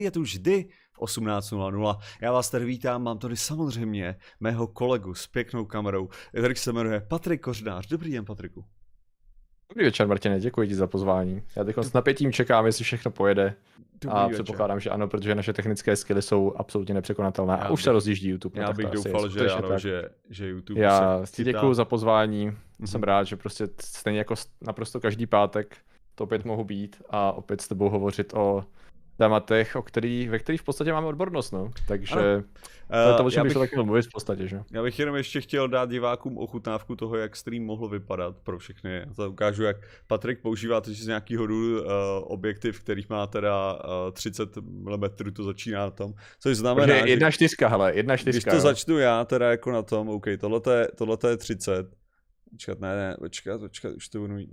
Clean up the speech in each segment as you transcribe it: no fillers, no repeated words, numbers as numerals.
je tu vždy v 18:00. Já vás tady vítám, mám tady samozřejmě mého kolegu s pěknou kamerou, který se jmenuje Patrik Kořenář. Dobrý den, Patriku. Dobrý večer, Martine, děkuji ti za pozvání. Já teď s napětím čekám, jestli všechno pojede. A předpokládám, že ano, protože naše technické skilly jsou absolutně nepřekonatelné. A už se rozjíždí YouTube. Já bych doufal, že ano, že YouTube já ti děkuji za pozvání. Jsem rád, že prostě stejně jako naprosto každý pátek to opět mohu být a opět s tebou hovořit o tématech, ve kterých v podstatě máme odbornost, no. Takže to o čem bych taky mluvit v podstatě, že? Já bych jenom ještě chtěl dát divákům ochutnávku toho, jak stream mohl vypadat pro všechny. To ukážu, jak Patrik používá z nějakého důvodu objektiv, kterých má teda 30 mm, to začíná na tom. Což znamená, že 1.4, hele, 1.4. Když to začnu já teda jako na tom, OK, tohle je 30. Počkat, už to budu mít,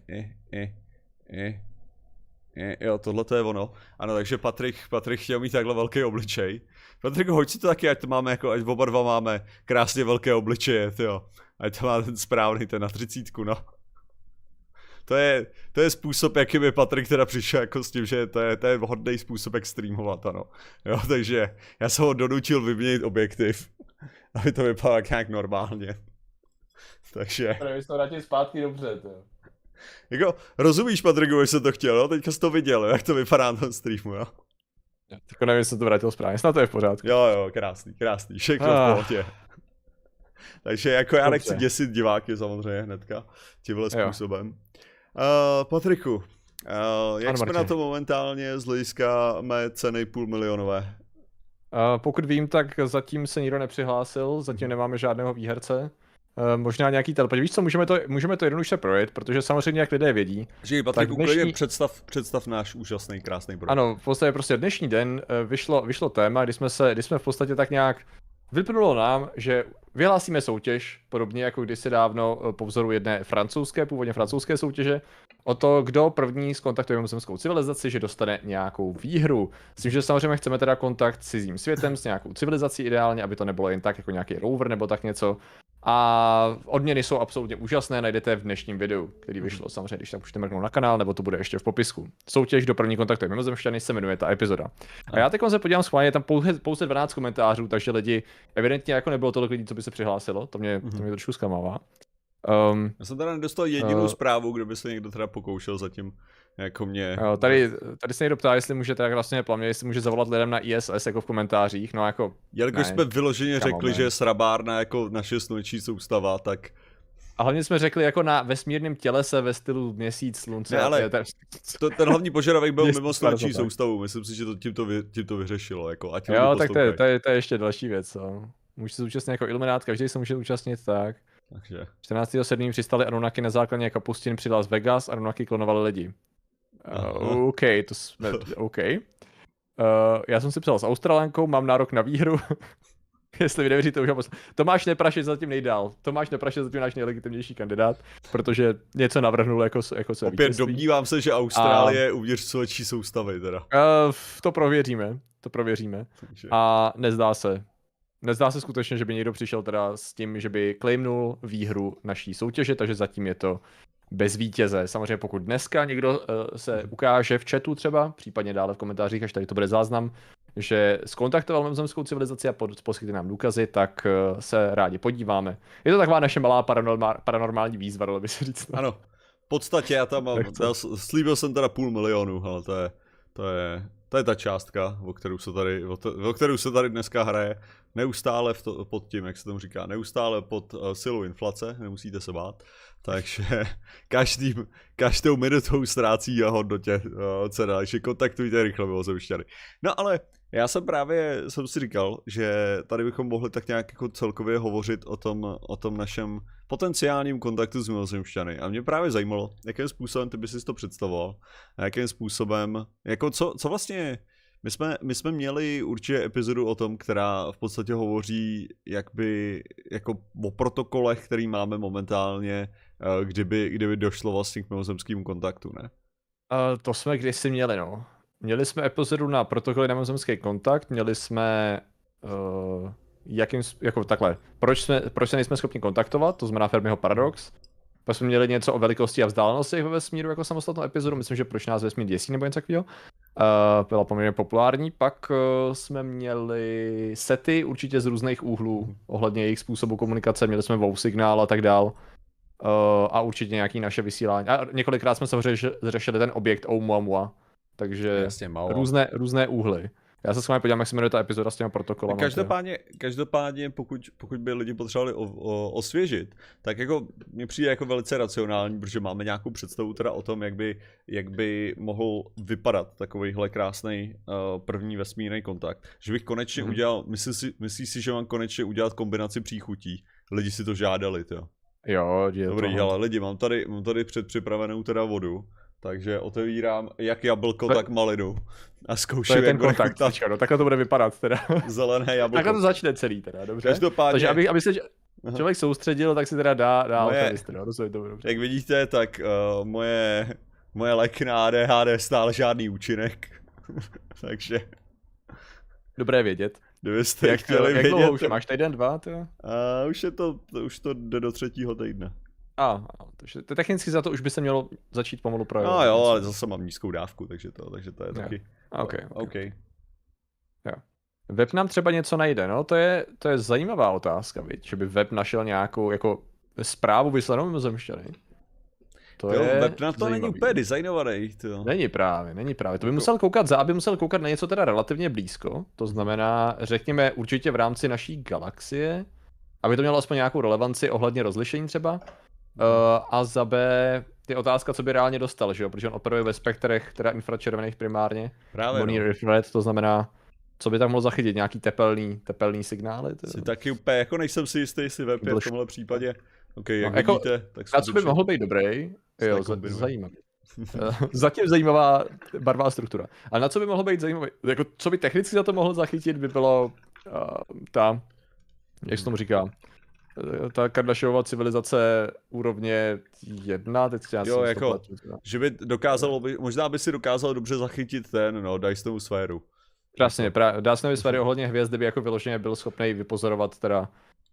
jo, tohle to je ono. Ano, takže Patrik chtěl mít takhle velký obličej. Patrik, hoď si to taky, ať to máme jako, ať oba dva máme krásně velké obličeje, tyjo. Ať to má ten správný, ten na 30, no. To je způsob, jaký by Patrik teda přišel jako s tím, že to je vhodný způsob, jak streamovat, ano. Jo, takže já jsem ho donutil vyměnit objektiv, aby to vypadalo nějak normálně. Takže... Právě to vrátit zpátky dobře, to. Jako, rozumíš, Patriku, že jsem to chtěl, no? Teďka jsi to viděl, jak to vypadá na tom streamu, jo? Tak nevím, jestli jsem to vrátil správně, snad to je v pořádku. Jo, krásný, všechno v pohodě. Takže jako já nechci děsit diváky samozřejmě hnedka, tímhle způsobem. Patriku, jak jsme na to momentálně z hlediska mé ceny půlmilionové? Pokud vím, tak zatím se nikdo nepřihlásil, zatím nemáme žádného výherce. Možná nějaký telepat. Víš co, můžeme to jednoduše projet, protože samozřejmě jak lidé vědí. Že Patrik, úplně představ náš úžasný, krásný projekt. Ano, v podstatě prostě dnešní den vyšlo téma, kdy jsme v podstatě tak nějak vyplynulo nám, že vyhlásíme soutěž, podobně jako kdysi dávno po vzoru jedné původně francouzské soutěže, o to, kdo první zkontaktuje mimozemskou civilizaci, že dostane nějakou výhru. S tím, že samozřejmě chceme teda kontakt s cizím světem, s nějakou civilizací ideálně, aby to nebylo jen tak jako nějaký rover nebo tak něco. A odměny jsou absolutně úžasné, najdete v dnešním videu, který vyšlo samozřejmě, když tam můžete mrknout na kanál, nebo to bude ještě v popisku. Soutěž do první kontaktu mimozemšťany se jmenuje ta epizoda. A já teď se podívám schválně, je tam pouze 12 komentářů, takže lidi, evidentně jako nebylo tolik lidí, co by se přihlásilo, to mě trošku zklamává. Já jsem teda nedostal jedinou zprávu, kdo by se někdo teda pokoušel zatím jako mě. Tady se někdo ptá, jestli může teda vlastně plamě, jestli může zavolat lidem na ISS jako v komentářích, no jako... Jelikož jsme vyloženě řekli, že je srabárna jako naše sluneční soustava, tak... A hlavně jsme řekli jako na vesmírném tělese ve stylu měsíc, slunce. Ne, ale ten hlavní požadavek byl mimo sluneční soustavu, myslím si, že to tím to vyřešilo, jako ať jo, tak to je ještě další věc, no. Může se účastnit jako iluminát, každý se může účastnit, tak. Takže. 14.7. přistali Anunnaki na základně kapustin při Las Vegas, Anunnaki klonovali lidi. OK, to jsme, OK. Já jsem si psal s Australankou, mám nárok na výhru. Jestli vy nevěříte, už Tomáš Neprašec zatím nejdál. Tomáš Neprašec zatím náš nejlegitimnější kandidát, protože něco navrhnul jako své opět vítězství. Domnívám se, že Austrálie je uvnitř sluneční soustavy teda. To prověříme. Takže. A Nezdá se skutečně, že by někdo přišel teda s tím, že by claimnul výhru naší soutěže, takže zatím je to bez vítěze. Samozřejmě pokud dneska někdo se ukáže v chatu třeba, případně dále v komentářích, až tady to bude záznam, že skontaktoval mimozemskou civilizaci a poskytli nám důkazy, tak se rádi podíváme. Je to taková naše malá paranormální výzva, dalo by se říct. Ano, v podstatě já tam mám, slíbil jsem teda 500 000, ale to je ta částka, o kterou se tady dneska hraje. Neustále pod tím, jak se tomu říká, neustále pod silou inflace, nemusíte se bát. Takže každou minutou ztrácí a hodnotě cena, takže kontaktujte rychle mimozemšťany. No ale já jsem si říkal, že tady bychom mohli tak nějak jako celkově hovořit o tom našem potenciálním kontaktu s mimozemšťany. A mě právě zajímalo, jakým způsobem ty bys si to představoval, a jakým způsobem, jako co vlastně... My jsme měli určitě epizodu o tom, která v podstatě hovoří jako o protokolech, který máme momentálně, kdyby došlo vlastně k mimozemskému kontaktu, ne? To jsme kdysi měli, no. Měli jsme epizodu na protokoly na mimozemský kontakt, měli jsme jako takhle, proč se nejsme schopni kontaktovat, to znamená Fermiho paradox. Pak jsme měli něco o velikosti a vzdálenosti ve vesmíru jako samostatnou epizodu, myslím, že proč nás vesmír děsí nebo něco takového. Byla poměrně populární, pak jsme měli sety určitě z různých úhlů ohledně jejich způsobu komunikace, měli jsme wow signál a tak dál. A určitě nějaký naše vysílání. A několikrát jsme samozřejmě řešili ten objekt Oumuamua, takže jasně, různé úhly. Já se s vámi podívám, jak se jmenuje ta epizoda s těma protokolama. Každopádně pokud by lidi potřebovali osvěžit, tak jako mně přijde jako velice racionální, protože máme nějakou představu teda o tom, jak by mohl vypadat takovýhle krásný první vesmírný kontakt. Že bych konečně udělal, myslíš si, že mám konečně udělat kombinaci příchutí? Lidi si to žádali, jo. Jo, dobrý, ale lidi, mám tady předpřipravenou teda vodu. Takže otevírám jak jablko, tak malinu. A zkouším, to je ten kontakt, no, takhle to bude vypadat teda. Zelené jablko. Takhle to začne celý teda, dobře. Každopádně... Takže aby se člověk soustředil, tak si teda dá otevřít, no, rozumím to dobře. Jak vidíte, tak moje léky na ADHD stále žádný účinek. Takže... Dobré vědět. Kdybyste chtěli vědět... Jak dlouho už máš týden, 2? Už to jde do 3. týdne. To technicky za to už by se mělo začít pomalu projevovat. No jo, ale zase mám nízkou dávku, takže to je taky... Okay. Jo. Web nám třeba něco najde, no to je zajímavá otázka, viď? Že by web našel nějakou jako zprávu vyslanou mimozemšťany. Web na to není úplně designovaný. Není právě. To by musel koukat na něco teda relativně blízko, to znamená, řekněme určitě v rámci naší galaxie, aby to mělo aspoň nějakou relevanci ohledně rozlišení třeba. A za B je otázka, co by reálně dostal, že jo? Protože on operuje ve spektrech, teda infračervených primárně. Právě infrared, to znamená, co by tam mohlo zachytit, nějaký tepelný signály? Si taky úplně, jako nejsem si jistý, jestli web je v tomhle případě. Jak vidíte, tak a co by mohl být dobrý? Jo, zajímavý. Zatím zajímavá barvá struktura. A na co by mohlo být zajímavý? Jako, co by technicky za to mohlo zachytit, by bylo jak se tomu říká? Ta Kardashianova civilizace úrovně 1, teď já jo, jako, že by dokázalo, možná by si dokázal dobře zachytit Dysonovu sféru. Přesně, Dysonovy sféry ohledně hvězd by jako vyloženě byl schopný vypozorovat teda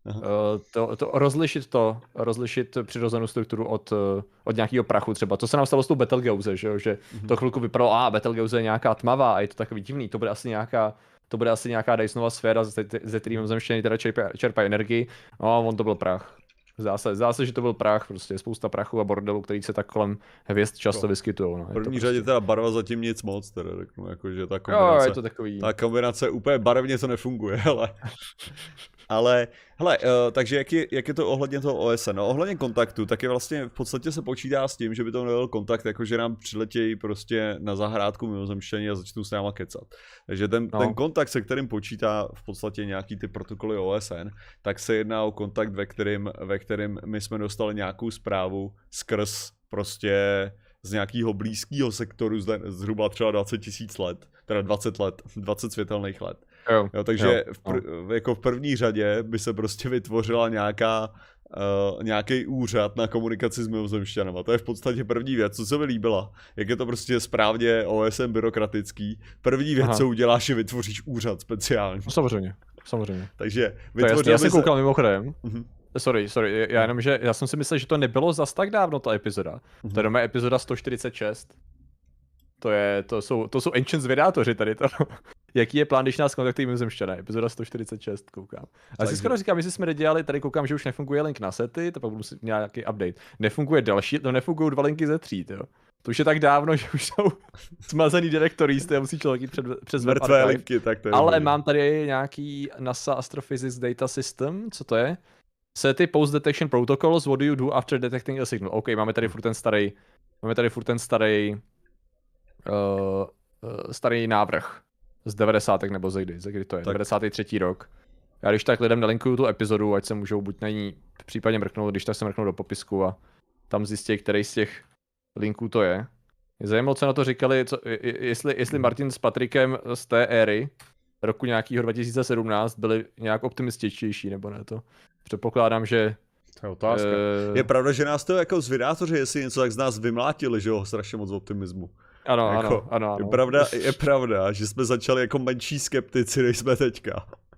rozlišit přirozenou strukturu od nějakého prachu třeba. To se nám stalo s tou Betelgeuse, že to chvilku vypadalo, Betelgeuse je nějaká tmavá a je to takový divný, to bude asi nějaká Dysonova sféra, ze který mimozemšťané teda čerpají energii. No, on to byl prach. Zdá se, že to byl prach, prostě spousta prachu a bordelu, který se tak kolem hvězd často vyskytují. No. V první řadě teda barva zatím nic moc, teda řeknu, jakože ta kombinace, je to takový... ta kombinace úplně barevně to nefunguje, ale hele, takže jak je to ohledně toho OSN? No, ohledně kontaktu, tak je vlastně v podstatě se počítá s tím, že by to nebyl kontakt, jakože nám přiletějí prostě na zahrádku mimozemšťané a začnou s náma kecat. Takže ten kontakt, se kterým počítá v podstatě nějaký ty protokoly OSN, tak se jedná o kontakt, ve kterém my jsme dostali nějakou zprávu skrz prostě z nějakého blízkého sektoru zhruba třeba 20 000 let, teda 20 světelných let. Jo, takže jako v první řadě by se prostě vytvořila nějaký úřad na komunikaci s mimozemšťanama. To je v podstatě první věc, co se mi líbila. Jak je to prostě správně OSN byrokratický. První věc, co uděláš, je vytvoříš úřad speciální. Samozřejmě. Takže já jsem koukal mimochodem. Sorry, já jsem si myslel, že to nebylo zas tak dávno ta epizoda. To je doma epizoda 146. To jsou ancient zvědátoři tady to. Jaký je plán, když nás kontaktují mimozemšťané? Epizoda 146, koukám. A si skoro říkám, jestli jsme nedělali, tady koukám, že už nefunguje link na sety, to pak budu si nějaký update. Nefungují 2 linky ze 3, jo. To už je tak dávno, že už jsou smazaný directories, to musí člověk jít přes web archive. Linky, tak to je ale mám tady nějaký NASA Astrophysics Data System, co to je? Sety Post Detection Protocols, what do you do after detecting a signal? OK, máme tady furt ten starý návrh z 90. nebo ze kdy to je, tak. 93. rok. Já když tak lidem nalinkuju tu epizodu, ať se můžou buď na ní případně mrknout, když tak se mrknou do popisku a tam zjistí, který z těch linků to je. Mě zajímalo, co na to říkali, jestli Martin s Patrikem z té éry roku nějakého 2017 byli nějak optimističtější, nebo ne to. Předpokládám, že... To je otázka. Je pravda, že nás to jako zvědátoři, jestli něco tak z nás vymlátili, že jo, strašně moc optimismu. Ano. Je pravda, že jsme začali jako menší skeptici, než jsme teďka.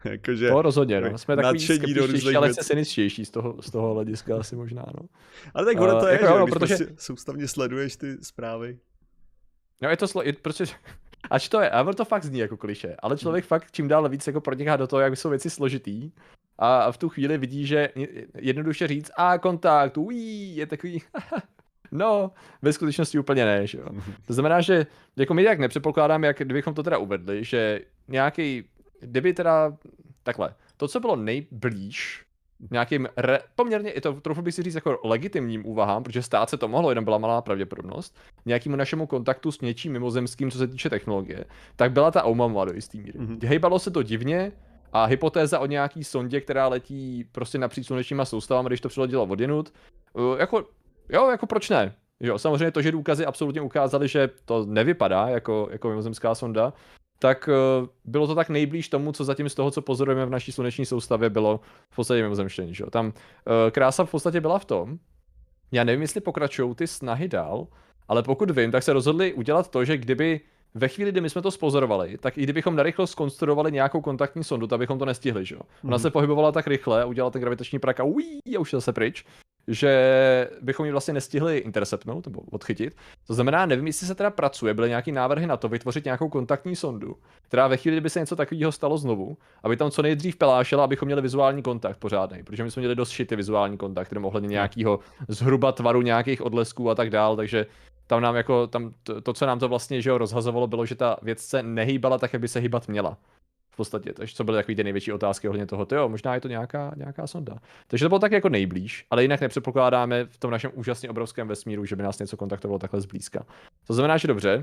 Jakože to rozhodně, no. Jsme takový skeptičtější, ale cyničtější z toho hlediska asi možná, no. Ale tak ono to je, jako, že no, když protože... prostě soustavně sleduješ ty zprávy. No je to prostě... Ač to je, ale to fakt zní jako klišé, ale člověk fakt čím dál víc jako proniká do toho, jak jsou věci složitý a v tu chvíli vidí, že jednoduše říct kontakt, je takový... No, ve skutečnosti úplně ne, že jo. To znamená, že jako my jak nepředpokládám, jak kdybychom to teda uvedli, že nějaký, kdyby teda takhle, to, co bylo nejblíž nějakým poměrně, i to trochu bych si říct jako legitimním úvahám, protože stát se to mohlo, jenom byla malá pravděpodobnost, nějakému našemu kontaktu s něčím mimozemským, co se týče technologie, tak byla ta Oumuamua do jistý míry. Hejbalo se to divně a hypotéza o nějaký sondě, která letí prostě napříč slunečníma soustavami, když to přiletělo odjenut, jako proč ne? Jo, samozřejmě to, že důkazy absolutně ukázaly, že to nevypadá jako mimozemská sonda, tak bylo to tak nejblíž tomu, co zatím z toho, co pozorujeme v naší sluneční soustavě, bylo v podstatě mimozemštění. Že? Tam krása v podstatě byla v tom, já nevím, jestli pokračují ty snahy dál, ale pokud vím, tak se rozhodli udělat to, že kdyby ve chvíli, kdy my jsme to spozorovali, tak i kdybychom narychlo zkonstruovali nějakou kontaktní sondu, tak bychom to nestihli, že jo. Ona se pohybovala tak rychle, udělala ten gravitační prak a už je zase pryč, že bychom ji vlastně nestihli interceptnout nebo odchytit. To znamená, nevím, jestli se teda pracuje, byly nějaký návrhy na to vytvořit nějakou kontaktní sondu, která ve chvíli, kdyby se něco takového stalo znovu, aby tam co nejdřív pelášela, abychom měli vizuální kontakt pořádný, protože my jsme měli dost šity vizuální kontakt, který ohledně nějakého zhruba tvaru nějakých odlesků a tak dál, takže tam nám jako to, co nám to vlastně že rozhazovalo, bylo, že ta věc se nehýbala tak, jak by se hýbat měla. V podstatě, takže co byly takový ty největší otázky ohledně toho, jo, možná je to nějaká sonda. Takže to bylo tak jako nejblíž, ale jinak nepředpokládáme v tom našem úžasně obrovském vesmíru, že by nás něco kontaktovalo takhle zblízka. To znamená, že dobře.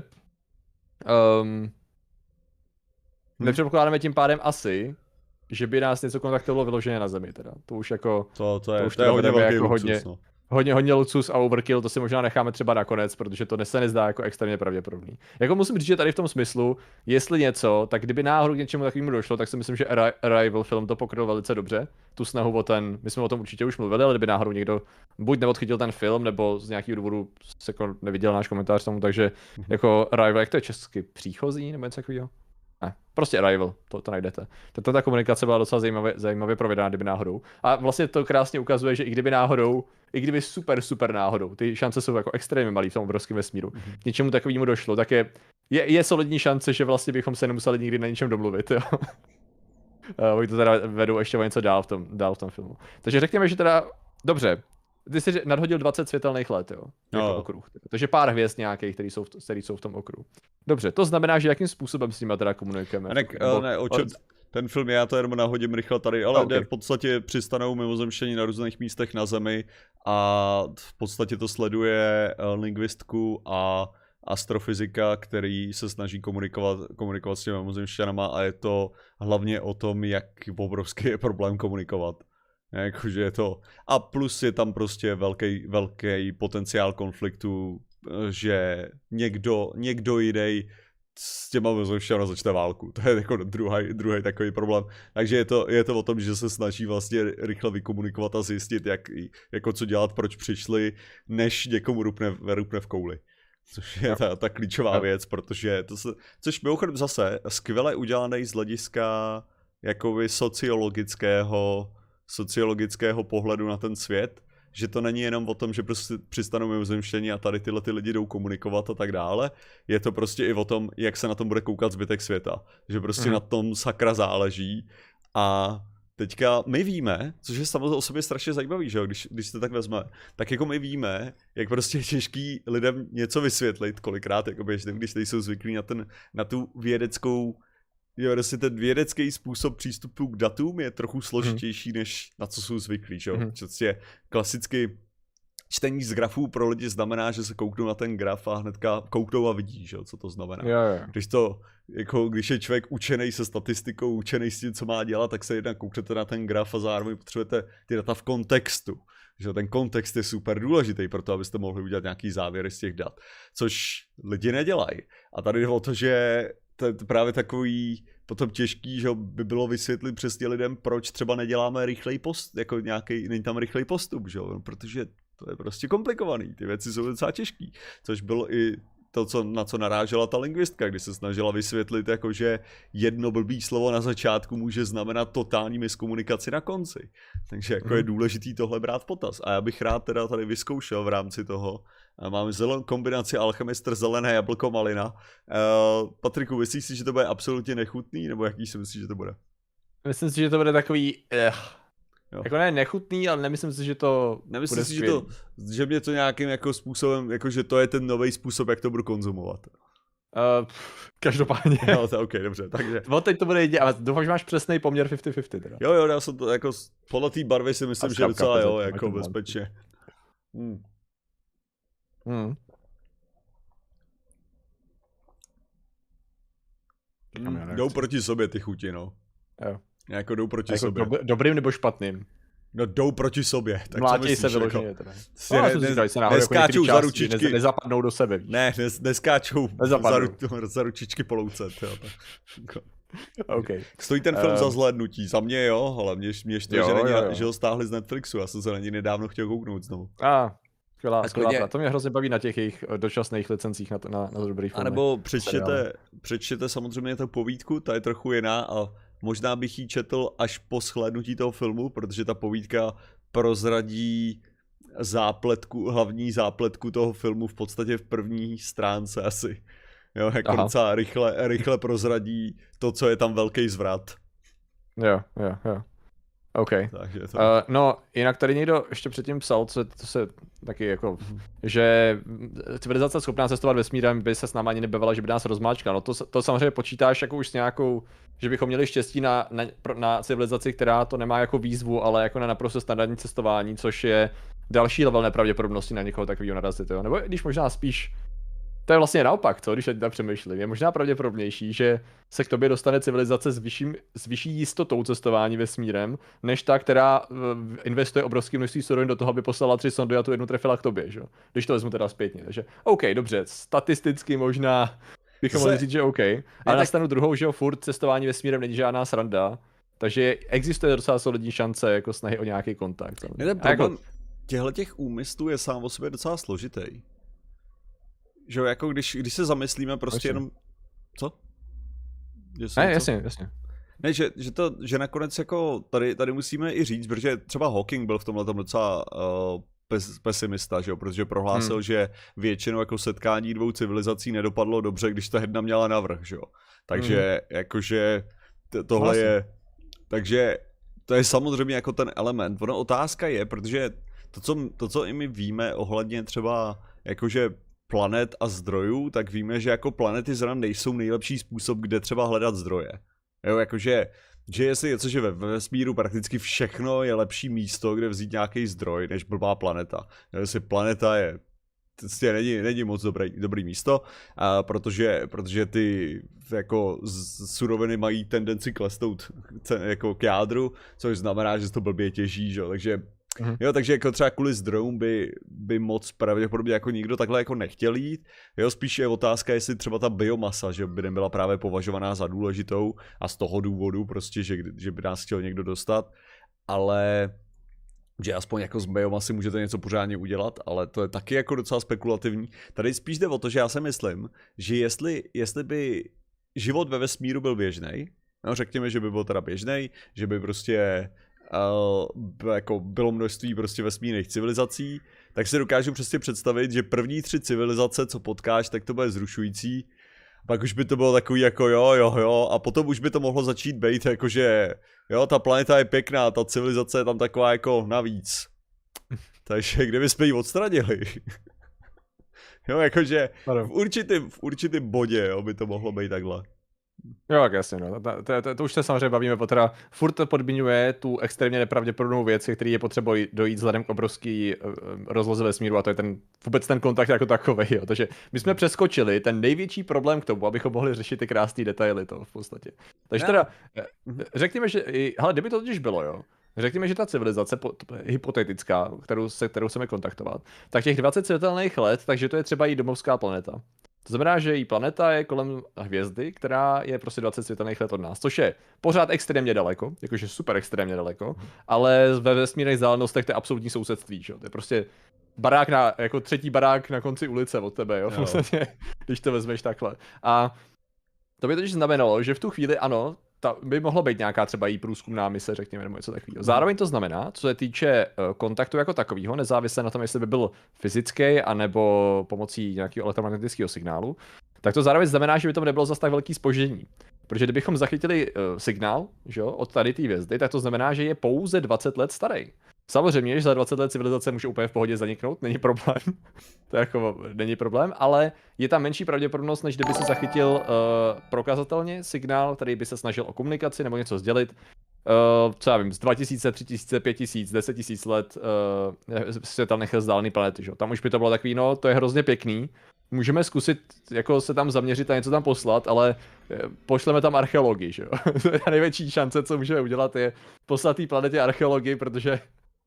Nepředpokládáme tím pádem asi, že by nás něco kontaktovalo vyloženě na Zemi teda. To už jako... To je hodně velký jako luxus, no. Hodně luxus a overkill, to si možná necháme třeba nakonec, protože to se nezdá jako extrémně pravděpodobný. Jako musím říct, že tady v tom smyslu, jestli něco, tak kdyby náhodou k něčemu takovému došlo, tak si myslím, že Arrival film to pokryl velice dobře. Tu snahu o ten, my jsme o tom určitě už mluvili, ale kdyby náhodou někdo buď neodchytil ten film, nebo z nějakého důvodu se jako neviděl náš komentář tomu, takže jako Arrival, jak to je česky, příchozí nebo něco takového? Ne, prostě Arrival, to najdete. Ta komunikace byla docela zajímavě provedená, kdyby náhodou. A vlastně to krásně ukazuje, že i kdyby náhodou, i kdyby super náhodou, ty šance jsou jako extrémně malý v tom obrovském vesmíru. K něčemu takovému došlo, tak je solidní šance, že vlastně bychom se nemuseli nikdy na ničem domluvit, jo. Oni to teda vedou ještě o něco dál v tom filmu. Takže řekněme, že teda, dobře, ty jsi nadhodil 20 světelných let, jo, jako okruh. Takže pár hvězd nějakých, který jsou v tom okruhu. Dobře, to znamená, že jakým způsobem s nimi teda komunikujeme? Ten film, já to jenom nahodím rychle tady, ale v podstatě přistanou mimozemštění na různých místech na Zemi a v podstatě to sleduje lingvistku a astrofyzika, který se snaží komunikovat s těmi mimozemšťanama a je to hlavně o tom, jak obrovský je problém komunikovat. Jakože je to. A plus je tam prostě velký potenciál konfliktu, že někdo jiný s těma mimozemšťanama začne válku. To je jako druhý takový problém. Takže je to o tom, že se snaží vlastně rychle vykomunikovat a zjistit, jako co dělat, proč přišli, než někomu rupne v kouli. Což je ta klíčová věc, protože což mimochodem zase skvěle udělaný z hlediska jakoby sociologického pohledu na ten svět, že to není jenom o tom, že prostě přistanou mimozemštění a tady tyhle ty lidi jdou komunikovat a tak dále, je to prostě i o tom, jak se na tom bude koukat zbytek světa, že prostě na tom sakra záleží a teďka my víme, což je samozřejmě o sobě strašně zajímavý, že jo, když se tak vezme, tak jako my víme, jak prostě je těžký lidem něco vysvětlit, kolikrát, jako běžně, když nejsou zvyklí na tu vědeckou. Jo, prostě ten vědecký způsob přístupu k datům je trochu složitější, než na co jsou zvyklí, že jo? Prostě klasicky čtení z grafů pro lidi znamená, že se kouknou na ten graf a hnedka kouknou a vidí, že jo, co to znamená. Když je člověk učený se statistikou, učený s tím, co má dělat, tak se jednak kouknete na ten graf a zároveň potřebujete ty data v kontextu. Že ten kontext je super důležitý pro to, abyste mohli udělat nějaký závěry z těch dat, což lidi nedělají. A tady jde o to, že to je právě takový potom těžký, že by bylo vysvětlit přesně lidem, proč třeba neděláme rychlej jako není tam rychlej postup, že jo, protože to je prostě komplikovaný, ty věci jsou docela těžký, což byl i to, na co narážela ta lingvistka, kdy se snažila vysvětlit, jako, že jedno blbý slovo na začátku může znamenat totální miskomunikaci na konci. Takže jako je důležitý tohle brát v potaz. A já bych rád teda tady vyzkoušel v rámci toho. Máme kombinaci alchemistr, zelené jablko, malina. Patriku, myslíš si, že to bude absolutně nechutný, nebo jaký si myslíš, že to bude? Myslím si, že to bude takový... Jako ne nechutný, ale nemyslím si, že to nemyslím si, že mě to nějakým jako způsobem, jako že to je ten nový způsob, jak to budu konzumovat. Každopádně. No, to ok, dobře, takže. Teď to bude jedině, ale doufám, že máš přesný poměr 50-50 teda. Jo, já jsem to jako, podle té barvy si myslím, že docela jo, jako bezpečně. Jdou proti sobě ty chuti, no. Jo. Jako jdou proti sobě. Dobrým nebo špatným? No jdou proti sobě. Tak mlátěj se vyloženě teda. Neskáčou za ručičky. Nezapadnou do sebe. Víš? Ne, neskáčou za ručičky po louce. Okay. Stojí ten film za zhlédnutí. Za mě jo, ale mě štve, že ho stáhli z Netflixu. Já jsem se na něj nedávno chtěl kouknout znovu. Skvělá. To mě hrozně baví na těch jejich dočasných licencích na dobrý film. A nebo přečtěte samozřejmě tu povídku, ta je trochu jiná a možná bych ji četl až po shlédnutí toho filmu, protože ta povídka prozradí hlavní zápletku toho filmu v podstatě v první stránce asi. Jo, jako docela rychle prozradí to, co je tam velký zvrat. Jo. OK. To... No, jinak tady někdo ještě předtím psal, to se taky jako, že civilizace schopná cestovat vesmírem by se s náma ani nebavila, že by nás rozmáčkla. No to samozřejmě počítáš jako už s nějakou, že bychom měli štěstí na civilizaci, která to nemá jako výzvu, ale jako na naprosto standardní cestování, což je další level nepravděpodobnosti na někoho takového narazit, jo. Nebo když možná spíš, to je vlastně naopak, co, když já tak přemýšlím. Je možná pravděpodobnější, že se k tobě dostane civilizace s vyšší jistotou cestování vesmírem, než ta, která investuje obrovské množství surovin do toho, aby poslala 3 sondy a tu jednu trefila k tobě, že? Když to vezmu teda zpětně. Takže OK, dobře, statisticky možná bychom mohli říct, že OK. Ale na stranu druhou, že furt cestování vesmírem není žádná sranda, takže existuje docela solidní šance jako snahy o nějaký kontakt. Ten problém těch úmyslů je sám o sobě docela složitý. Že jako když se zamyslíme prostě jenom... Co? Ne, jasně. Ne, že nakonec jako tady musíme i říct, protože třeba Hawking byl v tomhle docela pesimista, že jo, protože prohlásil, že většinou jako setkání dvou civilizací nedopadlo dobře, když ta jedna měla navrch, že jo. Takže jakože tohle je... Takže to je samozřejmě jako ten element. Ono otázka je, protože to, co i my víme ohledně třeba jakože planet a zdrojů, tak víme, že jako planety zrovna nejsou nejlepší způsob, kde třeba hledat zdroje. Jo, jakože, že jestli něco, že ve vesmíru prakticky všechno je lepší místo, kde vzít nějaký zdroj, než blbá planeta. Jo, jestli planeta je, není moc dobrý místo, protože ty jako suroviny mají tendenci klesnout jako k jádru, což znamená, že se to blbě těží, že? Takže jo, takže jako třeba kvůli zdrojům by moc pravděpodobně jako nikdo takhle jako nechtěl jít. Jo, spíš je otázka, jestli třeba ta biomasa, že by nebyla právě považovaná za důležitou a z toho důvodu prostě, že by nás chtěl někdo dostat, ale že aspoň jako z biomasy můžete něco pořádně udělat, ale to je taky jako docela spekulativní. Tady spíš jde o to, že já si myslím, že jestli by život ve vesmíru byl běžnej, no řekněme, že by byl teda běžnej, že by prostě jako bylo množství prostě vesmírných civilizací, tak si dokážu přesně představit, že první 3 civilizace, co potkáš, tak to bude zrušující. Pak už by to bylo takový jako jo, a potom už by to mohlo začít být jakože jo, ta planeta je pěkná, ta civilizace je tam taková jako navíc. Takže kdybychom ji odstranili. Jo, jakože v určitém bodě, jo, by to mohlo být takhle. Jo, tak jasně, no. To už se samozřejmě bavíme, teda furt to podmiňuje tu extrémně nepravděpodobnou věc, který je potřeba dojít vzhledem k obrovský rozloze vesmíru, a to je vůbec ten kontakt jako takovej, jo. Takže my jsme přeskočili ten největší problém k tomu, abychom mohli řešit ty krásné detaily to v podstatě. Takže teda řekněme, že hele, kdyby to totiž bylo, jo. Řekněme, že ta civilizace hypotetická, kterou chceme kontaktovat, tak těch 20 světelných let, takže to je třeba její domovská planeta. To znamená, že její planeta je kolem hvězdy, která je prostě 20 světelných let od nás, což je pořád extrémně daleko, jakože super extrémně daleko, ale ve vesmírných vzdálenostech to je absolutní sousedství, že? To je prostě barák jako třetí barák na konci ulice od tebe, jo, v podstatě, když to vezmeš takhle. A to by totiž znamenalo, že v tu chvíli ano, by mohlo být nějaká třeba i průzkumná mise, řekněme, nebo něco takového. Zároveň to znamená, co se týče kontaktu jako takového, nezávisle na tom, jestli by byl fyzický, anebo pomocí nějakého elektromagnetického signálu, tak to zároveň znamená, že by to nebylo zas tak velký zpoždění. Protože kdybychom zachytili signál, že jo, od tady té hvězdy, tak to znamená, že je pouze 20 let starý. Samozřejmě, že za 20 let civilizace může úplně v pohodě zaniknout, není problém. To jako není problém, ale je tam menší pravděpodobnost, než kdyby se zachytil prokazatelně signál, který by se snažil o komunikaci nebo něco sdělit. Co já vím, z 2000, 3000, 5000, 10 000 let světelných vzdálený planety, že? Tam už by to bylo takový, no, to je hrozně pěkný. Můžeme zkusit jako se tam zaměřit a něco tam poslat, ale pošleme tam archeologii, že jo? To je největší šance, co můžeme udělat, je poslat té planetě archeologii, protože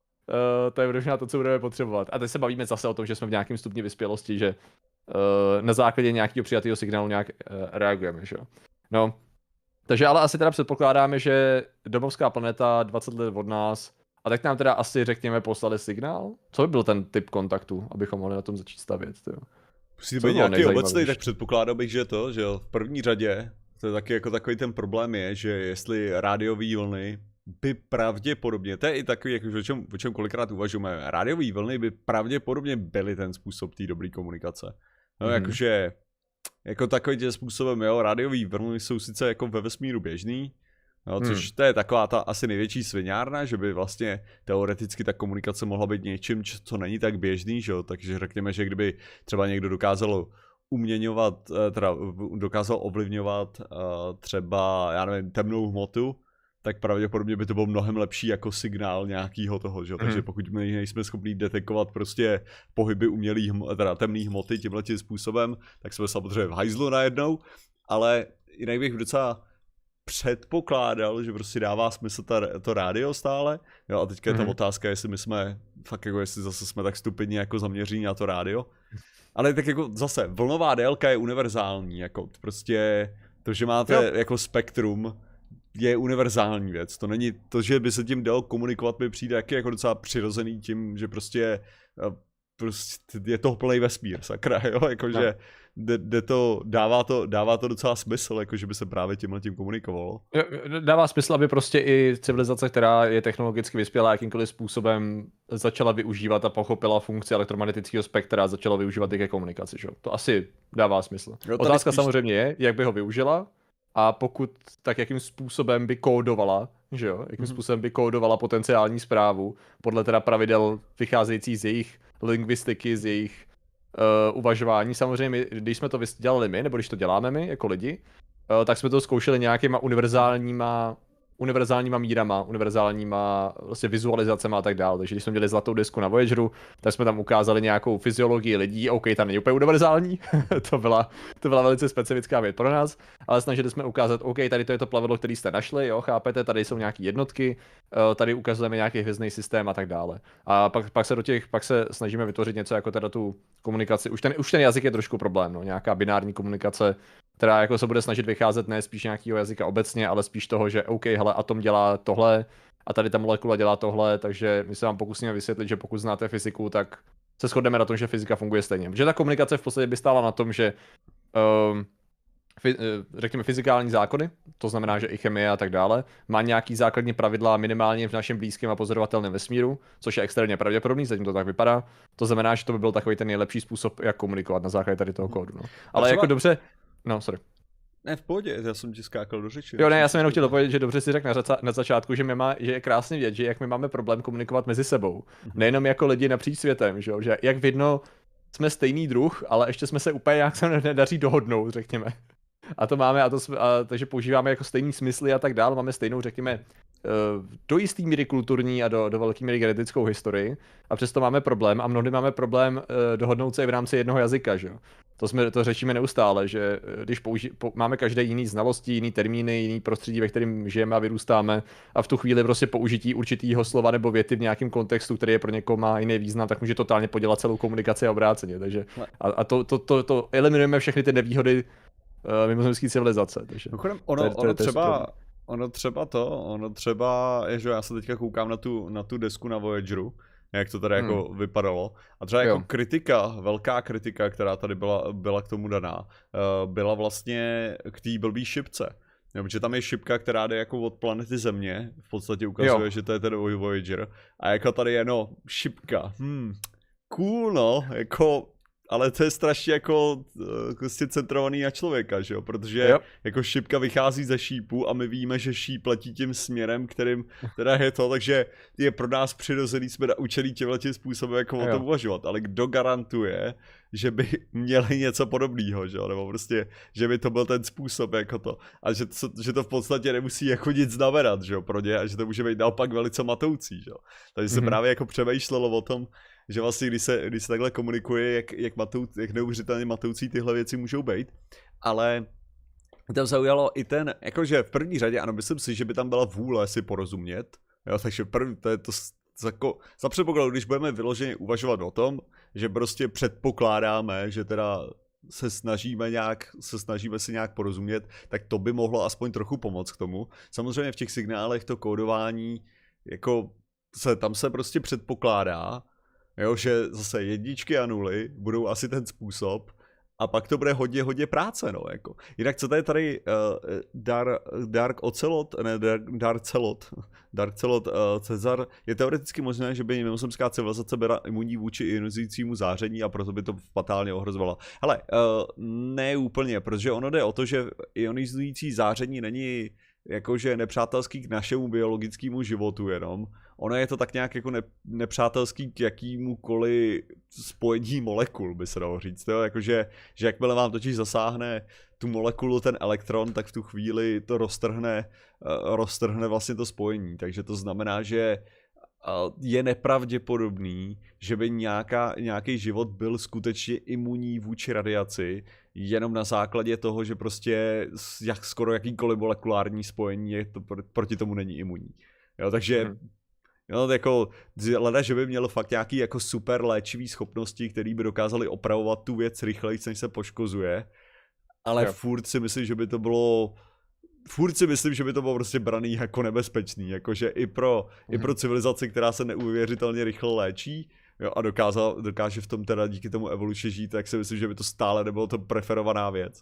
to je možná to, co budeme potřebovat. A teď se bavíme zase o tom, že jsme v nějakém stupni vyspělosti, že na základě nějakého přijatého signálu nějak reagujeme, že jo? No, takže ale asi teda předpokládáme, že domovská planeta 20 let od nás, a tak nám teda asi, řekněme, poslali signál? Co by byl ten typ kontaktu, abychom mohli na tom začít stavět, jo? Musí být nějaký obecný, tak předpokládal bych, že to, že jo, v první řadě, to je taky jako takový ten problém je, že jestli rádiové vlny by pravděpodobně, to je i takový, jako, o čem kolikrát uvažujeme, rádiové vlny by pravděpodobně byly ten způsob té dobré komunikace. No, jakože, jako takovým způsobem, jo, rádiové vlny jsou sice jako ve vesmíru běžný, no, což to je taková ta asi největší sviňárna, že by vlastně teoreticky ta komunikace mohla být něčím, co není tak běžný, že jo? Takže řekněme, že kdyby třeba někdo dokázal uměňovat, teda dokázal ovlivňovat třeba, já nevím, temnou hmotu, tak pravděpodobně by to bylo mnohem lepší jako signál nějakého toho, že jo? Takže pokud my nejsme schopni detekovat prostě pohyby umělých, teda temných hmoty tímhletím způsobem, tak jsme samozřejmě v hajzlu najednou, ale jinak bych docela předpokládal, že prostě dává smysl to rádio stále. Jo, a teďka je ta otázka, jestli my jsme, fakt jako jestli zase jsme tak stupidně jako zaměření na to rádio. Ale tak jako zase, vlnová délka je univerzální, jako prostě to, že máte jako spektrum, je univerzální věc. To není to, že by se tím dalo komunikovat, mi přijde jako docela přirozený tím, že prostě je toho plný vesmír, sakra, jo, jakože dává to docela smysl, jakože by se právě tímhletím komunikovalo. Dává smysl, aby prostě i civilizace, která je technologicky vyspělá jakýmkoliv způsobem, začala využívat a pochopila funkci elektromagnetického spektra a začala využívat i ke komunikaci, že? To asi dává smysl. Otázka samozřejmě je, jak by ho využila a pokud, tak jakým způsobem by kódovala, že jo? Jakým způsobem by kódovala potenciální zprávu podle teda pravidel vycházející z jejich lingvistiky, z jejich uvažování. Samozřejmě, když jsme to dělali my, nebo když to děláme my jako lidi, tak jsme to zkoušeli nějakýma univerzálníma mírama, univerzálníma vlastně vizualizacema a tak dále. Takže když jsme měli zlatou desku na Voyageru, tak jsme tam ukázali nějakou fyziologii lidí. OK, ta není úplně univerzální, to byla velice specifická věc pro nás, ale snažili jsme ukázat, OK, tady to je to plavidlo, které jste našli, jo, chápete, tady jsou nějaké jednotky, tady ukazujeme nějaký hvězdný systém a tak dále. A pak se snažíme vytvořit něco jako teda tu komunikaci. Už ten jazyk je trošku problém, no, nějaká binární komunikace, která jako se bude snažit vycházet ne spíš nějakého jazyka obecně, ale spíš toho, že OK, hele, atom dělá tohle a tady ta molekula dělá tohle, takže my se vám pokusíme vysvětlit, že pokud znáte fyziku, tak se shodneme na tom, že fyzika funguje stejně. Protože ta komunikace v podstatě by stála na tom, že řekněme fyzikální zákony, to znamená, že i chemie a tak dále, má nějaký základní pravidla minimálně v našem blízkém a pozorovatelném vesmíru, což je extrémně pravděpodobný, zatím to tak vypadá. To znamená, že to by byl takový ten nejlepší způsob, jak komunikovat na základě tady toho kódu. No. Ale třeba... jako dobře. No, sorry. Ne, v pohodě, já jsem ti skákal do řeči. Jo, ne, já jsem jenom chtěl dopovědět, že dobře si řekl na začátku, že je krásně vědět, že jak my máme problém komunikovat mezi sebou. Nejenom jako lidi napříč světem, že jak vidno, jsme stejný druh, ale ještě jsme se úplně nějak se nedaří dohodnout, řekněme. A to máme, takže používáme jako stejný smysly a tak dál, máme stejnou, řekněme, do jistý míry kulturní a do velké míry genetickou historii a přesto máme problém a mnohdy máme problém dohodnout se i v rámci jednoho jazyka, že jo. To řešíme neustále, že když máme každý jiný znalosti, jiný termíny, jiný prostředí, ve kterém žijeme a vyrůstáme a v tu chvíli prostě použití určitýho slova nebo věty v nějakém kontextu, který je pro někoho má jiný význam, tak může totálně podělat celou komunikaci a obráceně, takže a to eliminujeme všechny ty nevýhody mimozemské civilizace, takže ono třeba je, že já se teďka koukám na tu desku na Voyageru, jak to tady jako vypadalo. A třeba jako kritika, velká kritika, která tady byla k tomu daná, byla vlastně k té blbý šipce. Protože tam je šipka, která jde jako od planety Země, v podstatě ukazuje, že to je ten Voyager. A jako tady je šipka, cool jako, ale to je strašně jako prostě centrovaný na člověka, že jo, protože jako šipka vychází ze šípu a my víme, že šíp letí tím směrem, kterým teda je to, takže je pro nás přirozený, jsme naučený tímhletím způsobem jako o tom uvažovat, ale kdo garantuje, že by měli něco podobného, že jo, nebo prostě, že by to byl ten způsob jako to, a že to v podstatě nemusí jako nic znamenat, že jo, pro ně, a že to může být naopak velice matoucí, že jo. Takže se právě jako přemýšlelo o tom, že vlastně když se takhle komunikuje, jak neuvěřitelně matoucí tyhle věci můžou být, ale tam zaujalo i ten, jakože v první řadě, ano, myslím si, že by tam byla vůle si porozumět, jo, takže to je to jako, za předpokladu, když budeme vyloženě uvažovat o tom, že prostě předpokládáme, že teda se snažíme si nějak porozumět, tak to by mohlo aspoň trochu pomoct k tomu. Samozřejmě v těch signálech to kódování, jako tam se prostě předpokládá, jo, že zase jedničky a nuly budou asi ten způsob a pak to bude hodně práce, no, jako. Jinak co to je tady Dark Celot Cezar, je teoreticky možné, že by mimozemská civilizace byla imunní vůči ionizujícímu záření a proto by to fatálně ohrozovala. Hele, ne úplně, protože ono jde o to, že ionizující záření není jakože nepřátelský k našemu biologickému životu jenom. Ono je to tak nějak jako nepřátelský k jakýmukoliv spojení molekul, by se dalo říct. Jo? Jakože, že jakmile vám totiž zasáhne tu molekulu ten elektron, tak v tu chvíli to roztrhne vlastně to spojení. Takže to znamená, že je nepravděpodobný, že by nějaký život byl skutečně imunní vůči radiaci, jenom na základě toho, že prostě skoro jakýkoliv molekulární spojení proti tomu není imunní. Jo, takže jo, jako, leda, že by měl fakt nějaký jako super léčivý schopnosti, které by dokázaly opravovat tu věc rychleji, než se poškozuje, ale furt si myslím, že by to bylo prostě braný jako nebezpečný, jakože i pro civilizaci, která se neuvěřitelně rychle léčí, jo, a dokáže v tom teda díky tomu evolučně žít, tak si myslím, že by to stále nebylo to preferovaná věc.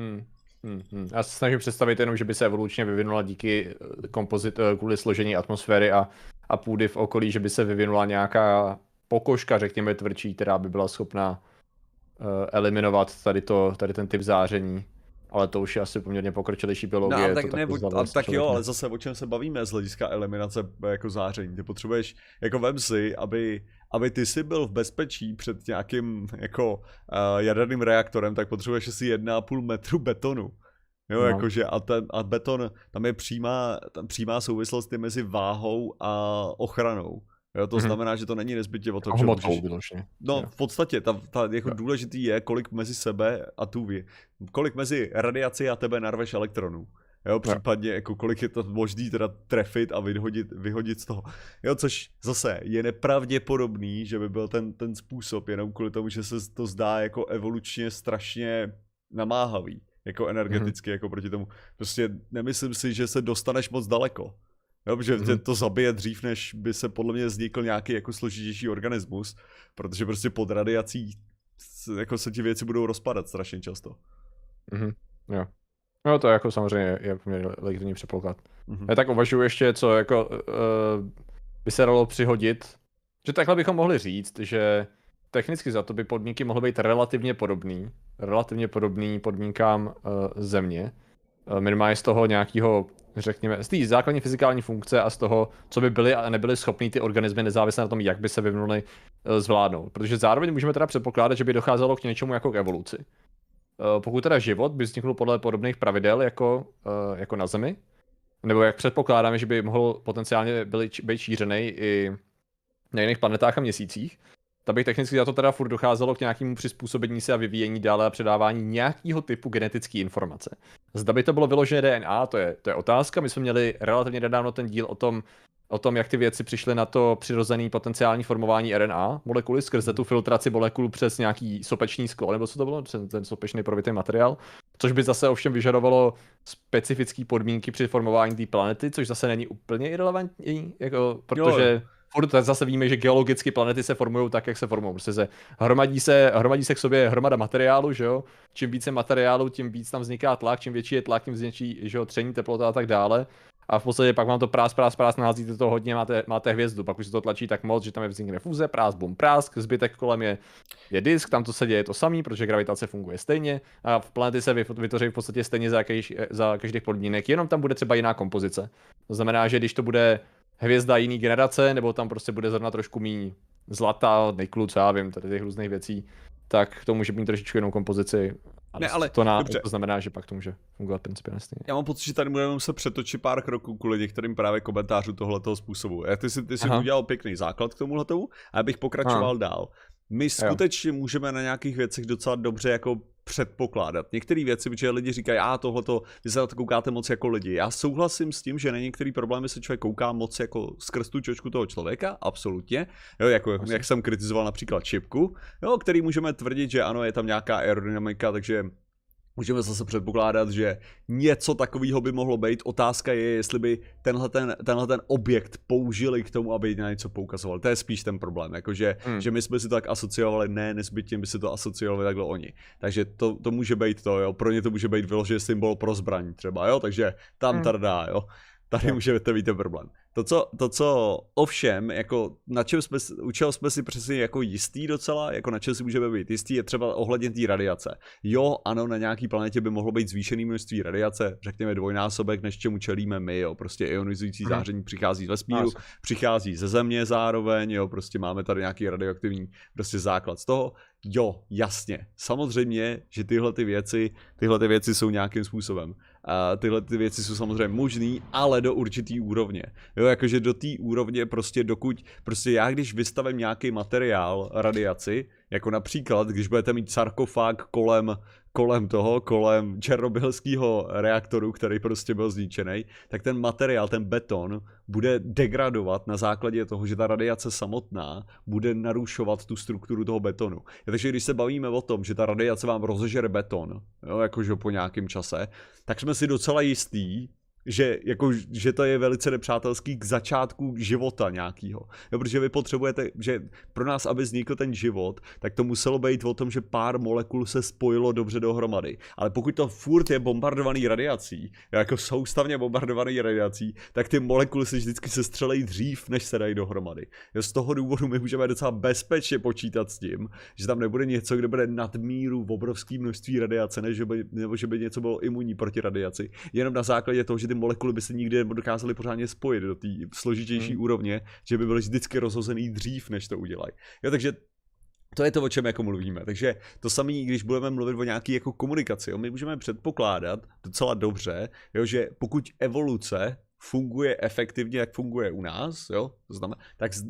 Já se snažím představit jenom, že by se evolučně vyvinula díky kvůli složení atmosféry a půdy v okolí, že by se vyvinula nějaká pokožka, řekněme tvrdší, která by byla schopná eliminovat tady ten typ záření. Ale to už je asi poměrně pokročilejší biologie. No, tak jo, ale zase o čem se bavíme z hlediska eliminace jako záření. Ty potřebuješ, jako vem si, aby ty si byl v bezpečí před nějakým jako jaderným reaktorem, tak potřebuješ asi 1,5 metru betonu. Jo, jakože a beton, tam je přímá souvislost mezi váhou a ochranou. Jo, to znamená, že to není nezbytně o tom, že můžeš... No, v podstatě, jako důležitý je, kolik mezi sebe a kolik mezi radiací a tebe narveš elektronů. Jo, případně, jako kolik je to možný teda trefit a vyhodit z toho. Jo, což zase je nepravděpodobný, že by byl ten způsob, jenom kvůli tomu, že se to zdá jako evolučně strašně namáhavý, jako energeticky, jako proti tomu. Prostě nemyslím si, že se dostaneš moc daleko. Jo, protože tě to zabije dřív, než by se podle mě vznikl nějaký jako složitější organismus, protože prostě pod radiací jako se ti věci budou rozpadat strašně často. Jo. No to jako samozřejmě je poměrně legitimní předpoklad. Já tak uvažuji ještě, co jako by se dalo přihodit, že takhle bychom mohli říct, že technicky za to by podmínky mohly být relativně podobný podmínkám Země. Minimálně z toho nějakého, řekněme, z té základní fyzikální funkce a z toho, co by byly a nebyly schopný ty organismy nezávisle na tom, jak by se vyvinuly, zvládnout. Protože zároveň můžeme teda předpokládat, že by docházelo k něčemu jako k evoluci. Pokud teda život by vznikl podle podobných pravidel jako na Zemi, nebo jak předpokládáme, že by mohl potenciálně být šířený i na jiných planetách a měsících, tak by technicky za to teda furt docházelo k nějakému přizpůsobení se a vyvíjení dále a předávání nějakého typu genetické informace. Zda by to bylo vyložené DNA, to je otázka. My jsme měli relativně nedávno ten díl o tom, jak ty věci přišly na to přirozené potenciální formování RNA molekuly skrze tu filtraci molekul přes nějaký sopeční sklo, nebo co to bylo, ten sopečný provitý materiál, což by zase ovšem vyžadovalo specifické podmínky při formování té planety, což zase není úplně irelevantní, jako, protože... furt zase víme, že geologicky planety se formují tak, jak se formují. Prostě hromadí se k sobě hromada materiálu, že jo? Čím více materiálu, tím víc tam vzniká tlak, čím větší je tlak, tím větší, že jo, tření, teplota a tak dále. A v podstatě pak vám to prás, naházíte to hodně, máte hvězdu, pak už se to tlačí tak moc, že tam je vznikne fúze, bum, prásk, zbytek kolem je disk, tam to se děje to samý, protože gravitace funguje stejně a planety se vytvoří v podstatě stejně za každých podmínek, jenom tam bude třeba jiná kompozice. To znamená, že když to bude hvězda jiný generace, nebo tam prostě bude zrovna trošku méně zlata, niklu, co já vím, tady těch různých věcí, tak to může mít trošičku jinou kompozici. Ne, ale to znamená, že pak to může fungovat principiálně stejně. Já mám pocit, že tady budeme se přetočit pár kroků kvůli některým právě komentářům tohoto způsobu. Ty jsi udělal pěkný základ k tomuhletomu a já bych pokračoval dál. My skutečně můžeme na nějakých věcech docela dobře jako předpokládat. Některé věci, protože lidi říkají, tohleto, vy se na to koukáte moc jako lidi. Já souhlasím s tím, že na některé problémy se člověk kouká moc jako skrz tu čočku toho člověka, absolutně. Jo, jak jsem kritizoval například čipku, jo, který můžeme tvrdit, že ano, je tam nějaká aerodynamika, takže můžeme zase předpokládat, že něco takového by mohlo být. Otázka je, jestli by tenhle ten objekt použili k tomu, aby na něco poukazovali. To je spíš ten problém, jakože že my jsme si to tak asociovali, ne nezbytně by si to asociovali takhle oni. Takže to může být to, jo. Pro ně to může být vyložený symbol pro zbraň třeba, jo, takže tam tardá, jo. Tady můžete mít ten problém. To, co ovšem, jako u čeho jsme si přesně jako jistý docela, jako na čem si můžeme být jistý, je třeba ohledně té radiace. Jo, ano, na nějaký planetě by mohlo být zvýšený množství radiace, řekněme dvojnásobek, než čemu čelíme my, jo, prostě ionizující záření přichází z vesmíru, přichází ze Země zároveň, jo, prostě máme tady nějaký radioaktivní prostě základ z toho. Jo, jasně, samozřejmě, že tyhle ty věci jsou nějakým způsobem. A tyhle ty věci jsou samozřejmě možný, ale do určitý úrovně. Jo, jakože do té úrovně prostě dokud, prostě já když vystavím nějaký materiál radiaci, jako například, když budete mít sarkofág kolem černobylského reaktoru, který prostě byl zničený, tak ten materiál, ten beton, bude degradovat na základě toho, že ta radiace samotná bude narušovat tu strukturu toho betonu. Takže když se bavíme o tom, že ta radiace vám rozežere beton, jo, jakože po nějakém čase, tak jsme si docela jistí, že to je velice nepřátelský k začátku života nějakého. Jo, protože vy potřebujete, že pro nás, aby vznikl ten život, tak to muselo být o tom, že pár molekul se spojilo dobře dohromady. Ale pokud to furt je bombardovaný radiací, jako soustavně bombardovaný radiací, tak ty molekuly se vždycky sestřelejí dřív, než se dají dohromady. Jo, z toho důvodu my můžeme docela bezpečně počítat s tím, že tam nebude něco, kde bude nadmíru v obrovském množství radiace, nebo že by něco bylo imunní proti radiaci. Jenom na základě toho, že ty molekuly by se nikdy nedokázaly pořádně spojit do té složitější úrovně, že by byly vždycky rozhozený dřív, než to udělají. Jo, takže to je to, o čem jako mluvíme. Takže to samé, když budeme mluvit o nějaké jako komunikaci, jo, my můžeme předpokládat docela dobře, jo, že pokud evoluce funguje efektivně, jak funguje u nás, jo, to znamená, tak z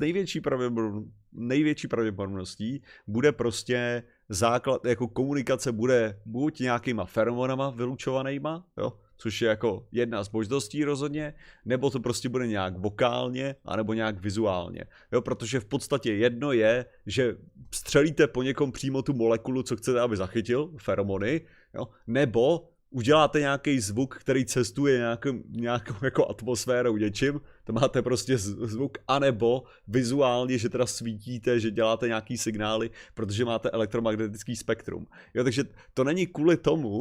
největší pravděpodobností bude prostě základ, jako komunikace bude buď nějakýma feromonama vylučovanýma, jo, což je jako jedna z možností rozhodně, nebo to prostě bude nějak vokálně, anebo nějak vizuálně. Jo, protože v podstatě jedno je, že střelíte po někom přímo tu molekulu, co chcete, aby zachytil, feromony, jo, nebo uděláte nějaký zvuk, který cestuje nějakou jako atmosférou něčím, to máte prostě zvuk, anebo vizuálně, že teda svítíte, že děláte nějaký signály, protože máte elektromagnetický spektrum. Jo, takže to není kvůli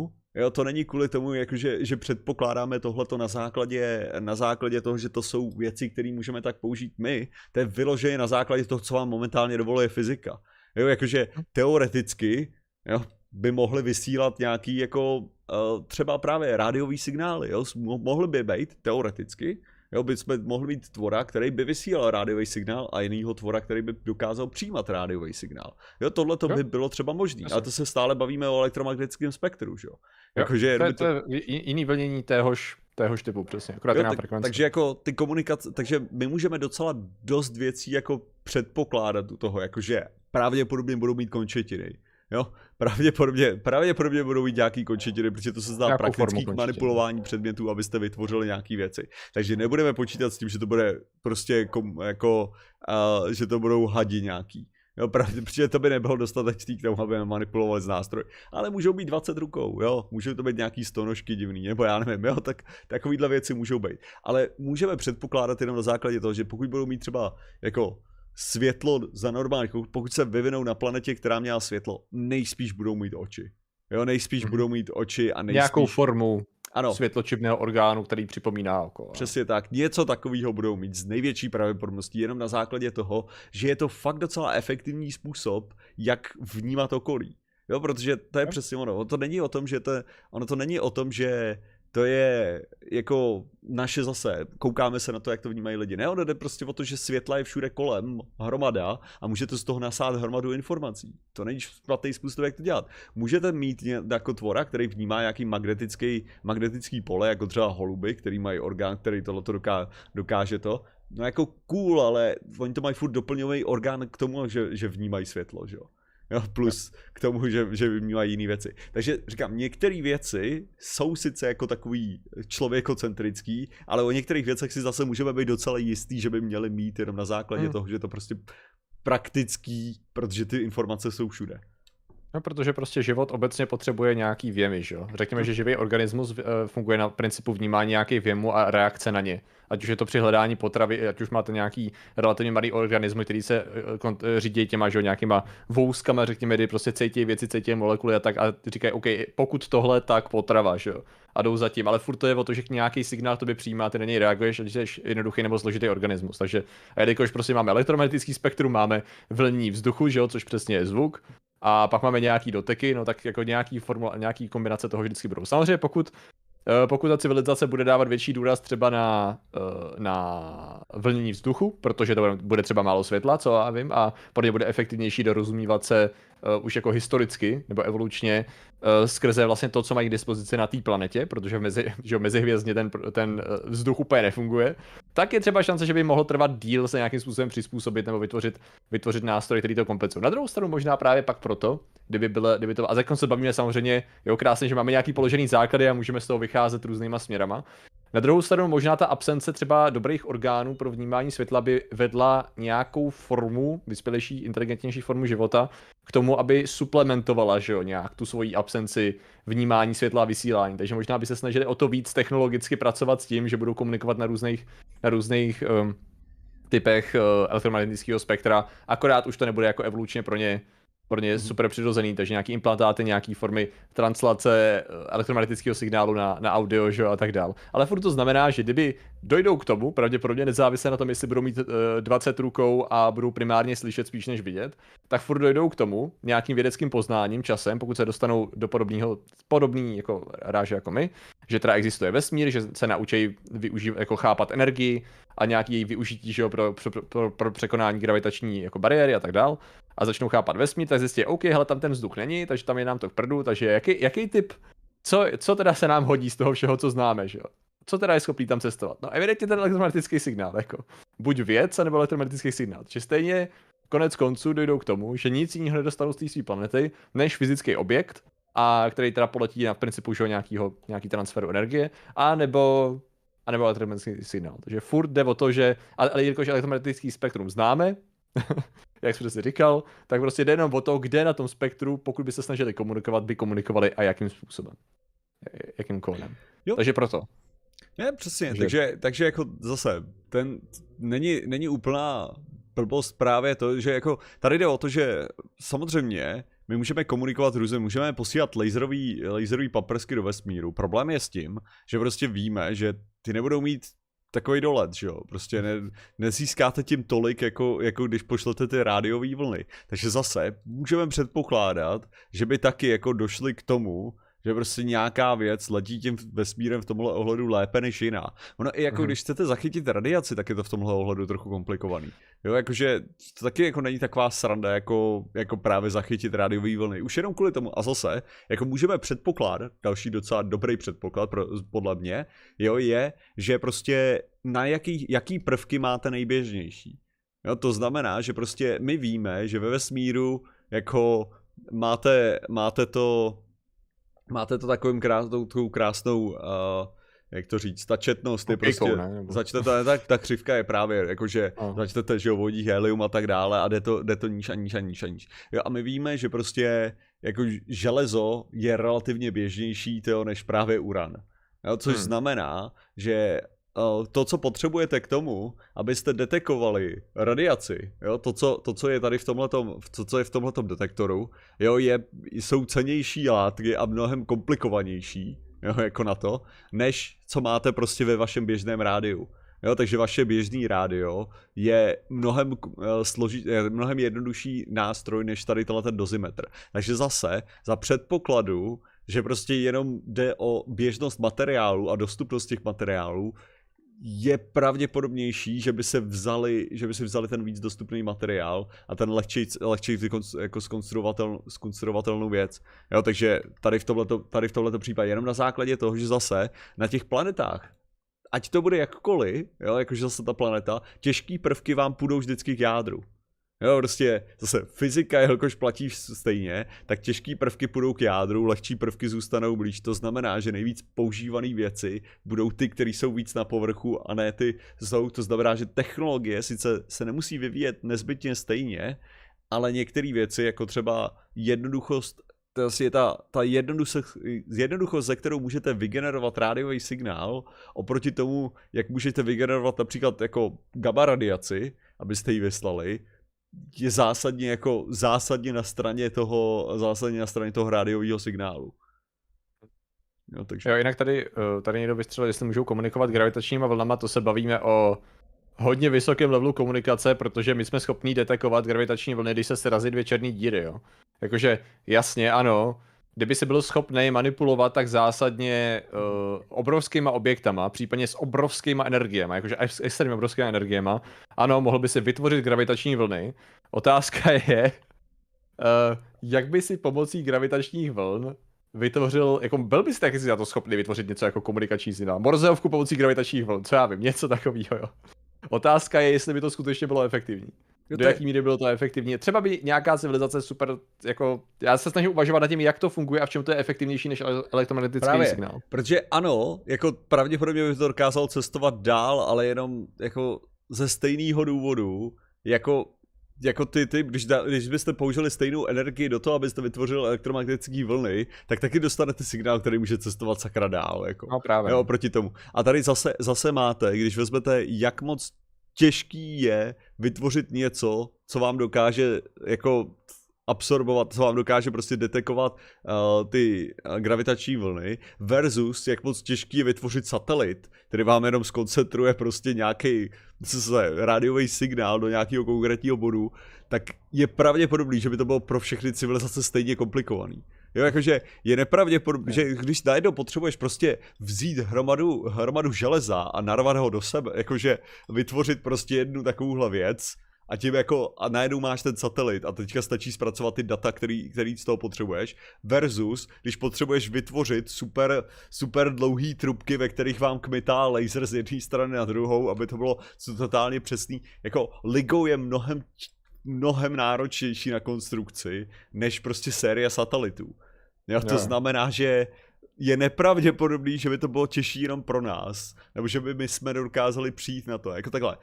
tomu, jakože, že předpokládáme tohleto na základě toho, že to jsou věci, které můžeme tak použít my, to je vyložené na základě toho, co vám momentálně dovoluje fyzika. Jo, jakože teoreticky, jo, by mohly vysílat nějaký jako třeba právě rádiový signály, jo, mohly by být teoreticky, jo, by jsme mohli mít tvora, který by vysílal rádiový signál a jinýho tvora, který by dokázal přijímat rádiový signál. Jo, tohle to by bylo třeba možné, ale to se stále bavíme o elektromagnetickém spektru, že jo. Jakože to je jiný vlnění téhož typu, přesně, akorát jiná frekvence. Takže jako ty komunikace, takže my můžeme docela dost věcí jako předpokládat u toho, jakože pravděpodobně budou mít končetiny. Jo, pravděpodobně budou mít nějaký končetiny, protože to se zdá praktický k manipulování předmětů, abyste vytvořili nějaký věci. Takže nebudeme počítat s tím, že to bude prostě že to budou hadi nějaký. Jo, protože to by nebylo dostatečný k tomu, aby manipulovali z nástroj. Ale můžou být 20 rukou, jo, můžou to být nějaký stonožky divný, nebo já nevím, jo, tak takovýhle věci můžou být. Ale můžeme předpokládat jenom na základě toho, že pokud budou mít třeba jako světlo za normální, pokud se vyvinou na planetě, která měla světlo, nejspíš budou mít oči. Jo, nejspíš budou mít oči a nejspíš... Nějakou formu ano. světločipného orgánu, který připomíná oko. Přesně tak, něco takového budou mít z největší pravděpodobností jenom na základě toho, že je to fakt docela efektivní způsob, jak vnímat okolí. Jo, protože to je přesně ono. Ono to není o tom, že to je jako naše zase, koukáme se na to, jak to vnímají lidi. Ne, ono jde prostě o to, že světla je všude kolem, hromada a můžete z toho nasát hromadu informací. To není špatný způsob, jak to dělat. Můžete mít jako tvora, který vnímá nějaký magnetický pole, jako třeba holuby, který mají orgán, který tohleto dokáže to. No jako cool, ale oni to mají furt doplňový orgán k tomu, že vnímají světlo, že jo. Jo, plus k tomu, že vnímají jiné věci. Takže říkám, některé věci jsou sice jako takový člověkocentrický, ale o některých věcech si zase můžeme být docela jistý, že by měli mít jenom na základě toho, že to prostě praktický, protože ty informace jsou všude. No, protože prostě život obecně potřebuje nějaký věmy, že jo. Řekněme, že živý organismus funguje na principu vnímání nějakých věmů a reakce na ně. Ať už je to při hledání potravy, ať už máte nějaký relativně malý organismy, který se řídí těma, že jo, nějakýma vouskama, řekněme, kdy prostě cítí věci, cítí molekuly a tak a říkají, OK, pokud tohle, tak potrava, že jo. A jdou za tím, ale furt to je o to, že nějaký signál tobě přijímá, ty na něj reaguješ, ať jsi jednoduchý nebo složitý organismus. Takže a jelikož prostě máme elektromagnetický spektrum, máme vlnění vzduchu, že jo, což přesně je zvuk. A pak máme nějaký doteky, no tak jako nějaký kombinace toho vždycky budou. Samozřejmě pokud ta civilizace bude dávat větší důraz třeba na vlnění vzduchu, protože to bude třeba málo světla, co já vím, a pro ně bude efektivnější dorozumívat se už jako historicky nebo evolučně skrze vlastně to, co mají k dispozici na té planetě, protože mezihvězdně ten vzduch úplně nefunguje, tak je třeba šance, že by mohlo trvat díl se nějakým způsobem přizpůsobit nebo vytvořit nástroj, který to kompenzuje. Na druhou stranu možná právě pak proto, kdyby to, a zakon se bavíme samozřejmě, jo, krásně, že máme nějaký položený základy a můžeme z toho vycházet různýma směrama. Na druhou stranu možná ta absence třeba dobrých orgánů pro vnímání světla by vedla nějakou formu, vyspělejší, inteligentnější formu života k tomu, aby suplementovala, že jo, nějak tu svoji absenci vnímání světla a vysílání. Takže možná by se snažili o to víc technologicky pracovat s tím, že budou komunikovat na různých typech elektromagnetického spektra, akorát už to nebude jako evolučně pro ně super přirozený, takže nějaký implantáty, nějaký formy translace elektromagnetického signálu na audio, že, a tak dál. Ale furt to znamená, že kdyby dojdou k tomu, pravděpodobně nezávisle na tom, jestli budou mít 20 rukou a budou primárně slyšet spíš než vidět, tak furt dojdou k tomu nějakým vědeckým poznáním časem, pokud se dostanou do podobný jako ráže jako my, že teda existuje vesmír, že se naučí využívat, jako chápat energii a nějaký její využití, že, pro překonání gravitační jako bariéry a tak dál. A začnou chápat vesmír, tak zjistí, OK, hele, tam ten vzduch není, takže tam je nám to k prdu, takže jaký typ, co teda se nám hodí z toho všeho, co známe, že jo? Co teda je schopný tam cestovat? No evidentně ten elektromagnetický signál, jako buď věc, nebo elektromagnetický signál. Čiže stejně konec konců dojdou k tomu, že nic jiného nedostanou z té své planety, než fyzický objekt, a který teda poletí na principu, že nějaký transferu energie, a nebo elektromagnetický signál. Takže furt jde o to, že, ale jelikož elektromagnetický spektrum známe, jak jsem si říkal, tak prostě jde jenom o to, kde na tom spektru, pokud by se snažili komunikovat, by komunikovali a jakým způsobem. Jakým kódem. Takže proto. Je, přesně, takže jako zase, není úplná blbost právě to, že jako tady jde o to, že samozřejmě my můžeme komunikovat různě, můžeme posílat laserový paprsky do vesmíru. Problém je s tím, že prostě víme, že ty nebudou mít takový dolet, že jo, prostě nezískáte tím tolik, jako když pošlete ty rádiové vlny. Takže zase můžeme předpokládat, že by taky jako došli k tomu, že prostě nějaká věc letí tím vesmírem v tomhle ohledu lépe než jiná. Ono i jako když chcete zachytit radiaci, tak je to v tomhle ohledu trochu komplikovaný. Jo, jakože to taky jako není taková sranda, jako právě zachytit rádiové vlny. Už jenom kvůli tomu. A zase, jako můžeme předpokládat, další docela dobrý předpoklad podle mě, jo, je, že prostě na jaký prvky máte nejběžnější. Jo, to znamená, že prostě my víme, že ve vesmíru jako máte to takovou krásnou jak to říct, ta četnost je Opěkou, prostě, ne? začnete, ta křivka je právě, jakože začnete, že jo, vodík, helium a tak dále a jde to níž a níž a níž a níž. Jo, a my víme, že prostě jako železo je relativně běžnější než právě uran. Jo, což znamená, že to, co potřebujete k tomu, abyste detekovali radiaci, jo, to, co je tady v tomhletom detektoru, jo, jsou cennější látky a mnohem komplikovanější, jo, jako na to, než co máte prostě ve vašem běžném rádiu. Jo, takže vaše běžný rádio je mnohem jednodušší nástroj než tady ten dozimetr. Takže zase za předpokladu, že prostě jenom jde o běžnost materiálu a dostupnost těch materiálů, je pravděpodobnější, že by si vzali ten víc dostupný materiál a ten lehčej jako zkonstruovatelnou věc. Jo, takže tady v tomhleto případě jenom na základě toho, že zase na těch planetách, ať to bude jakkoliv, jo, jakože zase ta planeta, těžký prvky vám půjdou vždycky k jádru. Jo, prostě zase fyzika, jelikož platí stejně, tak těžký prvky půjdou k jádru, lehčí prvky zůstanou blíž. To znamená, že nejvíc používané věci budou ty, které jsou víc na povrchu a ne ty jsou. To znamená, že technologie sice se nemusí vyvíjet nezbytně stejně, ale některé věci, jako třeba jednoduchost, to je ta jednoduchost, ze kterou můžete vygenerovat rádiový signál, oproti tomu, jak můžete vygenerovat například jako gamma radiaci, abyste ji vyslali, je zásadně na straně toho rádiového signálu. Jo, takže... Jo, jinak tady někdo vystřelil, jestli můžou komunikovat gravitačníma vlnama, to se bavíme o hodně vysokém levelu komunikace, protože my jsme schopní detekovat gravitační vlny, když se srazí dvě černé díry, jo. Jakože jasně, ano, kdyby si byl schopný manipulovat tak zásadně obrovskýma objektama, případně s obrovskýma energiema, jakože až s extrémně obrovskýma energiema, ano, mohl by si vytvořit gravitační vlny. Otázka je, jak by si pomocí gravitačních vln vytvořil, jako byl bys taky si na to schopný vytvořit něco jako komunikační signál. Morzeovku pomocí gravitačních vln, co já vím, něco takového, jo. Otázka je, jestli by to skutečně bylo efektivní. Do jaký míry bylo to efektivní? Třeba by nějaká civilizace super, jako, já se snažím uvažovat nad tím, jak to funguje a v čem to je efektivnější než elektromagnetický signál. Protože ano, jako pravděpodobně by to dokázal cestovat dál, ale jenom jako ze stejného důvodu, jako ty, když byste použili stejnou energii do toho, abyste vytvořili elektromagnetické vlny, tak taky dostanete signál, který může cestovat sakra dál, jako. No právě. Jo, proti tomu. A tady zase máte, když vezmete, jak moc těžký je vytvořit něco, co vám dokáže jako absorbovat, co vám dokáže prostě detekovat ty gravitační vlny, versus jak moc těžký je vytvořit satelit, který vám jenom zkoncentruje prostě nějaký rádiový signál do nějakého konkrétního bodu, tak je pravděpodobný, že by to bylo pro všechny civilizace stejně komplikovaný. Jo, jakože je nepravděpodobný, že když najednou potřebuješ prostě vzít hromadu železa a narvat ho do sebe, jakože vytvořit prostě jednu takovouhle věc, a tím jako, a najednou máš ten satelit a teďka stačí zpracovat ty data, který z toho potřebuješ, versus, když potřebuješ vytvořit super dlouhý trubky, ve kterých vám kmitá laser z jedné strany na druhou, aby to bylo totálně přesný. Jako LIGO je mnohem náročnější na konstrukci, než prostě série satelitů. Jo, to znamená, že je nepravděpodobný, že by to bylo těžší jenom pro nás, nebo že by my jsme dokázali přijít na to, jako takhle.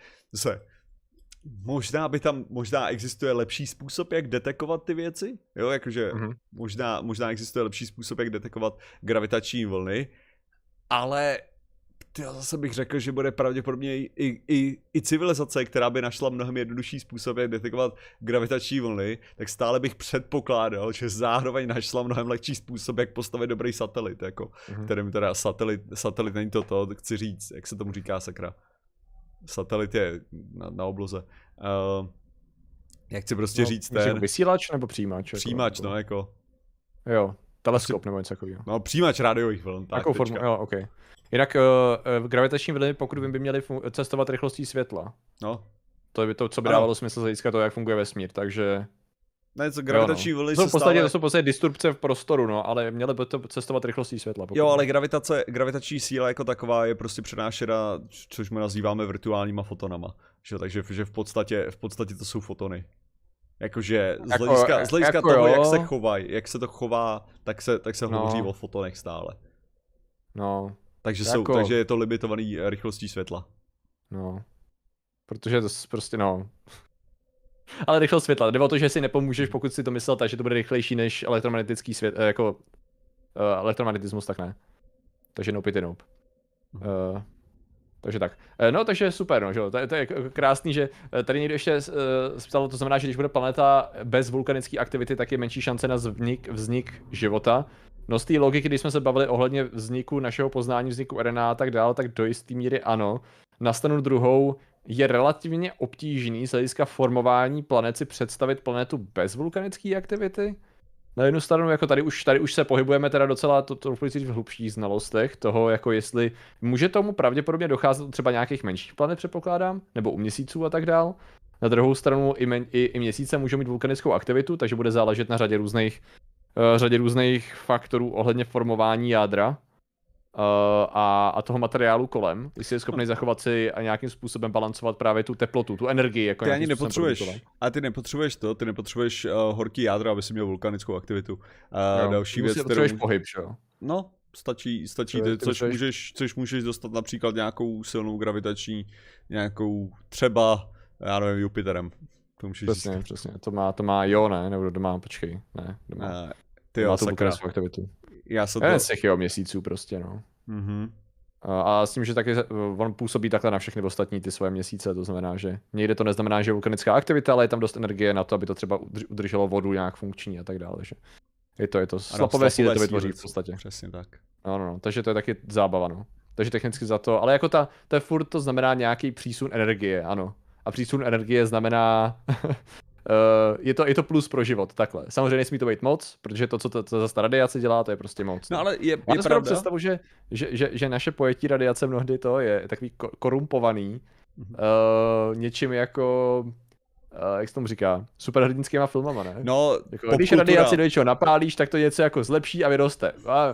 Možná existuje lepší způsob, jak detekovat ty věci, jo, jakože možná existuje lepší způsob, jak detekovat gravitační vlny, ale zase bych řekl, že bude pravděpodobně i civilizace, která by našla mnohem jednodušší způsob, jak detekovat gravitační vlny, tak stále bych předpokládal, že zároveň našla mnohem lehčí způsob, jak postavit dobrý satelit, jako, kterým teda satelit není to, chci říct, jak se tomu říká, sakra. Satelit je na obloze. Jak chci prostě říct ten... Vysílač nebo přijímač? Přijímač, jako... no, jako... Jo, teleskop nebo něco takového. No, přijímač rádiových vln, tak takovou formu, jo, okay. Jinak gravitační vlny, pokud vím, by měly cestovat rychlostí světla. No. To je to, co by dávalo smysl z hlediska toho, jak funguje vesmír, takže... Ne, co gravitační vlny to jsou v podstatě disturbce v prostoru, no, ale měly by to cestovat rychlostí světla. Jo, ale gravitační síla jako taková je prostě přenášena, což my nazýváme virtuálníma fotonama. Takže v podstatě to jsou fotony. Jakože z hlediska toho, jak se to chová, tak se hovoří o fotonech stále. No, Takže, jako... takže je to limitovaný rychlostí světla. No, protože to prostě no. Ale rychlost světla, jde o to, že si nepomůžeš, pokud si to myslel tak, že to bude rychlejší než elektromagnetický svět, jako elektromagnetismus, tak ne. Takže nope it nope. Takže tak. No, takže super, no, že jo. To je krásný, že tady někdo ještě ptal, to znamená, že když bude planeta bez vulkanické aktivity, tak je menší šance na vznik života. No z té logiky, když jsme se bavili ohledně vzniku našeho poznání, vzniku RNA a tak dále, tak do jisté míry ano. Na stranu druhou je relativně obtížný z hlediska formování planet si představit planetu bez vulkanické aktivity. Na jednu stranu, jako tady už se pohybujeme teda docela to v hlubších znalostech toho, jako jestli může tomu pravděpodobně docházet třeba nějakých menších planet, předpokládám, nebo u měsíců a tak dál. Na druhou stranu i měsíce můžou mít vulkanickou aktivitu, takže bude záležet na řadě různých faktorů ohledně formování jádra a toho materiálu kolem, jestli je schopný zachovat si a nějakým způsobem balancovat právě tu teplotu, tu energii. Jako ty ani nepotřebuješ, ty nepotřebuješ horký jádro, aby si měl vulkanickou aktivitu. Další věc, potřebuješ pohyb, jo? No, stačí což můžeš dostat například nějakou silnou gravitační, nějakou třeba, já nevím, Jupiterem. Přesně, to má jo, ne, nebo to má, počkej, ne, má to vulkanickou aktivitu. Měsíců prostě, no. Mm-hmm. A s tím, že taky on působí takhle na všechny ostatní ty svoje měsíce, to znamená, že někde to neznamená, že je vulkanická aktivita, ale je tam dost energie na to, aby to třeba udrželo vodu nějak funkční a tak dále, že je to slapové síly to vytvoří v podstatě. Přesně tak. No, takže to je taky zábava, no. Takže technicky za to, ale jako to je furt, to znamená nějaký přísun energie, ano. A přísun energie znamená je to plus pro život, takhle. Samozřejmě nesmí to být moc, protože to, co zase ta radiace dělá, to je prostě moc. No ale je pravda představu, že naše pojetí radiace mnohdy to je takový korumpovaný něčím jako, jak se tomu říká, superhrdinskýma filmama, ne? No, jako, když radiaci do něčeho napálíš, tak to něco jako zlepší a vyroste.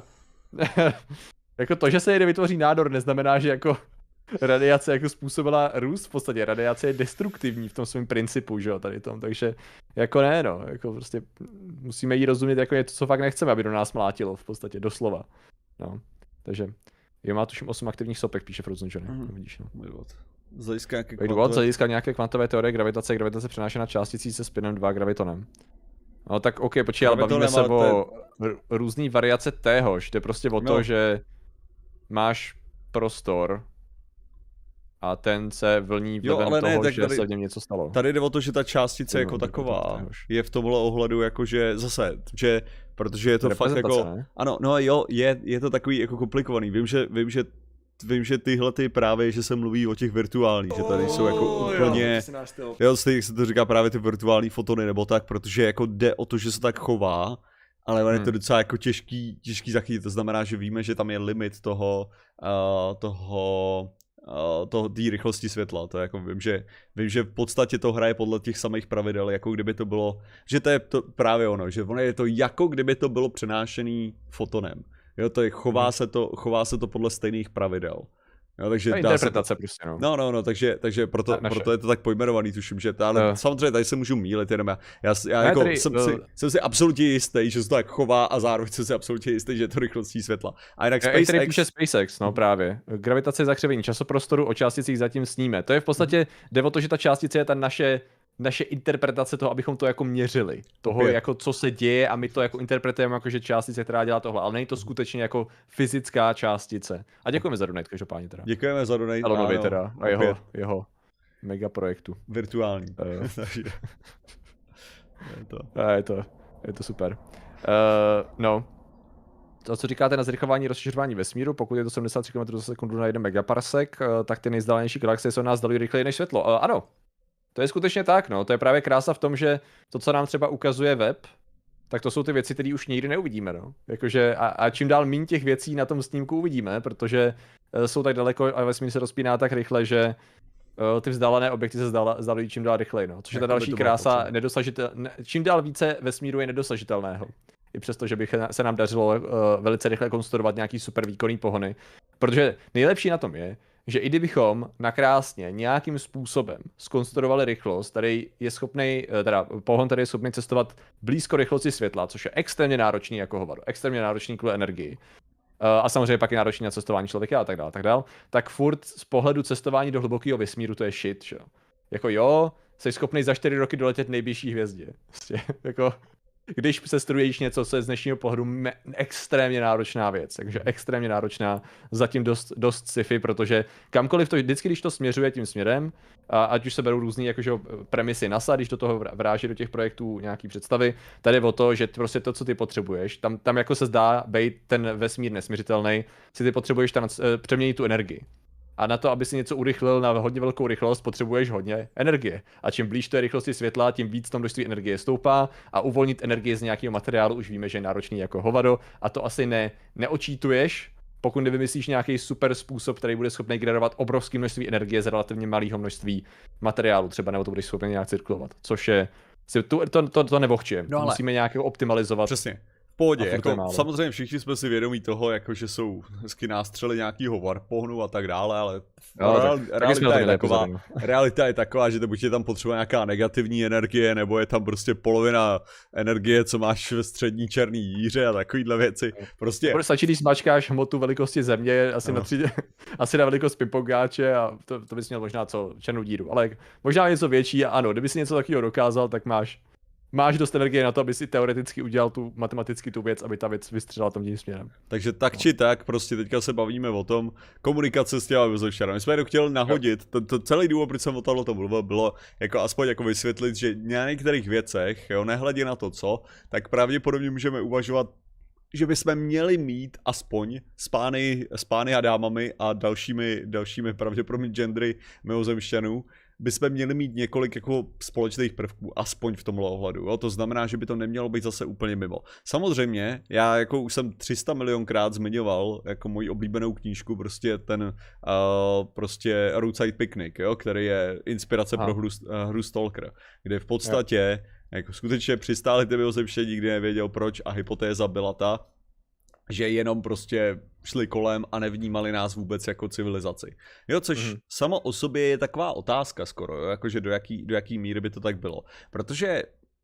Jako to, že se někde vytvoří nádor, neznamená, že jako radiace jako způsobila růst, v podstatě radiace je destruktivní v tom svém principu, že jo, tady tom, takže jako ne, no, jako prostě musíme jí rozumět jako něco, co fakt nechceme, aby do nás mlátilo, v podstatě, doslova, no, takže jo, má tuším 8 aktivních sopek, píše Frozen Johnny, to vidíš, no. Z hlediska nějaké kvantové teorie gravitace přenášená částicí se spinem 2 gravitonem. No tak OK, počkej, ale bavíme se o různý variace téhož, jde prostě o to, že máš prostor a ten se vlní vlivem toho, že se v něm něco stalo. Tady jde o to, že ta částice jako taková je v tomhle ohledu jakože zase, že protože je to fakt jako, ne? Ano, no jo, je to takový jako komplikovaný, vím, že tyhle ty právě, že se mluví o těch virtuálních, že tady jsou jako úplně, jo, stejně se to říká právě ty virtuální fotony nebo tak, protože jako jde o to, že se tak chová, ale je to docela jako těžký zachytit, to znamená, že víme, že tam je limit toho té rychlosti světla, to jako vím, že v podstatě to hraje podle těch samých pravidel, jako kdyby to bylo, že to je to právě ono, že ono je to jako kdyby to bylo přenášený fotonem, jo, to je, chová se to podle stejných pravidel. Jo, takže interpretace prostě, no. No, takže proto je to tak pojmenovaný, tuším, že ale samozřejmě tady se můžu mýlit, jenom já jako jsem si absolutně jistý, že se to tak chová a zároveň jsem si absolutně jistý, že je to rychlostí světla. A jinak SpaceX, no právě. Gravitace je zakřivení časoprostoru, o částicích zatím sníme. To je v podstatě, jde o to, že ta částice je ta naše interpretace toho, abychom to jako měřili. Toho, jako co se děje a my to jako interpretujeme jako, že částice, která dělá tohle, ale není to skutečně jako fyzická částice. A děkujeme za donate, každopádně teda. Děkujeme za donate. Elonovi teda a jeho megaprojektu. Virtuální. Je to super. No. To, co říkáte na zrychlování rozšiřování vesmíru, pokud je to 73 km za sekundu na 1 megaparsek, tak ty nejzdálenější galaxie se od nás dalují rychleji než světlo. Ano. To je skutečně tak, no. To je právě krása v tom, že to, co nám třeba ukazuje web, tak to jsou ty věci, které už nikdy neuvidíme, no. Jakože a čím dál méně těch věcí na tom snímku uvidíme, protože jsou tak daleko a vesmír se rozpíná tak rychle, že ty vzdálené objekty se vzdalují čím dál rychleji, no. Což je ta další krása, čím dál více vesmíru je nedosažitelného. I přesto, že by se nám dařilo velice rychle konstruovat nějaký super výkonný pohony. Protože nejlepší na tom je, že i kdybychom nakrásně nějakým způsobem zkonstruovali rychlost, který je schopný, teda pohon, který je schopný cestovat blízko rychlosti světla, což je extrémně náročný jako hovado, extrémně náročný kvůli energii, a samozřejmě pak je náročný na cestování člověka a tak dále, tak furt z pohledu cestování do hlubokého vesmíru to je shit, že? Jako jo, jsi schopný za 4 roky doletět nejbližší hvězdě. Prostě, jako, když se studuješ něco, co je z dnešního pohledu extrémně náročná věc, takže extrémně náročná, zatím dost sci-fi, protože kamkoliv to, vždycky, když to směřuje tím směrem, ať už se berou různý jakože premisy NASA, když do toho vráží do těch projektů nějaký představy, tady je o to, že prostě to, co ty potřebuješ, tam jako se zdá být ten vesmír nesměřitelný, si ty potřebuješ přeměnit tu energii. A na to, aby si něco urychlil na hodně velkou rychlost, potřebuješ hodně energie. A čím blíž to je rychlosti světla, tím víc to množství energie stoupá a uvolnit energii z nějakého materiálu už víme, že je náročný jako hovado a to asi neočítuješ, pokud nevymyslíš nějaký super způsob, který bude schopný generovat obrovské množství energie z relativně malého množství materiálu, třeba nebo to budeš schopný nějak cirkulovat, což je to nevohčím. No musíme nějak optimalizovat. Přesně. Pohodě, jako samozřejmě všichni jsme si vědomí toho, jako že jsou hezky nástřely nějakýho warpohnu a tak dále, ale realita je taková, že to buď je tam potřeba nějaká negativní energie, nebo je tam prostě polovina energie, co máš ve střední černý jíře a takovýhle věci. Prostě stačí, když smačkáš hmotu velikosti země, asi na velikost pingpongáče a to bys měl možná černou díru, ale možná něco větší a ano, kdyby si něco takového dokázal, tak máš dost energie na to, aby si teoreticky udělal matematicky tu věc, aby ta věc vystřelila tím směrem. Takže tak či tak, prostě teďka se bavíme o tom, komunikace s těma mimozemšťany. My jsme jenom chtěli nahodit, to celý důvod, proč jsem o tom mluvil, bylo jako aspoň jako vysvětlit, že na některých věcech, jo, nehledě na to co, tak pravděpodobně můžeme uvažovat, že bychom měli mít aspoň s pány a dámami a dalšími pravděpodobně gendry mimozemšťanů, bychom měli mít několik jako společných prvků, aspoň v tomhle ohledu. Jo? To znamená, že by to nemělo být zase úplně mimo. Samozřejmě, já jako už jsem 300 milionkrát zmiňoval jako moji oblíbenou knížku, prostě ten prostě Roadside Picnic, jo? Který je inspirace pro hru Stalker, kde v podstatě jako skutečně přistáli ty mimozemšťané, nikdy nevěděl proč a hypotéza byla ta, že jenom prostě šli kolem a nevnímali nás vůbec jako civilizaci. Jo, což samo o sobě je taková otázka skoro, jo? Jakože do jaký míry by to tak bylo. Protože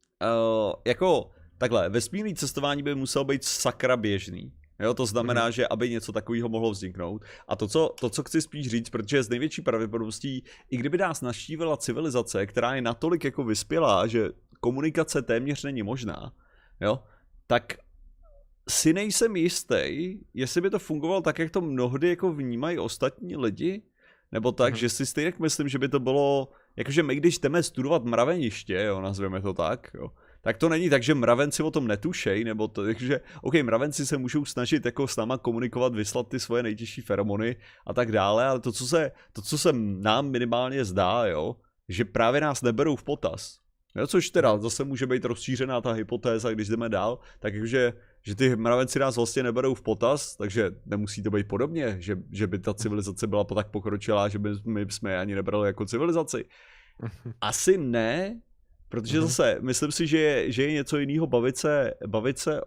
jako takhle, vesmírný cestování by muselo být sakra běžný. Jo, to znamená, že aby něco takového mohlo vzniknout. A to, co chci spíš říct, protože s největší pravděpodobností, i kdyby nás navštívila civilizace, která je natolik jako vyspělá, že komunikace téměř není možná, jo, tak si nejsem jistý, jestli by to fungovalo tak, jak to mnohdy jako vnímají ostatní lidi, nebo tak, že si stejně myslím, že by to bylo, jakože my když jdeme studovat mraveniště, jo, nazveme to tak, jo, tak to není tak, že mravenci o tom netušej, nebo to, takže, OK, mravenci se můžou snažit jako s náma komunikovat, vyslat ty svoje nejtěžší feromony a tak dále, ale to, co se nám minimálně zdá, jo, že právě nás neberou v potaz. Jo, což teda zase může být rozšířená ta hypotéza, když jdeme dál, tak jakože že ty mravenci nás vlastně neberou v potaz, takže nemusí to být podobně, že by ta civilizace byla tak pokročilá, že my jsme je ani nebrali jako civilizaci. Asi ne, protože zase myslím si, že je něco jiného bavit se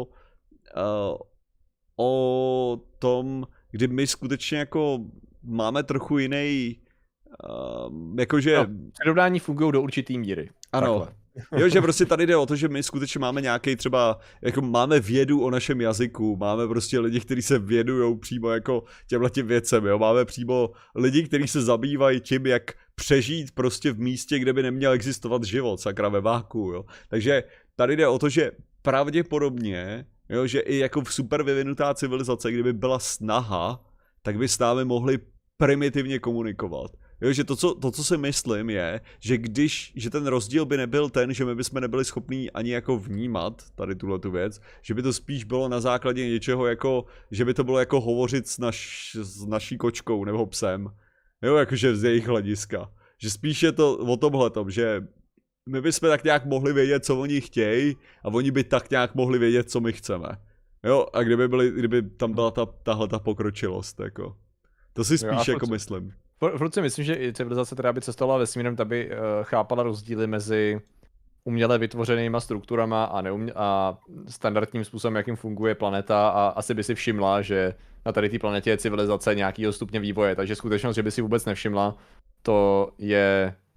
o tom, kdy my skutečně jako máme trochu jiný jakože... Přirovnání fungují do určitý míry. Ano. Takhle. Jo, že prostě tady jde o to, že my skutečně máme nějaký třeba, jako máme vědu o našem jazyku, máme prostě lidi, kteří se vědujou přímo jako těmhletím věcem, jo, máme přímo lidi, kteří se zabývají tím, jak přežít prostě v místě, kde by neměl existovat život, sakra ve váku, jo. Takže tady jde o to, že pravděpodobně, jo, že i jako v super vyvinutá civilizace, kdyby byla snaha, tak by s námi mohli primitivně komunikovat. Jo, že to, co si myslím, je, že ten rozdíl by nebyl ten, že my bychom nebyli schopní ani jako vnímat tady tuhletu věc, že by to spíš bylo na základě něčeho jako, že by to bylo jako hovořit s naší kočkou nebo psem. Jo, jakože z jejich hlediska. Že spíš je to o tomhletom, že my bychom tak nějak mohli vědět, co oni chtějí a oni by tak nějak mohli vědět, co my chceme. Jo, a kdyby tam byla tahle pokročilost, jako. To si spíš jako myslím. Furt si myslím, že i civilizace, která by cestovala vesmírem, ta by chápala rozdíly mezi uměle vytvořenýma strukturama a standardním způsobem, jakým funguje planeta a asi by si všimla, že na tady té planetě je civilizace nějakého stupně vývoje, takže skutečnost, že by si vůbec nevšimla, to je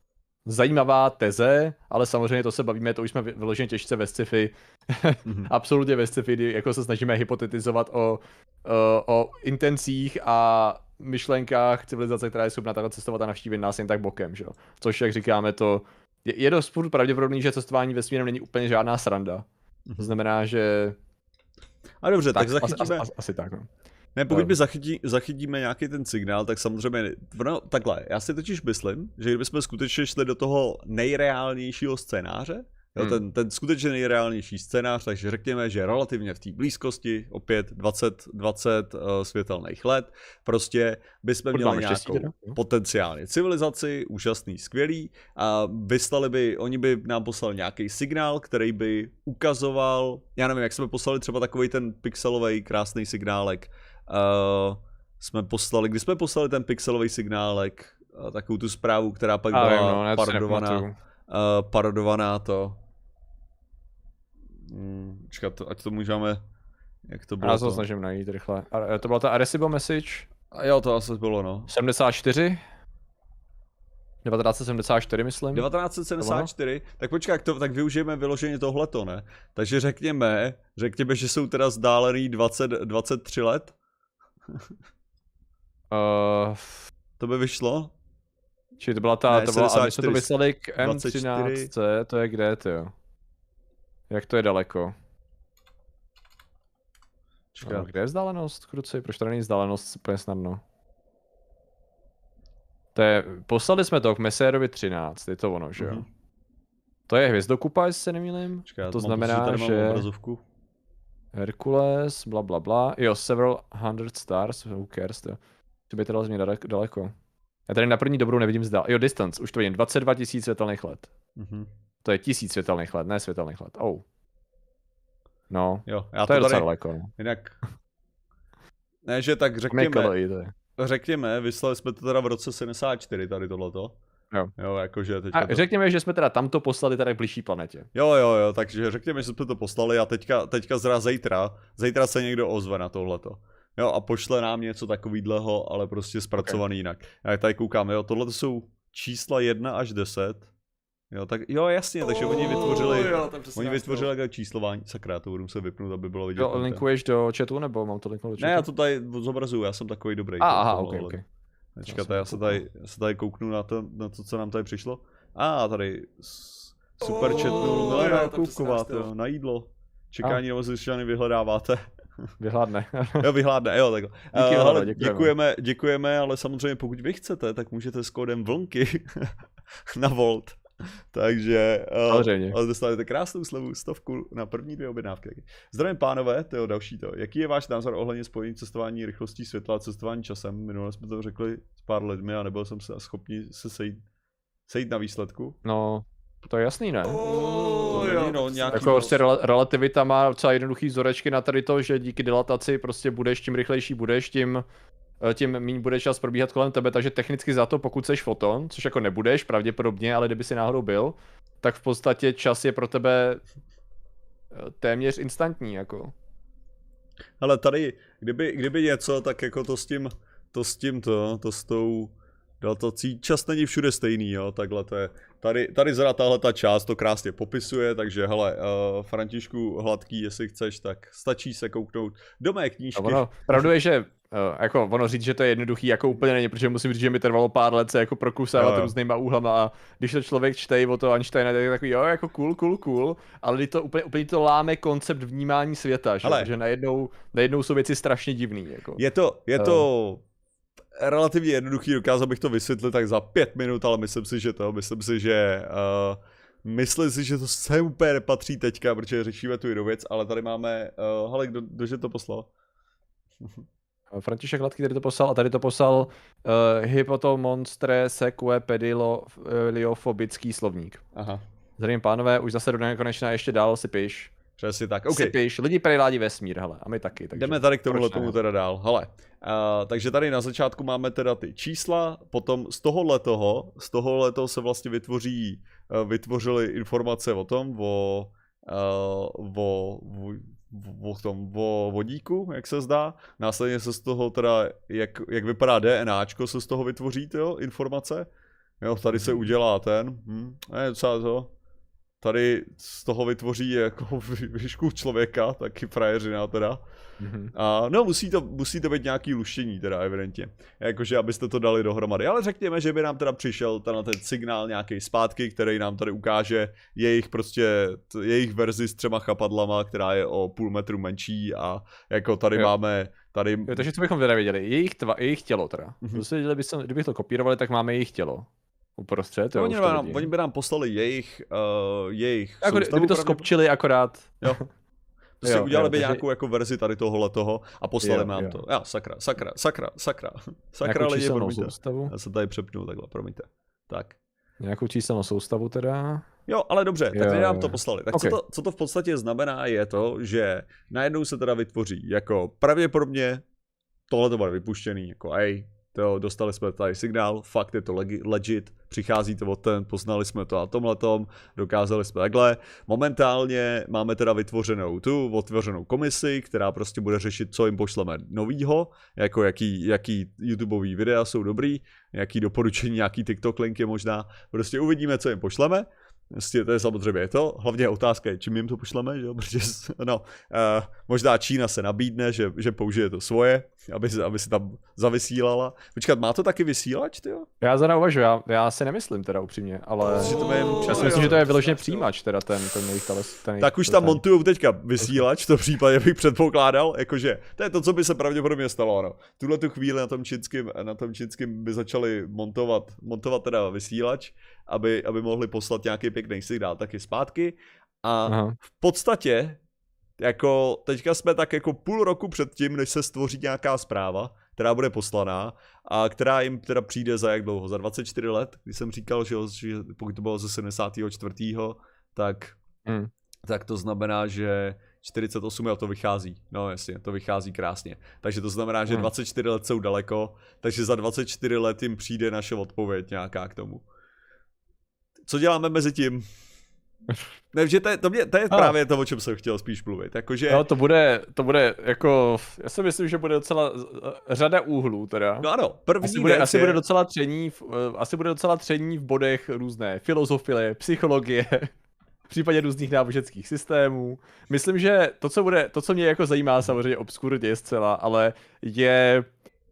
zajímavá teze, ale samozřejmě to se bavíme, to už jsme vyloženě těžce ve sci-fi, absolutně ve sci-fi, kdy jako se snažíme hypotetizovat o intencích a myšlenkách civilizace, která je schopná takhle cestovat a navštívit nás jen tak bokem, že jo. Což, jak říkáme, to je dost furt pravděpodobný, že cestování vesmírem není úplně žádná sranda. To znamená, že... A dobře, tak zachytíme... Asi tak, no. Ne, pokud my zachytíme nějaký ten signál, tak samozřejmě, no takhle, já si totiž myslím, že kdybychom skutečně šli do toho nejreálnějšího scénáře, jo, ten skutečně nejreálnější scénář, takže řekněme, že relativně v té blízkosti, opět 20 světelných let, prostě bychom měli nějakou potenciálně civilizaci, úžasný, skvělý, a oni by nám poslali nějaký signál, který by ukazoval, já nevím, jak jsme poslali třeba takový ten pixelový krásný signálek, když jsme poslali ten pixelový signálek, takovou tu zprávu, která pak byla parodovaná to. Čekat, ať to můžeme, jak to bylo. Já se to snažím najít rychle. To byla ta Arecibo message? A jo, to asi bylo, no. 74? 1974, myslím. 1974? Tak počkej, tak využijeme vyloženě tohleto, ne? Takže řekněme, že jsou teda vzdálený 23 let? To by vyšlo? Čili to byla a my jsme to vyslali k M13, to je kde, jo? Jak to je daleko? Kde je vzdálenost, kruci? Proč tady není vzdálenost úplně snadno? Poslali jsme to k Messiérovi 13, je to ono, že jo? To je hvězdokupa, jestli se nemýlím. To znamená, že... Hercules, bla bla bla. Jo, several hundred stars, who cares, to by to dalo z mě daleko. Já tady na první dobrou nevidím jo, distance, už to vidím, 22 000 světelných let. To je 1000 světelných let, ne světelných let. No, jo, to je docela daleko. No. Jinak... Ne, že tak řekněme, vyslali jsme to teda v roce 74, tady tohleto. Jo, jakože teďka řekněme, že jsme teda tamto poslali tady k blížší planetě. Jo, takže řekněme, že jsme to poslali a teďka zra zítra se někdo ozve na tohleto. Jo, a pošle nám něco takovýhleho, ale prostě zpracovaný jinak. Já tady koukám, jo, tohle jsou čísla 1 až 10. Jo, tak jo, jasně, takže oni vytvořili číslování, sakra, to budu se vypnout, aby bylo vidět. Linkuješ do chatu, nebo mám to linknout do chatu? Ne, já to tady zobrazuju, já jsem takový dobrý. Okay. Počkat, já se tady kouknu na to, co nám tady přišlo. Tady super chatnul, na jídlo. Čekání nebo zvyšťany vyhledáváte. Vyhládne. Vyhládne, jo, takhle. Děkujeme, ale samozřejmě pokud vy chcete, tak můžete s kódem vlnky na Volt. Takže dostanete krásnou slevu, 100 na první 2 objednávky. Zdravím pánové, to je další to. Jaký je váš názor ohledně spojení cestování rychlostí světla a cestování časem? Minule jsme to řekli s pár lidmi a nebyl jsem se schopný se sejít na výsledku. No, to je jasný, ne? Jako prostě relativita má docela jednoduchý vzorečky na tady to, že díky dilataci prostě budeš, čím rychlejší budeš, tím méně bude čas probíhat kolem tebe, takže technicky za to, pokud seš foton, což jako nebudeš pravděpodobně, ale kdyby si náhodou byl, tak v podstatě čas je pro tebe téměř instantní, jako. Ale tady, kdyby něco, tak jako to s tou dilatací, čas není všude stejný, jo, takhle to je. Tady zra tahleta část to krásně popisuje, takže hele, Františku Hladký, jestli chceš, tak stačí se kouknout do mé knížky. Pravda je, že jako ono říct, že to je jednoduchý, jako úplně není, protože musím říct, že mi trvalo pár let se jako prokusávat různýma úhlama a když to člověk čte o to Einsteina, tak je takový jo, jako cool, ale to úplně to láme koncept vnímání světa, že najednou jsou věci strašně divný, jako. Je to relativně jednoduchý, dokázal bych to vysvětlit tak za 5 minut, ale myslím si, že to se úplně nepatří teďka, protože řešíme tu jinou věc, ale tady máme, hele, kdože to poslal? František Hladký tady to poslal a tady to poslal Hypotomonstre seque pediliofobický slovník. Aha. Zdravím pánové, už zase do nekonečna ještě dál si piš. Přesně tak, OK. Si piš, lidi prejládí vesmír, hele, a my taky. Takže jdeme tady k tomu teda dál, hele. Takže tady na začátku máme teda ty čísla, potom z tohohletoho se vlastně vytvořily informace o tom, o vodíku, jak se zdá. Následně se z toho teda, jak vypadá DNAčko, se z toho vytvoří informace. Jo, tady se udělá ten, docela to. Tady z toho vytvoří jako výšku člověka, taky frajeřina teda. A no, musí to být nějaký luštění teda evidentně. Jakože abyste to dali dohromady. Ale řekněme, že by nám teda přišel ten signál nějaký zpátky, který nám tady ukáže jejich verzi s 3 chapadlama, která je o půl metru menší a jako tady máme tady... Jo, takže co bychom teda viděli? Jejich tělo teda. Kdybych to kopírovali, tak máme jejich tělo. Uprostřed, jo, oni by nám poslali jejich jako kdyby to skopčili akorát. Jo. Prostě udělali by nějakou jako verzi tady tohohletoho a poslali nám to. Já, sakra lidi, promiňte. Já se tady přepnu takhle, promiňte. Tak. Nějakou číselnou soustavu teda. Jo, ale dobře, tak nám to poslali. Tak okay. Co to v podstatě znamená je to, že najednou se teda vytvoří jako pravděpodobně tohle to bude vypuštěný, jako dostali jsme tady signál, fakt je to legit, přichází to od poznali jsme to na tomhletom, dokázali jsme takhle. Momentálně máme teda otevřenou komisi, která prostě bude řešit, co jim pošleme novýho, jako jaký YouTubeový videa jsou dobrý, jaký doporučení, nějaký TikTok linky možná, prostě uvidíme, co jim pošleme. To je samozřejmě to, hlavně otázka je, čím jim to pošleme, že jo, protože možná Čína se nabídne, že použije to svoje, aby si tam zavysílala. Počkat, má to taky vysílač, tyjo? Já zada uvažuji, já si nemyslím teda upřímně, ale já si myslím, že to je vyloženě přijímač, teda ten jejich teles. Tak už tam montujou teďka vysílač, v tom případě bych předpokládal, jakože to je to, co by se pravděpodobně stalo, ano. Tuhle tu chvíli na tom čínským by začali montovat teda vysílač, aby mohli poslat nějaký pěkný signál taky zpátky a v podstatě jako teďka jsme tak jako půl roku před tím, než se stvoří nějaká zpráva, která bude poslaná a která jim teda přijde za jak dlouho? Za 24 let, když jsem říkal, že pokud to bylo ze 74. tak to znamená, že 48 to vychází, no jasně, to vychází krásně. Takže to znamená, že 24 let jsou daleko, takže za 24 let jim přijde naše odpověď nějaká k tomu. Co děláme mezi tím? Ne, že to je právě to, o čem jsem chtěl spíš mluvit. Jakože... No, to bude jako, já si myslím, že bude docela řada úhlů teda. No ano, asi bude docela tření v bodech různé filozofie, psychologie, v případě různých náboženských systémů. Myslím, že to, co mě jako zajímá, samozřejmě obskurně zcela, ale je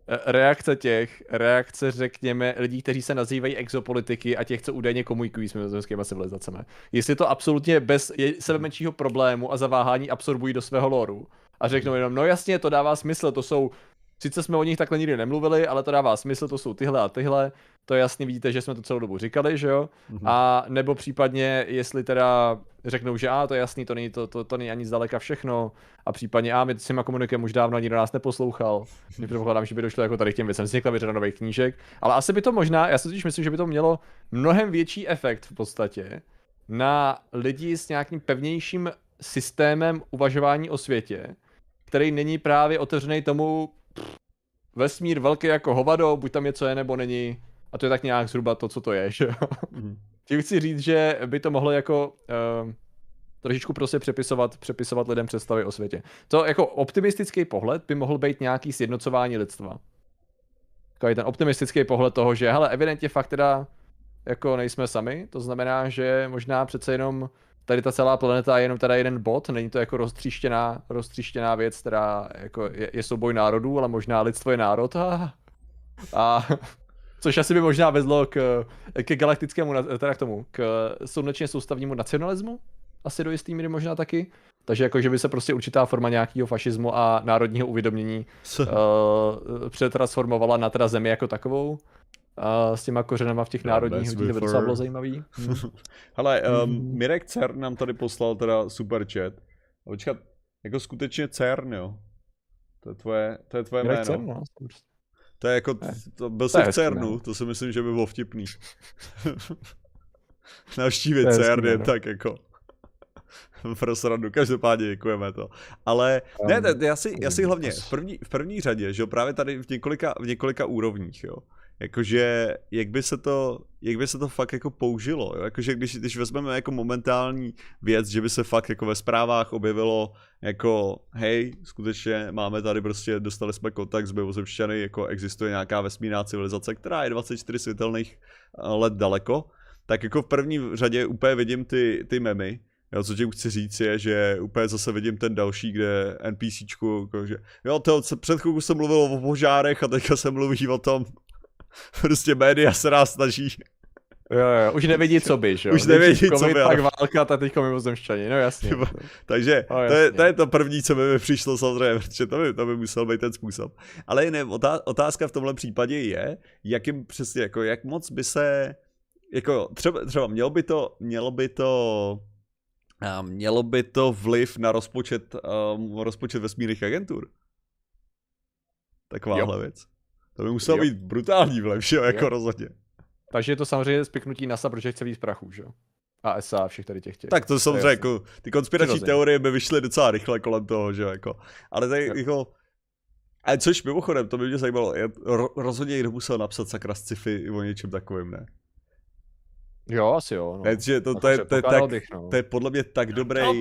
reakce, řekněme, lidí, kteří se nazývají exopolitiky a těch, co údajně komunikují s mimozemskými civilizacemi. Jestli to absolutně bez sebemenšího problému a zaváhání absorbují do svého loru a řeknou jenom, no jasně, to dává smysl, to jsou, sice jsme o nich takhle nikdy nemluvili, ale to dává smysl, to jsou tyhle a tyhle, to jasně vidíte, že jsme to celou dobu říkali, že jo? A nebo případně, jestli teda řeknou, že to je jasný, to není ani zdaleka všechno, a případně my s nima komunikujeme už dávno, nikdo nás neposlouchal. My předpokládám, že by došlo jako tady k těm věcem, vznikla by řada nových knížek, ale asi by to možná, já si totiž myslím, že by to mělo mnohem větší efekt v podstatě na lidi s nějakým pevnějším systémem uvažování o světě, který není právě otevřený tomu vesmír velký jako hovado, buď tam něco je nebo není, a to je tak nějak zhruba to, co to je, že jo. Tím chci říct, že by to mohlo jako trošičku prostě přepisovat lidem představy o světě. To jako optimistický pohled by mohl být nějaký sjednocování lidstva. Takový ten optimistický pohled toho, že hele, evidentně fakt teda jako nejsme sami, to znamená, že možná přece jenom tady ta celá planeta je jenom teda jeden bod, není to jako roztříštěná věc, která jako je souboj národů, ale možná lidstvo je národ a což asi by možná vedlo k galaktickému, teda k slunečně soustavnímu nacionalismu, asi do jistý míry možná taky. Takže jako, že by se prostě určitá forma nějakého fašismu a národního uvědomění přetransformovala na teda zemi jako takovou. S těma kořenama v těch národních hnutích, to by docela bylo zajímavý. Hele, Mirek CERN nám tady poslal teda super chat. Počkat, jako skutečně CERN, jo? To je tvoje Mirek jméno. CERN, no. To je jako, byl jsi v CERNu, no. To si myslím, že by bylo vtipný. Navštívit CERN je tak jako pro srandu, každopádně děkujeme to. Ale já si hlavně v první řadě, že jo, právě tady v několika úrovních, jo. jakože jak by se to fakt jako použilo, jo? Jakože když vezmeme jako momentální věc, že by se fakt jako ve zprávách objevilo jako hej, skutečně máme tady prostě, dostali jsme kontakt s mimozemšťany, jako existuje nějaká vesmírná civilizace, která je 24 světelných let daleko, tak jako v první řadě úplně vidím ty memy. Jo, co tím chci říct je, že úplně zase vidím ten další, kde NPCčku, jako, že jo, před chvilkou jsem mluvil o požárech a teďka se mluví o tom, prostě média se nás snaží. Jo, už nevědí, co by, že jo? Už nevědí, co by. Tak válka, tak teďka mimozemšťani, no jasně. Takže to je to první, co by mi přišlo samozřejmě, protože to by musel být ten způsob. Ale jinak otázka v tomhle případě je, jakým přesně, jako jak moc by se, jako třeba mělo by to vliv na rozpočet vesmírných agentur. Takováhle věc. To by muselo být brutální vliv, že jo, jako rozhodně. Takže je to samozřejmě spiknutí NASA, protože chce víc prachu, že jo? A SA a všech tady těch. Tak to samozřejmě jako, ty konspirační teorie by vyšly docela rychle kolem toho, že jo, jako. Ale tady jako, ale což mimochodem, to by mě zajímalo, rozhodně někdo musel napsat sakra sci-fi o něčem takovým, ne? Jo, asi jo. No. To je podle mě tak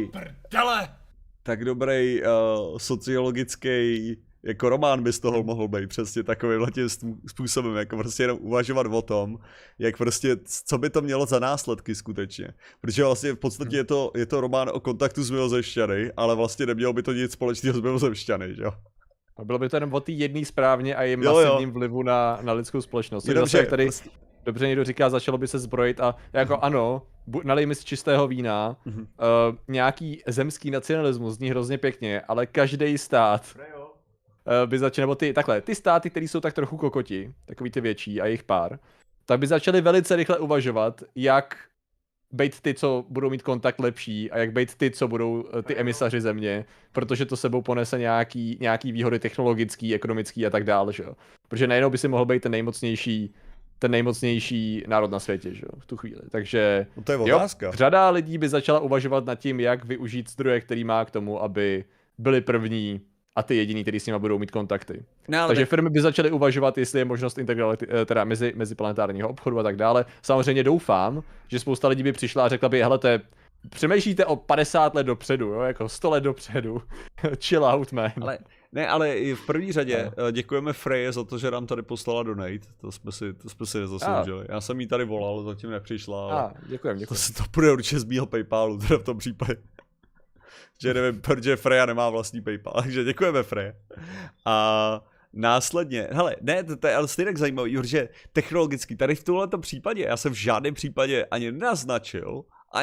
dobrý sociologický jako román by z toho mohl být přesně takovým tím způsobem, jako prostě jenom uvažovat o tom, jak prostě, co by to mělo za následky skutečně. Protože vlastně v podstatě je to román o kontaktu s mimozemšťany, ale vlastně nemělo by to nic společného s mimozemšťany, že jo? A bylo by to jenom o té jedné správně a jejím masivním vlivu na lidskou společnost. Jenom, zase, jak tady dobře někdo říká, začalo by se zbrojit a jako ano, nalej mi z čistého vína, nějaký zemský nacionalismus zní hrozně pěkně, ale každý stát by začal, nebo ty státy, které jsou tak trochu kokoti, takový ty větší a jejich pár, tak by začali velice rychle uvažovat, jak být ty, co budou mít kontakt lepší a jak být ty, co budou ty emisaři země, protože to sebou ponese nějaký výhody technologický, ekonomický a tak dále, že jo. Protože najednou by si mohl být ten nejmocnější národ na světě, že jo, v tu chvíli. Takže no to je otázka. Řada lidí by začala uvažovat nad tím, jak využít zdroje, který má k tomu, aby byli první a ty jediný, kteří s nimi budou mít kontakty. No, takže firmy by začaly uvažovat, jestli je možnost integrality, teda meziplanetárního obchodu a tak dále. Samozřejmě doufám, že spousta lidí by přišla a řekla by, hele, přemýšlíte o 50 let dopředu, jo, jako 100 let dopředu. Chill out, man. Ale v první řadě děkujeme Freje za to, že nám tady poslala donate. To jsme si nezasloužili. Já jsem jí tady volal, zatím nepřišla. Ale děkujem. To bude určitě z mýho PayPalu, teda v tom případě. Že nevím, protože Freja nemá vlastní PayPal, takže děkujeme Freje. A následně, hele, ne, to je ale stejně tak zajímavý, protože technologicky, tady v tomto případě, já jsem v žádném případě ani nenaznačil,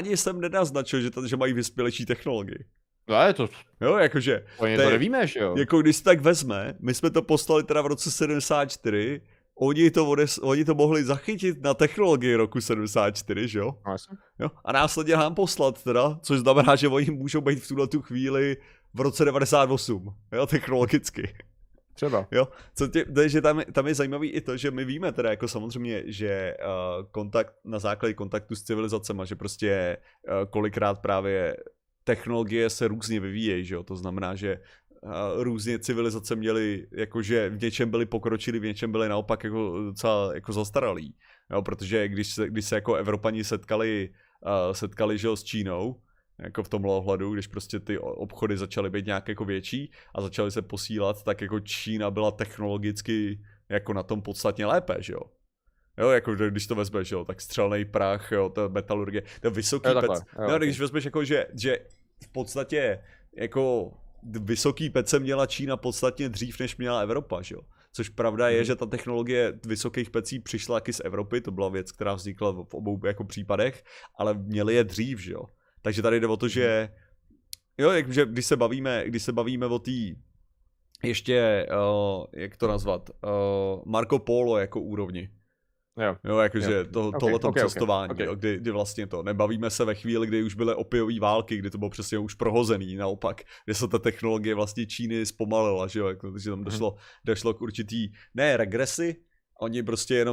že mají vyspělejší technologii. No je to... Jo, jakože... To nevíme, že jo? Jako když se tak vezme, my jsme to poslali teda v roce 74, oni to mohli zachytit na technologii roku 74, že jo? Jo? A následně nám poslat teda, což znamená, že oni můžou být v tuhletu chvíli v roce 98, jo, technologicky. Třeba. Jo, takže tam je zajímavý i to, že my víme teda jako samozřejmě, že na základě kontaktu s civilizacemi, že prostě kolikrát právě technologie se různě vyvíjejí, že jo, to znamená, že různě civilizace měly, jakože v něčem byly pokročilí, v něčem byly naopak jako docela jako zastaralí, jo, protože když se jako Evropani setkali že jo, s Čínou, jako v tomhle ohledu, když prostě ty obchody začaly být nějak jako větší a začaly se posílat, tak jako Čína byla technologicky jako na tom podstatně lépe, že jo. Jo, jako když to vezmeš, jo, tak střelný prach, jo, to metalurgie, to vysoký pec. No, když vezmeš jako, že v podstatě jako vysoký pece měla Čína podstatně dřív, než měla Evropa, že jo. Což pravda je, že ta technologie vysokých pecí přišla taky z Evropy, to byla věc, která vznikla v obou jako případech, ale měli je dřív, že jo. Takže tady jde o to, že jo, jakže když se bavíme o té ještě, jak to nazvat, Marco Polo jako úrovni. Jo, jakože tohleto cestování, okay. Jo, kdy vlastně to, nebavíme se ve chvíli, kdy už byly opiové války, kdy to bylo přesně už prohozený, naopak, kde se ta technologie vlastně Číny zpomalila, že jo, takže tam došlo k určitý, ne regresi, oni prostě jenom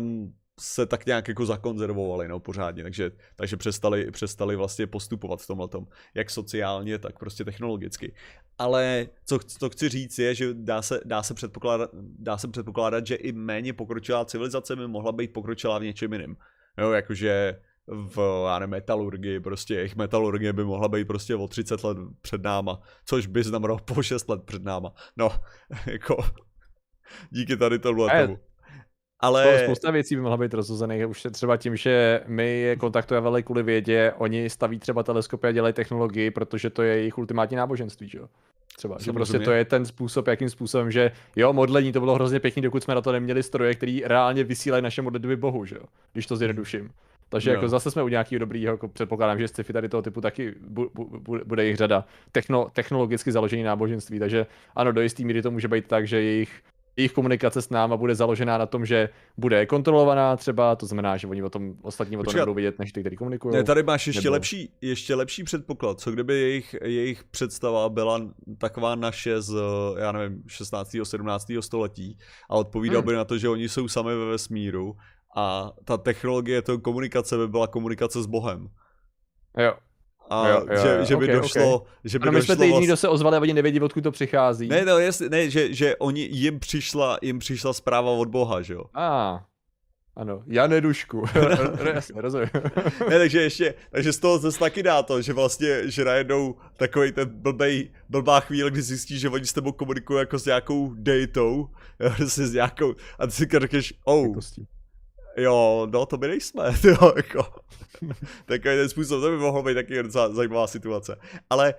se tak nějak jako zakonzervovali, no, pořádně, takže přestali vlastně postupovat v tomhletom, jak sociálně, tak prostě technologicky. Ale co chci říct je, že dá se předpokládat, že i méně pokročilá civilizace by mohla být pokročilá v něčem jiném. Jo, jakože já nevím, metalurgii, prostě jejich metalurgie by mohla být prostě o 30 let před náma, což by znamenalo po 6 let před náma. No, jako díky tady tomu. Ale spousta věcí by mohla být rozhozených, už třeba tím, že my je kontaktujeme kvůli vědě, oni staví třeba teleskopy a dělají technologii, protože to je jejich ultimátní náboženství, že jo? Třeba, že prostě to je ten způsob, jakým způsobem, že jo, modlení to bylo hrozně pěkný, dokud jsme na to neměli stroje, který reálně vysílají naše modlitby Bohu, že jo? Když to zjednoduším. Takže jako zase jsme u nějakého dobrýho, jako předpokládám, že sci-fi tady toho typu taky bude jich řada technologicky založený náboženství, takže ano, do jistý míry to může být tak, že jejich komunikace s náma bude založená na tom, že bude kontrolovaná třeba, to znamená, že oni ostatní o tom nebudou vidět, než ty, kteří komunikují. Ne, tady máš ještě lepší předpoklad. Co kdyby jejich představa byla taková naše z, já nevím, 16. 17. století a odpovídal by na to, že oni jsou sami ve vesmíru a ta technologie toho komunikace by byla komunikace s Bohem. Jo. A že by došlo... Že by my jsme ty jediní, kdo se ozvali a oni nevědí, odkud to přichází. Že jim přišla zpráva od Boha, že jo? Ano, Janedušku. Rozumím. Ne, takže z toho zase taky dá to, že vlastně, že najednou takovej ten blbá chvíle, kdy zjistíš, že oni s tebou komunikují jako s nějakou dejtou, s nějakou, a ty si řekneš, jo, no to by nejsme, jo, jako. Takový ten způsob, to by mohlo být taky docela zajímavá situace. Ale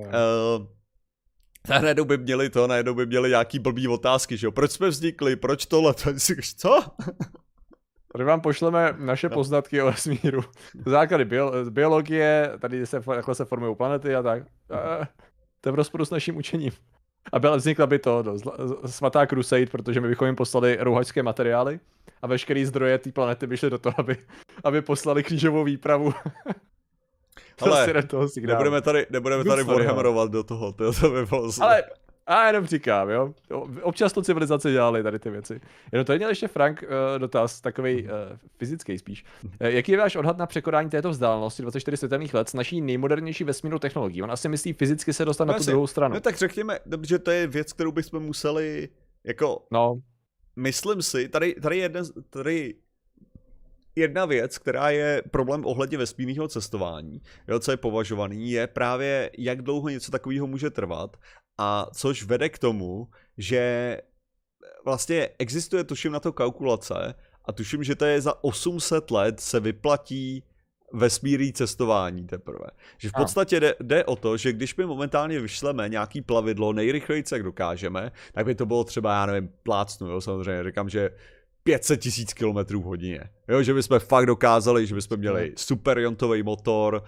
najednou by měli nějaký blbý otázky, že jo, proč jsme vznikli, proč tohle, co? Tady vám pošleme naše poznatky o vesmíru. Základy biologie, tady takhle se formují planety a tak. To je v rozporu s naším učením. A vznikla by to svatá Crusade, protože my bychom jim poslali rouhačské materiály a veškerý zdroje té planety by šly do toho, aby poslali křížovou výpravu. Ale nebudeme tady warhammerovat do toho, to by bylo zle. Ale jenom říkám, jo. Občas to civilizace dělali tady ty věci. Jenom tady měl ještě Frank dotaz, takovej fyzický spíš. Jaký je váš odhad na překonání této vzdálenosti 24 světelných let s naší nejmodernější vesmírnou technologií? On asi myslí fyzicky se dostat na tu druhou stranu. No tak řekněme, že to je věc, kterou bychom museli, jako... No. Myslím si, tady jedna věc, která je problém ohledně vesmírného cestování, jo, co je považovaný, je právě, jak dlouho něco takového může trvat, a což vede k tomu, že vlastně existuje, tuším na to kalkulace, a tuším, že to je za 800 let se vyplatí vesmírný cestování teprve. Že v podstatě jde o to, že když my momentálně vyšleme nějaký plavidlo nejrychleji, jak dokážeme, tak by to bylo třeba, já nevím, plácnu, jo, samozřejmě, říkám, že 500 000 km v hodině. Jo, že bychom fakt dokázali, že bychom měli superiontový motor,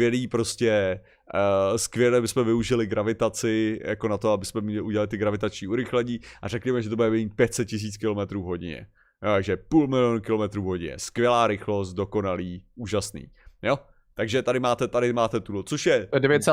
skvěle bychom využili gravitaci, jako na to, aby jsme udělali ty gravitační urychlení a řekněme, že to bude mít 500 000 km v hodině. Jo, takže 500 000 km v hodině. Skvělá rychlost, dokonalý, úžasný. Jo? Takže tady máte tuto, což je...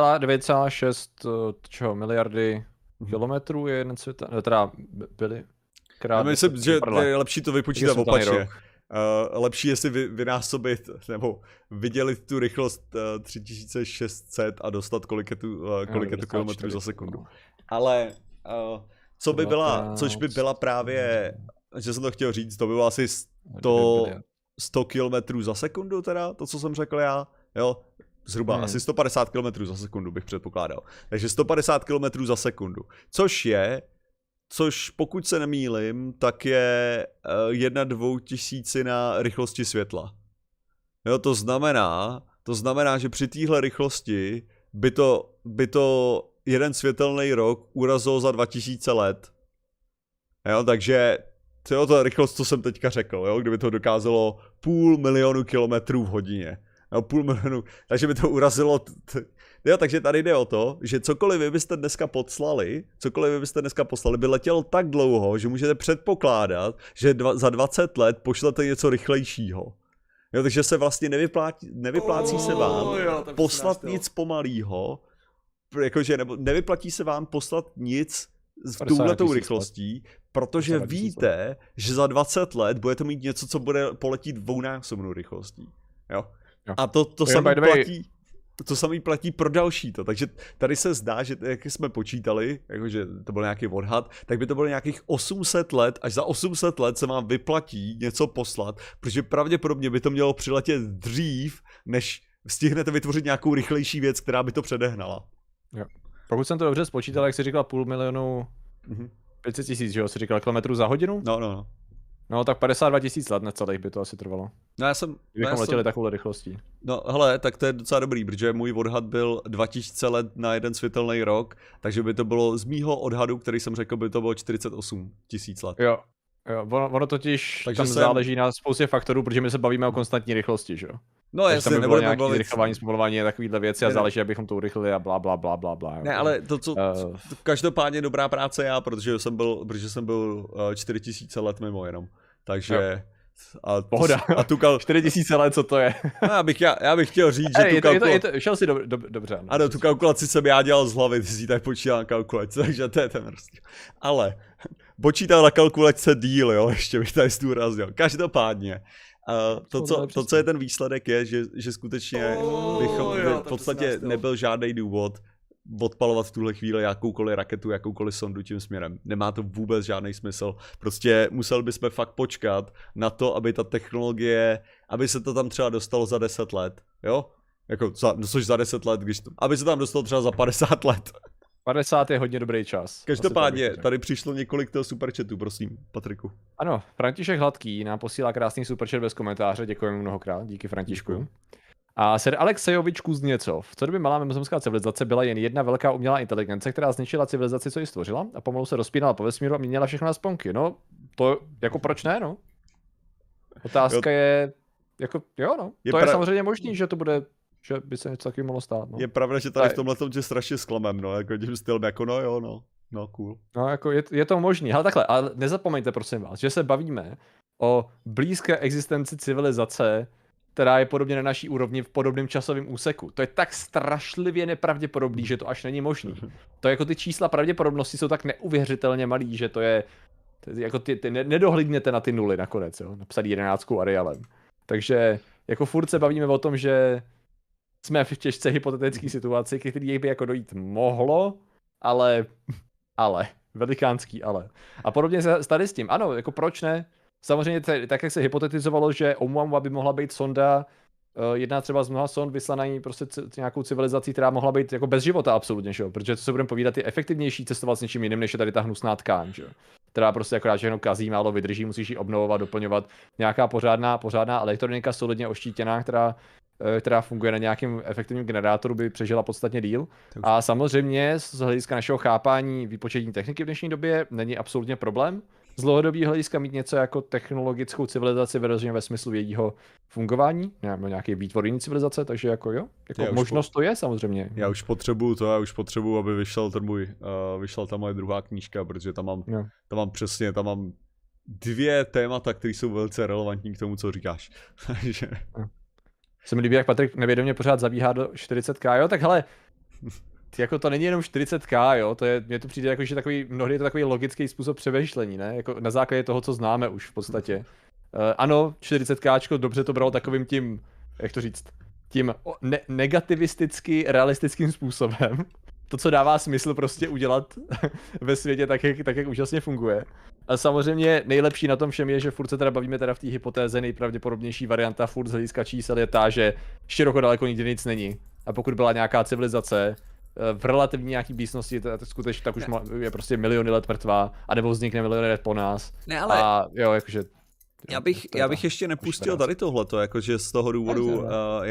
9,6 miliardy kilometrů je jeden svět, teda byly... Já myslím, že je lepší to vypočítat opačně. Lepší je si vynásobit, nebo vydělit tu rychlost 3600 a dostat kolik je tu kilometrů za sekundu. Ale což by byla právě, že jsem to chtěl říct, to by bylo asi 100 kilometrů za sekundu teda, to co jsem řekl já, jo. Zhruba asi 150 km za sekundu bych předpokládal. Takže 150 km za sekundu, což pokud se nemýlim, tak je 1/2000 na rychlosti světla. Jo, to znamená, že při téhle rychlosti by to jeden světelný rok urazilo za 2000 let. Jo, takže to je ta rychlost, co jsem teďka řekl, jo, kdyby to dokázalo 500 000 kilometrů v hodině. No, 500 000, takže by to urazilo... Jo, takže tady jde o to, že cokoliv vy byste dneska poslali, by letělo tak dlouho, že můžete předpokládat, že za 20 let pošlete něco rychlejšího. Jo, takže se vlastně nevyplácí se vám poslat nic pomalýho, jakože nevyplatí se vám poslat nic s touhletou rychlostí, protože víte, že za 20 let budete mít něco, co bude poletít dvounásobnou rychlostí. Jo? A to samý platí pro další to, takže tady se zdá, že jak jsme počítali, jakože to byl nějaký odhad, tak by to bylo nějakých 800 let, až za 800 let se vám vyplatí něco poslat, protože pravděpodobně by to mělo přiletět dřív, než stihnete vytvořit nějakou rychlejší věc, která by to předehnala. Jo. Pokud jsem to dobře spočítal, jak jsi říkal 500 000 500 000, že jo, jsi říkal kilometrů za hodinu? No. No tak 52 000 let necelých by to asi trvalo. No Kdybychom letěli takovou rychlostí. No hele, tak to je docela dobrý, protože můj odhad byl 2000 let na jeden světelný rok, takže by to bylo z mýho odhadu, který jsem řekl, by to bylo 48 000 let. Jo, ono totiž takže tam záleží na spoustě faktorů, protože my se bavíme o konstantní rychlosti, že jo? No jasně, nebo nějaký zrychlování, zpomalování a takovýhle věci a záleží, abychom to urychlili a bla. Ne, ale to, co každopádně dobrá práce já, protože jsem byl 4000 let mimo jenom. Takže pohoda. A 4000 let, co to je? No, já bych chtěl říct, že šel si dobře. Ano, tu kalkulaci jsem já dělal z hlavy, ty si tady počítal na kalkulaci, takže to je ten rozdíl. Ale počítal na kalkulace díl, jo, ještě bych tady zdůraznil. Každopádně. To, co je ten výsledek, je, že skutečně v podstatě nebyl žádný důvod odpalovat v tuhle chvíli jakoukoliv raketu, jakoukoliv sondu tím směrem. Nemá to vůbec žádný smysl. Prostě museli bychom fakt počkat na to, aby ta technologie, aby se to tam třeba dostalo za 10 let, jo? Což za 10 let, aby se tam dostalo třeba za 50 let. 50 je hodně dobrý čas. Každopádně, tady přišlo několik toho superchatů, prosím, Patriku. Ano, František Hladký nám posílá krásný superchat bez komentáře, děkujeme mnohokrát, díky Františku. Děkuji. A Sir Alexejovič Kuzněcov. V co doby malá mimozemská civilizace byla jen jedna velká umělá inteligence, která zničila civilizaci, co ji stvořila, a pomalu se rozpínala po vesmíru a měnila všechno na sponky. No, to jako proč ne, no? Otázka je, jako, jo no, to je samozřejmě možný, že to bude, že by se něco takového mohlo stát, no. Je pravda, že tady v tomhle tom tě strašně zklamem, no, jako tím stylem, jako no, cool. No, jako je to možný, ale takhle, ale nezapomeňte prosím vás, že se bavíme o blízké existenci civilizace, která je podobně na naší úrovni v podobném časovém úseku. To je tak strašlivě nepravděpodobný, že to až není možný. To jako ty čísla pravděpodobnosti jsou tak neuvěřitelně malý, že to je jako ty nedohlídnete na ty nuly nakonec, jo, napsat 11 Arialem. Takže jako furt se bavíme o tom, že jsme v těžce hypotetické situaci, ke který by jako dojít mohlo, ale, velikánský ale. A podobně se tady s tím, ano, jako proč ne? Samozřejmě tak, jak se hypotetizovalo, že Oumuamua by mohla být sonda, jedna třeba z mnoha sond vyslaná prostě nějakou civilizací, která mohla být jako bez života absolutně, že jo? Protože to se budeme povídat, je efektivnější cestovat s něčím jiným, než je tady ta hnusná tkáň, že jo? Která prostě akorát všechno kazí, málo vydrží, musíš ji obnovovat, doplňovat. Nějaká pořádná elektronika solidně oštítěná, která funguje na nějakém efektivním generátoru, by přežila podstatně díl. A samozřejmě z hlediska našeho chápání výpočetní techniky v dnešní době není absolutně problém z dlouhodobého hlediska mít něco jako technologickou civilizaci vyrozeně ve smyslu jejího fungování, nebo nějaký výtvor jiný civilizace, takže jako jo, jako možnost to je samozřejmě. Já už potřebuju, aby vyšla ta moje druhá knížka, protože tam mám 2 témata, které jsou velice relevantní k tomu, co říkáš. Se mi líbí, jak Patrik nevědomě pořád zabíhá do 40k, jo, tak hele, jako to není jenom 40k, jo, mně to přijde jako, že mnohdy je to takový logický způsob přemýšlení, ne, jako na základě toho, co známe už v podstatě. Ano, 40k dobře to bralo takovým tím, jak to říct, tím negativisticky realistickým způsobem. To, co dává smysl prostě udělat ve světě tak, jak úžasně funguje. A samozřejmě nejlepší na tom všem je, že furt se teda bavíme teda v té hypotéze, nejpravděpodobnější varianta furt z hlediska čísel je ta, že široko daleko nikdy nic není. A pokud byla nějaká civilizace v relativní nějaký blízkosti, skutečně tak už je prostě miliony let mrtvá, anebo vznikne miliony let po nás. Ne, ale... A jo, jakože... Já bych ještě nepustil tady tohleto, jakože z toho důvodu,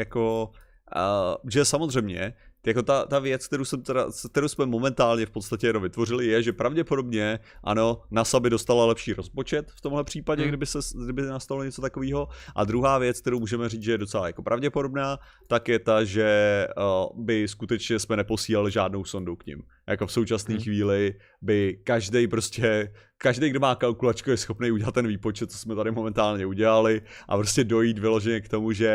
že samozřejmě, jako ta věc, kterou jsme momentálně v podstatě jenom vytvořili, je, že pravděpodobně, ano, NASA by dostala lepší rozpočet v tomhle případě, kdyby nastalo něco takového. A druhá věc, kterou můžeme říct, že je docela jako pravděpodobná, tak je ta, že by skutečně jsme neposílali žádnou sondu k ním. Jako v současné chvíli by každý, kdo má kalkulačku, je schopný udělat ten výpočet, co jsme tady momentálně udělali, a prostě dojít vyloženě k tomu, že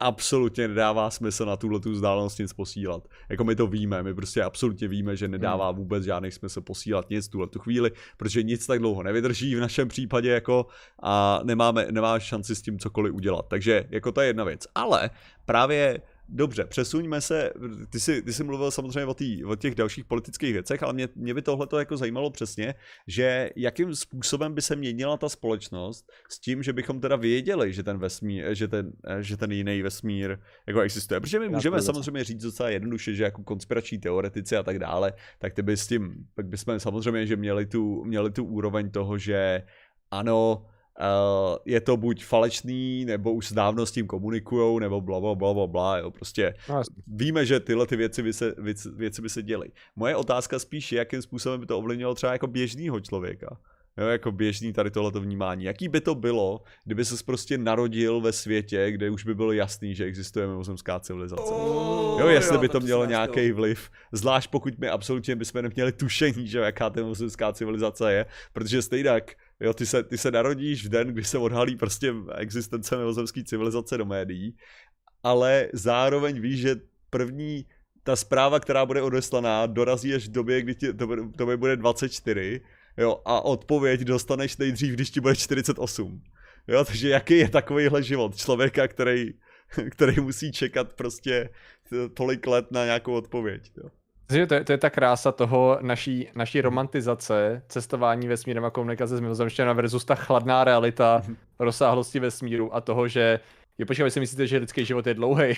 absolutně nedává smysl na tuhletu vzdálenost nic posílat. Jako my to víme, my prostě absolutně víme, že nedává vůbec žádný smysl posílat nic tuhletu chvíli, protože nic tak dlouho nevydrží v našem případě jako a nemáme šanci s tím cokoliv udělat. Takže jako to je jedna věc. Ale právě dobře, přesuňme se, ty jsi mluvil samozřejmě o těch dalších politických věcech, ale mě by tohleto jako zajímalo přesně, že jakým způsobem by se měnila ta společnost s tím, že bychom teda věděli, že ten vesmír, že ten jiný vesmír jako existuje. Protože my můžeme samozřejmě říct docela jednoduše, že jako konspirační teoretici a tak dále, tak ty by s tím, tak bychom samozřejmě, že měli tu úroveň toho, že ano, je to buď falešný, nebo už dávno s tím komunikujou, nebo blablabla, jo, prostě víme, že tyhle ty věci by se děly. Moje otázka spíš je, jakým způsobem by to ovlivnilo třeba jako běžného člověka. Jo, jako běžný tady tohleto vnímání. Jaký by to bylo, kdyby ses prostě narodil ve světě, kde už by bylo jasný, že existuje mimozemská civilizace. Jo, jestli by to mělo nějaký vliv. Zvlášť pokud my absolutně bychom neměli tušení, že jaká ta mimozemská civilizace je, protože stejnak, jo, ty se narodíš v den, kdy se odhalí prostě existence mimozemské civilizace do médií, ale zároveň víš, že ta zpráva, která bude odeslaná, dorazí až v době, kdy tobě bude 24, jo, a odpověď dostaneš nejdřív, když ti bude 48. Jo, takže jaký je takovýhle život člověka, který musí čekat prostě tolik let na nějakou odpověď. Jo. To je ta krása toho naší romantizace, cestování vesmírem a komunikace s mimozemštěna versus ta chladná realita rozsáhlosti vesmíru a toho, že počkej, vy si myslíte, že lidský život je dlouhý.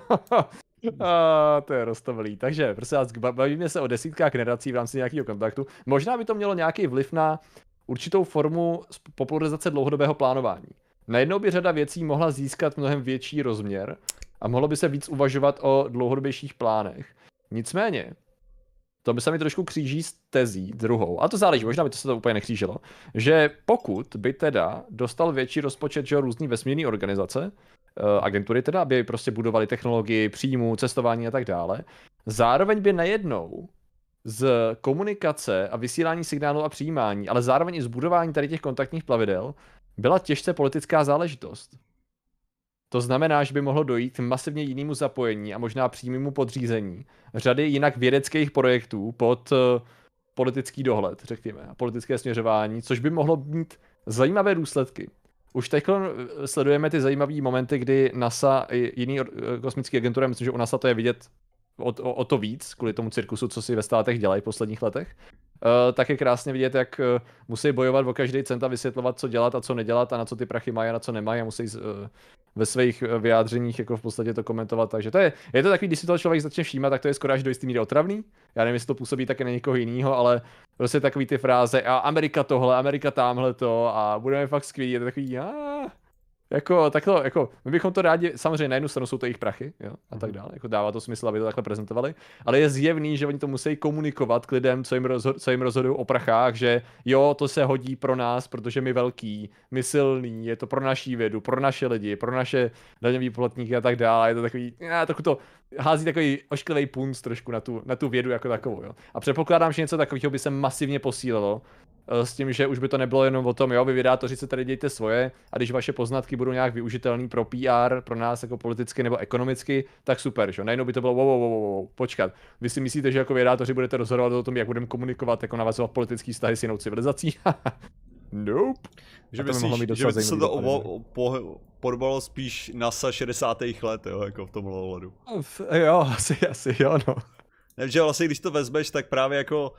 To je roztomilý. Takže prosím vás, bavíme se o desítkách generací v rámci nějakého kontaktu. Možná by to mělo nějaký vliv na určitou formu popularizace dlouhodobého plánování. Najednou by řada věcí mohla získat mnohem větší rozměr a mohlo by se víc uvažovat o dlouhodobějších plánech. Nicméně, to by se mi trošku kříží s tezí druhou, a to záleží, možná by to se to úplně nekřížilo, že pokud by teda dostal větší rozpočet, že různý vesmírné organizace, agentury teda, aby prostě budovali technologii, příjmu, cestování a tak dále, zároveň by najednou z komunikace a vysílání signálu a přijímání, ale zároveň i z budování tady těch kontaktních plavidel, byla těžce politická záležitost. To znamená, že by mohlo dojít k masivně jinému zapojení a možná přímému podřízení řady jinak vědeckých projektů pod politický dohled, řekněme, a politické směřování, což by mohlo mít zajímavé důsledky. Už teď sledujeme ty zajímavé momenty, kdy NASA i jiný kosmické agentury, myslím, že u NASA to je vidět o to víc, kvůli tomu cirkusu, co si ve státech dělají v posledních letech, tak je krásně vidět, jak musí bojovat o každý cent a vysvětlovat, co dělat a co nedělat a na co ty prachy mají a na co nemají a musí ve svých vyjádřeních jako v podstatě to komentovat. Takže je to takový, když si toho člověk začne všímat, tak to je skoro až do jistý míry otravný. Já nevím, jestli to působí taky na někoho jiného, ale prostě takový ty fráze a Amerika tohle, Amerika tamhle to a budeme fakt skvělí, je to takový jako takhle, jako my bychom to rádi, samozřejmě na jednu stranu jsou to jejich prachy, jo, a tak dále, jako dává to smysl, aby to takhle prezentovali, ale je zjevný, že oni to musí komunikovat k lidem, co jim rozhodují o prachách, že jo, to se hodí pro nás, protože my velký, my silný, je to pro naší vědu, pro naše lidi, pro naše daňový poplatníky a tak dále, je to takový, trochu to hází takový ošklivý punc trošku na tu vědu jako takovou, jo. A předpokládám, že něco takového by se masivně posílilo, s tím, že už by to nebylo jenom o tom, jo, vy vydátoři se tady dějte svoje a když vaše poznatky budou nějak využitelný pro PR, pro nás jako politicky nebo ekonomicky, tak super, že? Najednou by to bylo wow, počkat. Vy si myslíte, že jako vydátoři budete rozhodovat o tom, jak budeme komunikovat, jako navazovat politický vztahy s jinou civilizací? Nope. Že by se to podobalo spíš NASA 60. let, jo, jako v tomhle ohledu. Jo, asi jo, no. Takže vlastně, když to vezmeš, tak právě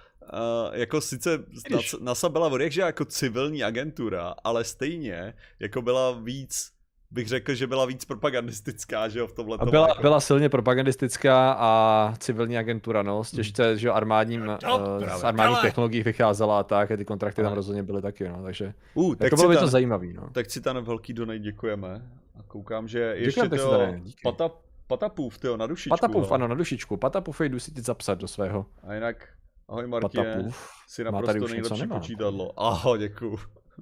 jako sice NASA byla odjakže jako civilní agentura, ale stejně jako byla víc, bych řekl, že byla víc propagandistická, že jo, v tomhle. Byla silně propagandistická a civilní agentura, no, těžce, že z armádních technologií vycházela a tak, a ty kontrakty tam rozhodně byly taky, no, takže jako bylo by to zajímavý, no. Tak Citan, velký donate, děkujeme. A koukám, že ještě to Patapův, tyjo, na dušičku. Patapův, ano, na dušičku. Patapův jdu si teď zapsat do svého. A jinak, ahoj Martine, si naprosto nejlepší počítadlo. Ahoj, děkuju.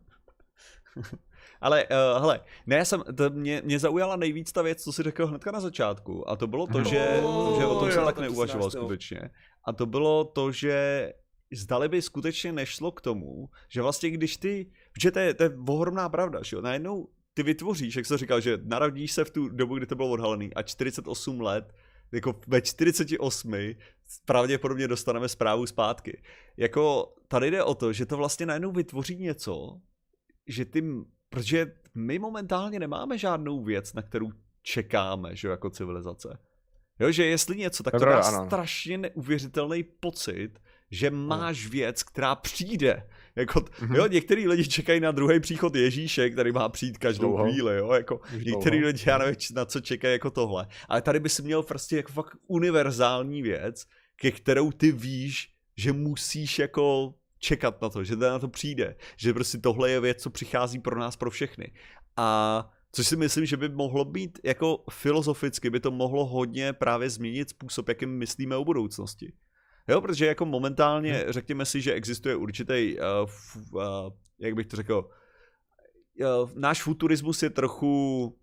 Ale, hele, ne, mě zaujala nejvíc ta věc, co jsi řekl hnedka na začátku. A to bylo to, že o tom jsem tak neuvažoval skutečně. A to bylo to, že zdali by skutečně nešlo k tomu, že vlastně když protože to je ohromná pravda, že jo, najednou ty vytvoříš, jak jsi říkal, že narodíš se v tu dobu, kdy to bylo odhalený a 48 let, jako ve 48 pravděpodobně dostaneme zprávu zpátky. Jako tady jde o to, že to vlastně najednou vytvoří něco, že protože my momentálně nemáme žádnou věc, na kterou čekáme, že jako civilizace. Jo, že jestli něco, tak to dá strašně neuvěřitelný pocit, že máš věc, která přijde. Jako, jo, některý lidi čekají na druhý příchod Ježíše, který má přijít každou chvíli, jo, jako některý lidi, já nevím, na co čekají jako tohle. Ale tady by si měl prostě jako fakt univerzální věc, ke kterou ty víš, že musíš jako čekat na to, že na to přijde. Že prostě tohle je věc, co přichází pro nás, pro všechny. A což si myslím, že by mohlo být jako filozoficky, by to mohlo hodně právě změnit způsob, jakým myslíme o budoucnosti. Jo, protože jako momentálně, řekněme si, že existuje určitý, jak bych to řekl, náš futurismus je trochu,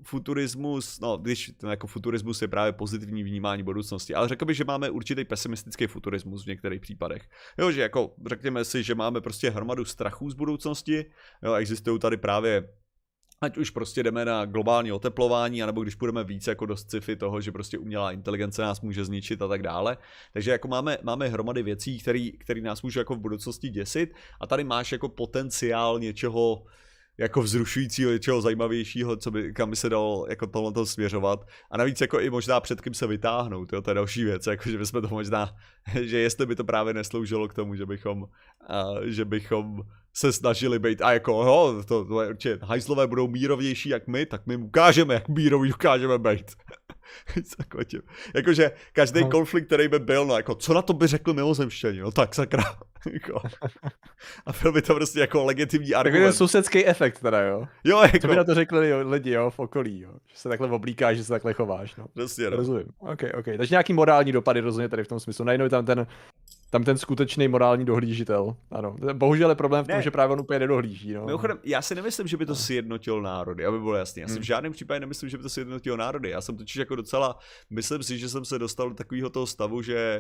když jako futurismus je právě pozitivní vnímání budoucnosti, ale řekl bych, že máme určitý pesimistický futurismus v některých případech. Jo, že jako řekněme si, že máme prostě hromadu strachů z budoucnosti, jo, existují tady právě ať už prostě jdeme na globální oteplování, anebo když půjdeme víc jako do sci-fi toho, že prostě umělá inteligence nás může zničit a tak dále. Takže jako máme hromady věcí, které nás můžou jako v budoucnosti děsit a tady máš jako potenciál něčeho jako vzrušujícího, něčeho zajímavějšího, kam by se dalo jako tohleto směřovat. A navíc jako i možná před kým se vytáhnout, jo, to je další věc, jako že bychom to možná, že jestli by to právě nesloužilo k tomu, že bychom se snažili být a jako to je určitě, hajzlové budou mírovější jak my, tak my ukážeme, jak míroví ukážeme být. Jakože každý konflikt, který by byl, no jako co na to by řekl mimozemštění, no tak sakra. Jako. A byl by to prostě jako legitimní argument. Takový sousedský efekt teda, jo. Jo, jako. Co by na to řekli lidi, jo, v okolí, jo. Že se takhle oblíkáš, že se takhle chováš, no. Prostě, no. Rozumím. OK. Takže nějaký morální dopady rozhodně tady v tom smyslu. Najednou je tam ten skutečný morální dohlížitel. Ano. Bohužel je problém v tom, že právě on úplně nedohlíží, no. Mimochodem, já si nemyslím, že by to sjednotilo národy, aby bylo jasný. Já si v žádném případě nemyslím, že by to sjednotilo národy. Já jsem totiž jako docela, myslím si, že jsem se dostal do takového toho stavu, že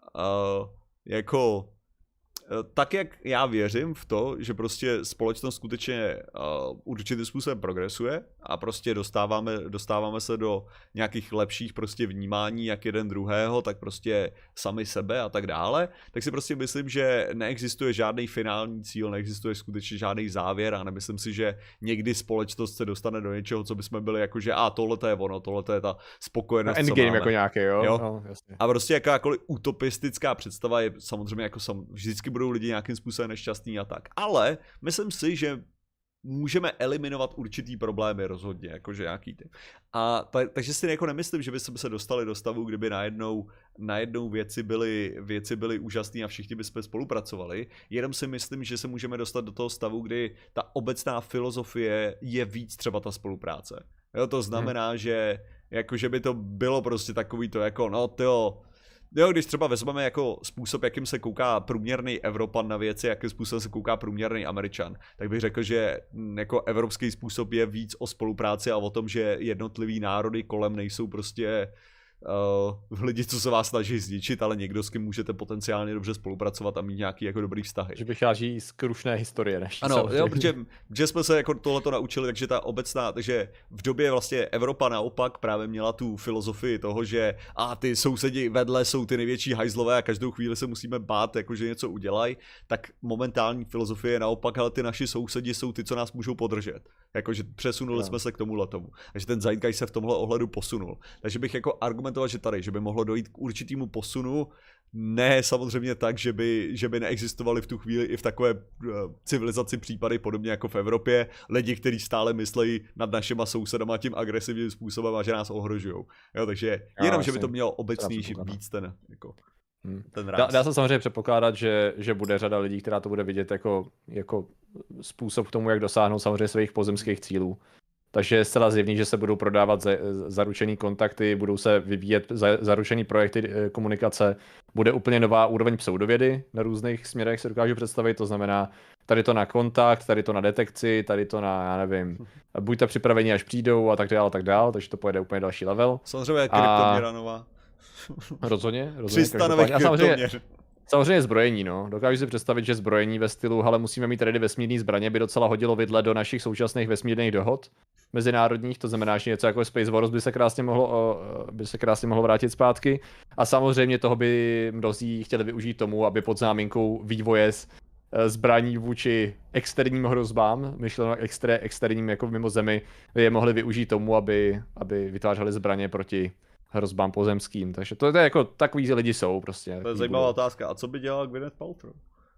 jako tak jak já věřím v to, že prostě společnost skutečně určitým způsobem progresuje a prostě dostáváme se do nějakých lepších prostě vnímání jak jeden druhého, tak prostě sami sebe a tak dále, tak si prostě myslím, že neexistuje žádný finální cíl, neexistuje skutečně žádný závěr a nemyslím si, že někdy společnost se dostane do něčeho, co bychom byli jako, že tohle je ono, tohle je ta spokojenost, endgame jako nějaký, jo? No, jasně. A prostě jakákoliv utopistická představa je samozřejmě jako vždycky budou lidi nějakým způsobem nešťastní a tak. Ale myslím si, že můžeme eliminovat určitý problémy rozhodně, jakože nějaký ty. A takže si jako nemyslím, že bychom se dostali do stavu, kdyby najednou věci byly úžasné a všichni bychom spolupracovali. Jenom si myslím, že se můžeme dostat do toho stavu, kdy ta obecná filozofie je víc třeba ta spolupráce. Jo, to znamená, že jakože by to bylo prostě takový to jako, jo, když třeba vezmeme jako způsob, jakým se kouká průměrný Evropan na věci, jakým způsobem se kouká průměrný Američan, tak bych řekl, že jako evropský způsob je víc o spolupráci a o tom, že jednotlivý národy kolem nejsou prostě lidi, co se vás snaží zničit, ale někdo, s kým můžete potenciálně dobře spolupracovat a mít nějaký jako dobrý vztahy. Že vychází z krušné historie naší. Ano, jo, protože jsme se jako tohleto naučili, takže takže v době vlastně Evropa naopak právě měla tu filozofii toho, že ty sousedi vedle jsou ty největší hajzlové a každou chvíli se musíme bát, jakože něco udělají, tak momentální filozofie je naopak, ale ty naši sousedi jsou ty, co nás můžou podržet. Jakože přesunuli jsme se k tomuhle tomu. Takže ten zeitgeist se v tomhle ohledu posunul. Takže bych jako argumentoval, že by mohlo dojít k určitému posunu, ne samozřejmě tak, že by neexistovaly v tu chvíli i v takové civilizaci případy podobně jako v Evropě, lidi, kteří stále myslejí nad našima sousedama tím agresivním způsobem a že nás ohrožujou. Jo, takže jenom, že by to mělo obecnější víc ten ráz. Dá se samozřejmě předpokládat, že bude řada lidí, která to bude vidět jako způsob k tomu, jak dosáhnout samozřejmě svých pozemských cílů. Takže je zcela zjevný, že se budou prodávat zaručený kontakty, budou se vyvíjet zaručený projekty komunikace, bude úplně nová úroveň pseudovědy na různých směrech, se dokážu představit, to znamená tady to na kontakt, tady to na detekci, tady to na, já nevím, buďte připraveni, až přijdou a tak dále, takže to pojede úplně další level. Samozřejmě kryptoměra nová. Rozhodně. 300 nových kryptoměr. Samozřejmě zbrojení, no. Dokážu si představit, že zbrojení ve stylu, ale musíme mít ready vesmírné zbraně, by docela hodilo vidle do našich současných vesmírných dohod mezinárodních, to znamená, že něco jako Space Wars by se krásně mohlo vrátit zpátky. A samozřejmě toho by mnozí chtěli využít tomu, aby pod záminkou vývoje zbraní vůči externím hrozbám, myšleno externím jako mimo zemi, je mohli využít tomu, aby vytvářeli zbraně proti hrozbám pozemským, takže to je jako takový lidi jsou prostě. To je zajímavá otázka. A co by dělal Gwyneth Paltrow?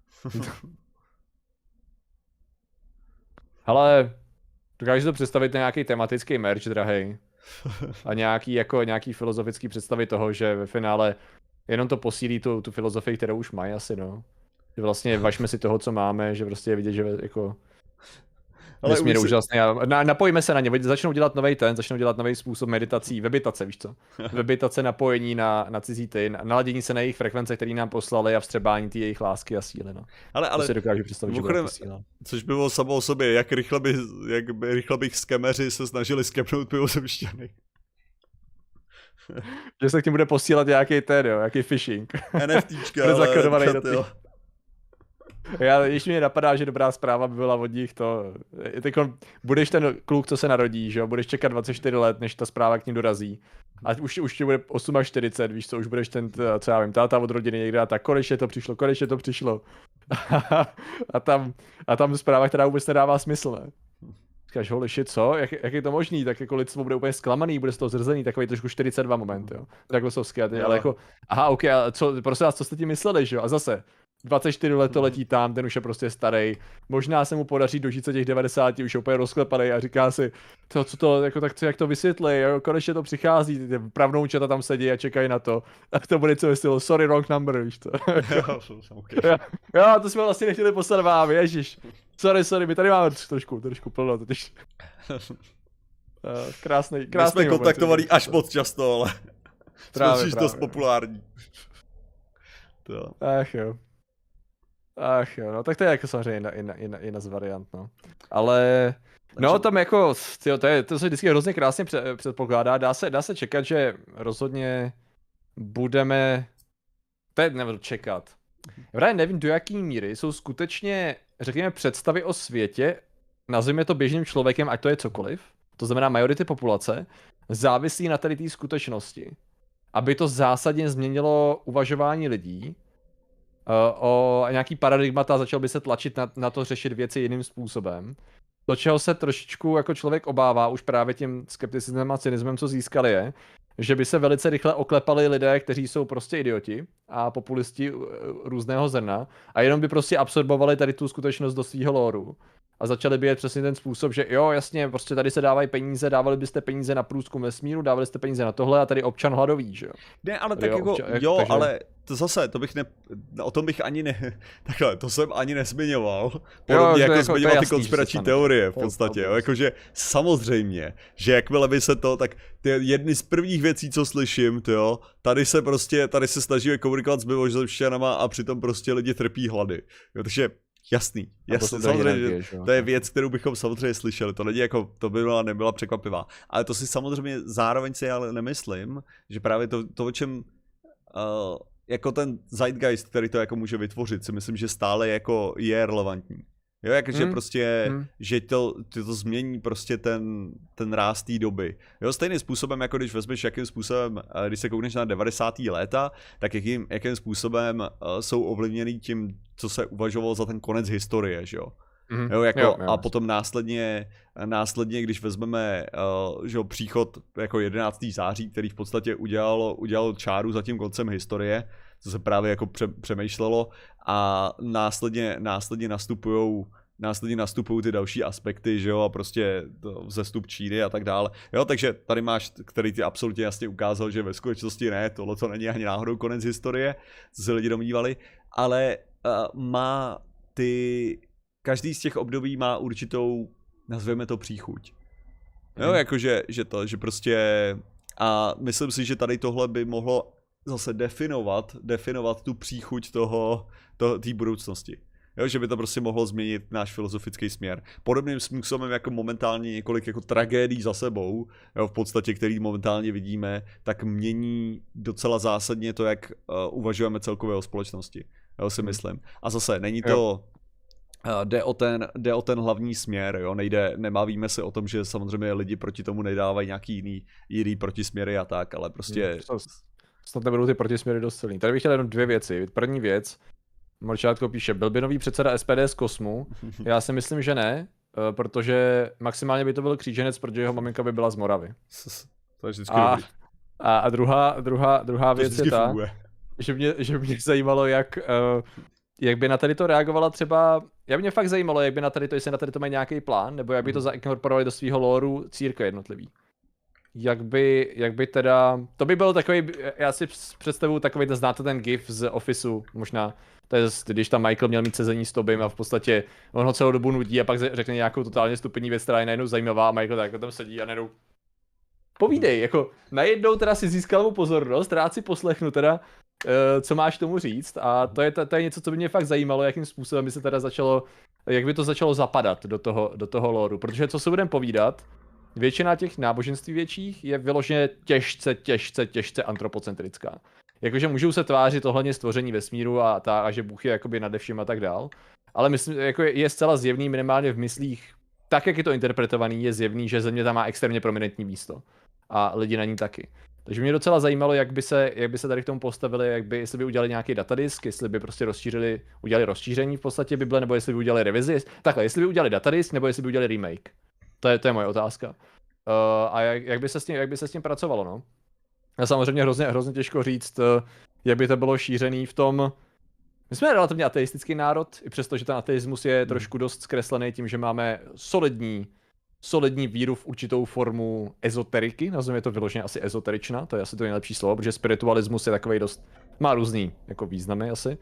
Ale dokážeš to představit na nějaký tematický merch, drahej. A nějaký filozofický představy toho, že ve finále jenom to posílí tu filozofii, kterou už mají asi, no. Že vlastně važme si toho, co máme, že prostě je vidět, že jako nesmírně úžasný. Napojíme se na ně, začnou dělat nový způsob meditací, webitace, víš co? Webitace, napojení na cizí ty, naladění se na jejich frekvence, které nám poslali a vstřebání ty jejich lásky a síly, no. Ale to si dokážu představit, že bude posílat. Což by bylo samo o sobě, jak rychle bych skemeři se snažili skepnout mimozemšťany. Že se k tím bude posílat nějaký phishing. NFTčka, ale jo. Ještě mě napadá, že dobrá zpráva by byla od nich to, budeš ten kluk, co se narodí, že jo, budeš čekat 24 let, než ta zpráva k ním dorazí. A už ti bude 48, víš co, už budeš ten, co já vím, táta od rodiny někde a tak, konečně to přišlo. a tam zpráva, která vůbec nedává smysl, ne? Říkáš, holy shit, co? Jak je to možný? Tak jako lidstvo bude úplně zklamaný, bude z toho zrzený, takový trošku 42 moment, jo. Takhle sovský, ale jako, aha, ok, a prosím vás, co jste tím mysleli, že jo? A zase, 24 let to letí tam, ten už je prostě starý. Možná se mu podaří dožít se těch 90, už je úplně rozklepaný a říká si, co to, jako tak jak to vysvětlí, jo? Konečně to přichází, pravnoučata tam sedí a čekají na to. A to bude co vysvětlo, sorry, wrong number, víš to. Jo, to jsme vlastně nechtěli poslat vám, ježiš. Sorry, my tady máme trošku plno, totiž. Krásný my jsme kontaktovali až moc často, ale jsme dost populární. Ach jo, no tak to je jako samozřejmě jedna z variant, no. Ale, no tam jako, to se vždycky hrozně krásně předpokládá, dá se čekat, že rozhodně budeme, nebo čekat. Já nevím, do jaký míry jsou skutečně, řekněme, představy o světě, nazveme to běžným člověkem, ať to je cokoliv, to znamená majority populace, závislí na tady té skutečnosti. Aby to zásadně změnilo uvažování lidí, o nějaký paradigmata a začal by se tlačit na to řešit věci jiným způsobem. Do čeho se trošičku jako člověk obává už právě tím skepticismem a cynismem, co získali je, že by se velice rychle oklepali lidé, kteří jsou prostě idioti a populisti různého zrna a jenom by prostě absorbovali tady tu skutečnost do svýho lóru. A začali by jet přesně ten způsob, že jo, jasně, prostě tady se dávají peníze, dávali byste peníze na průzkum vesmíru, dávali jste peníze na tohle a tady občan hladový, že jo. Ne, ale tak jako, takže... ale to zase, o tom bych ani takhle, to jsem ani nezmiňoval, podobně jako zmiňoval ty konspirační teorie v podstatě, jo, jakože samozřejmě, že jakmile by se to, tak ty jedny z prvních věcí, co slyším, jo, tady se snažíme komunikovat s mimozemšťanama a přitom prostě lidi trpí hlady, jo, takže jasný, samozřejmě, to je věc, kterou bychom samozřejmě slyšeli, to není jako, to by nebyla překvapivá, ale to si samozřejmě zároveň si ale nemyslím, že právě to o čem, jako ten zeitgeist, který to jako může vytvořit, si myslím, že stále jako je relevantní. Jo, jakože prostě, že to změní prostě ten ráz té doby. Jo, stejným způsobem, jako když vezmeš, jakým způsobem, když se koukneš na 90. léta, tak jakým způsobem jsou ovlivněný tím, co se uvažovalo za ten konec historie, že jo. Jo, jako, jo. A potom následně, když vezmeme že příchod jako 11. září, který v podstatě udělal čáru za tím koncem historie, co se právě jako přemýšlelo, a následně nastupují ty další aspekty, že jo, a prostě vzestup Číny a tak dále. Jo, takže tady máš, který ty absolutně jasně ukázal, že ve skutečnosti ne, tohle to není ani náhodou konec historie, co se lidi domnívali, ale každý z těch období má určitou, nazveme to, příchuť. Jo, jakože, že prostě, a myslím si, že tady tohle by mohlo zase definovat tu příchuť té budoucnosti. jo, že by to prostě mohlo změnit náš filozofický směr. Podobným způsobem jako momentálně několik jako tragédií za sebou, jo, v podstatě, který momentálně vidíme, tak mění docela zásadně to, jak uvažujeme celkově o společnosti, jo, si myslím. A zase, není to... Jde o ten hlavní směr, jo, nebavíme se o tom, že samozřejmě lidi proti tomu nedávají nějaký jiný protisměry a tak, ale prostě... Snad nebudou ty protisměry dost silný. Tady bych chtěl jenom 2 věci. První věc, Morčátko píše, byl by nový předseda SPD z Kosmu? Já si myslím, že ne, protože maximálně by to byl kříženec, protože jeho maminka by byla z Moravy. To je vždycky dobrý. A druhá věc je ta, že mě zajímalo, jak by na tady to reagovala třeba, já by mě fakt zajímalo, jak by na tady to, jestli na tady to mají nějaký plán, nebo jak by to zainkorporovali do svého lóru církve jednotlivý. Jak by teda, to by bylo takový, já si představuju takový, znáte ten gif z Officeu možná, to je, když tam Michael měl mít sezení s Tobym a v podstatě on ho celou dobu nudí a pak řekne nějakou totálně stupidní věc, která je najednou zajímavá a Michael tak tam sedí a najednou povídej, jako najednou teda si získal mu pozornost, rád si poslechnu teda, co máš tomu říct a to je něco, co by mě fakt zajímalo, jakým způsobem by se teda začalo, jak by to začalo zapadat do toho lóru, protože co se budeme povídat, většina těch náboženství větších je vyloženě těžce antropocentrická. Jakože můžou se tvářit ohledně stvoření vesmíru a že Bůh je jakoby nade vším a tak dál, ale myslím, jako je zcela zjevný minimálně v myslích, tak jak je to interpretovaný, je zjevný, že Země tam má extrémně prominentní místo a lidi na ní taky. Takže mě docela zajímalo, jak by se tady k tomu postavili, jestli by udělali nějaký datadisk, jestli by prostě udělali rozšíření v podstatě Bible, nebo jestli by udělali revizi. Takhle, jestli by udělali datadisk, nebo jestli by udělali remake. To je moje otázka. A jak by se s tím pracovalo, no? A samozřejmě hrozně těžko říct, jak by to bylo šířený v tom... My jsme relativně ateistický národ, i přesto, že ten ateismus je trošku dost zkreslený tím, že máme solidní víru v určitou formu ezoteriky, nazveme to vyloženě asi ezoterična, to je asi to nejlepší slovo, protože spiritualismus je takovej dost, má různý jako významy asi.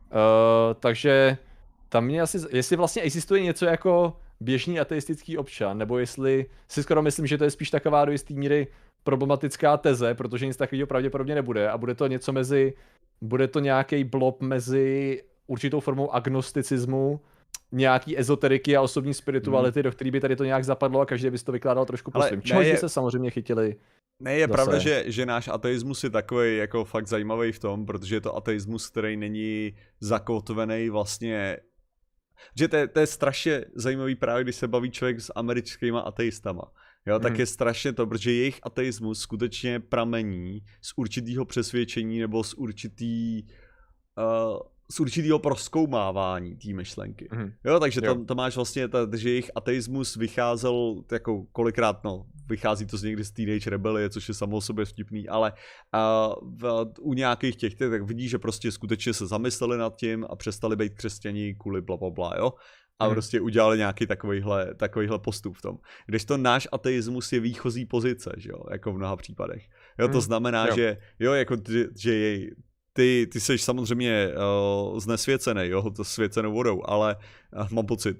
Takže tam mě asi, jestli vlastně existuje něco jako běžný ateistický občan, nebo jestli si skoro myslím, že to je spíš taková do jistý míry problematická teze, protože nic takového pravděpodobně nebude a bude to nějaký blob mezi určitou formou agnosticismu, nějaký ezoteriky a osobní spirituality, do který by tady to nějak zapadlo a každý by si to vykládal trošku po svým. Čehož by se samozřejmě chytili. Ne, je pravda, že náš ateismus je takový jako fakt zajímavý v tom, protože je to ateismus, který není zakotvený vlastně. Že to je strašně zajímavý právě, když se baví člověk s americkýma ateistama. Jo, tak je strašně to, protože jejich ateismus skutečně pramení z určitého přesvědčení nebo z určitého prozkoumávání té myšlenky. Jo, takže to máš vlastně, že jejich ateismus vycházel, jako kolikrát, vychází to z někdy z Teenage Rebellie, což je samo o sobě vtipný, ale u nějakých těch, tak vidí, že prostě skutečně se zamysleli nad tím a přestali být křesťaní kvůli blablabla, jo. A prostě udělali nějaký takovýhle postup v tom. Kdežto náš ateismus je výchozí pozice, že jo, jako v mnoha případech. Jo, to znamená, že ty seš samozřejmě znesvěcený, jo, to svěcenou vodou, ale mám pocit,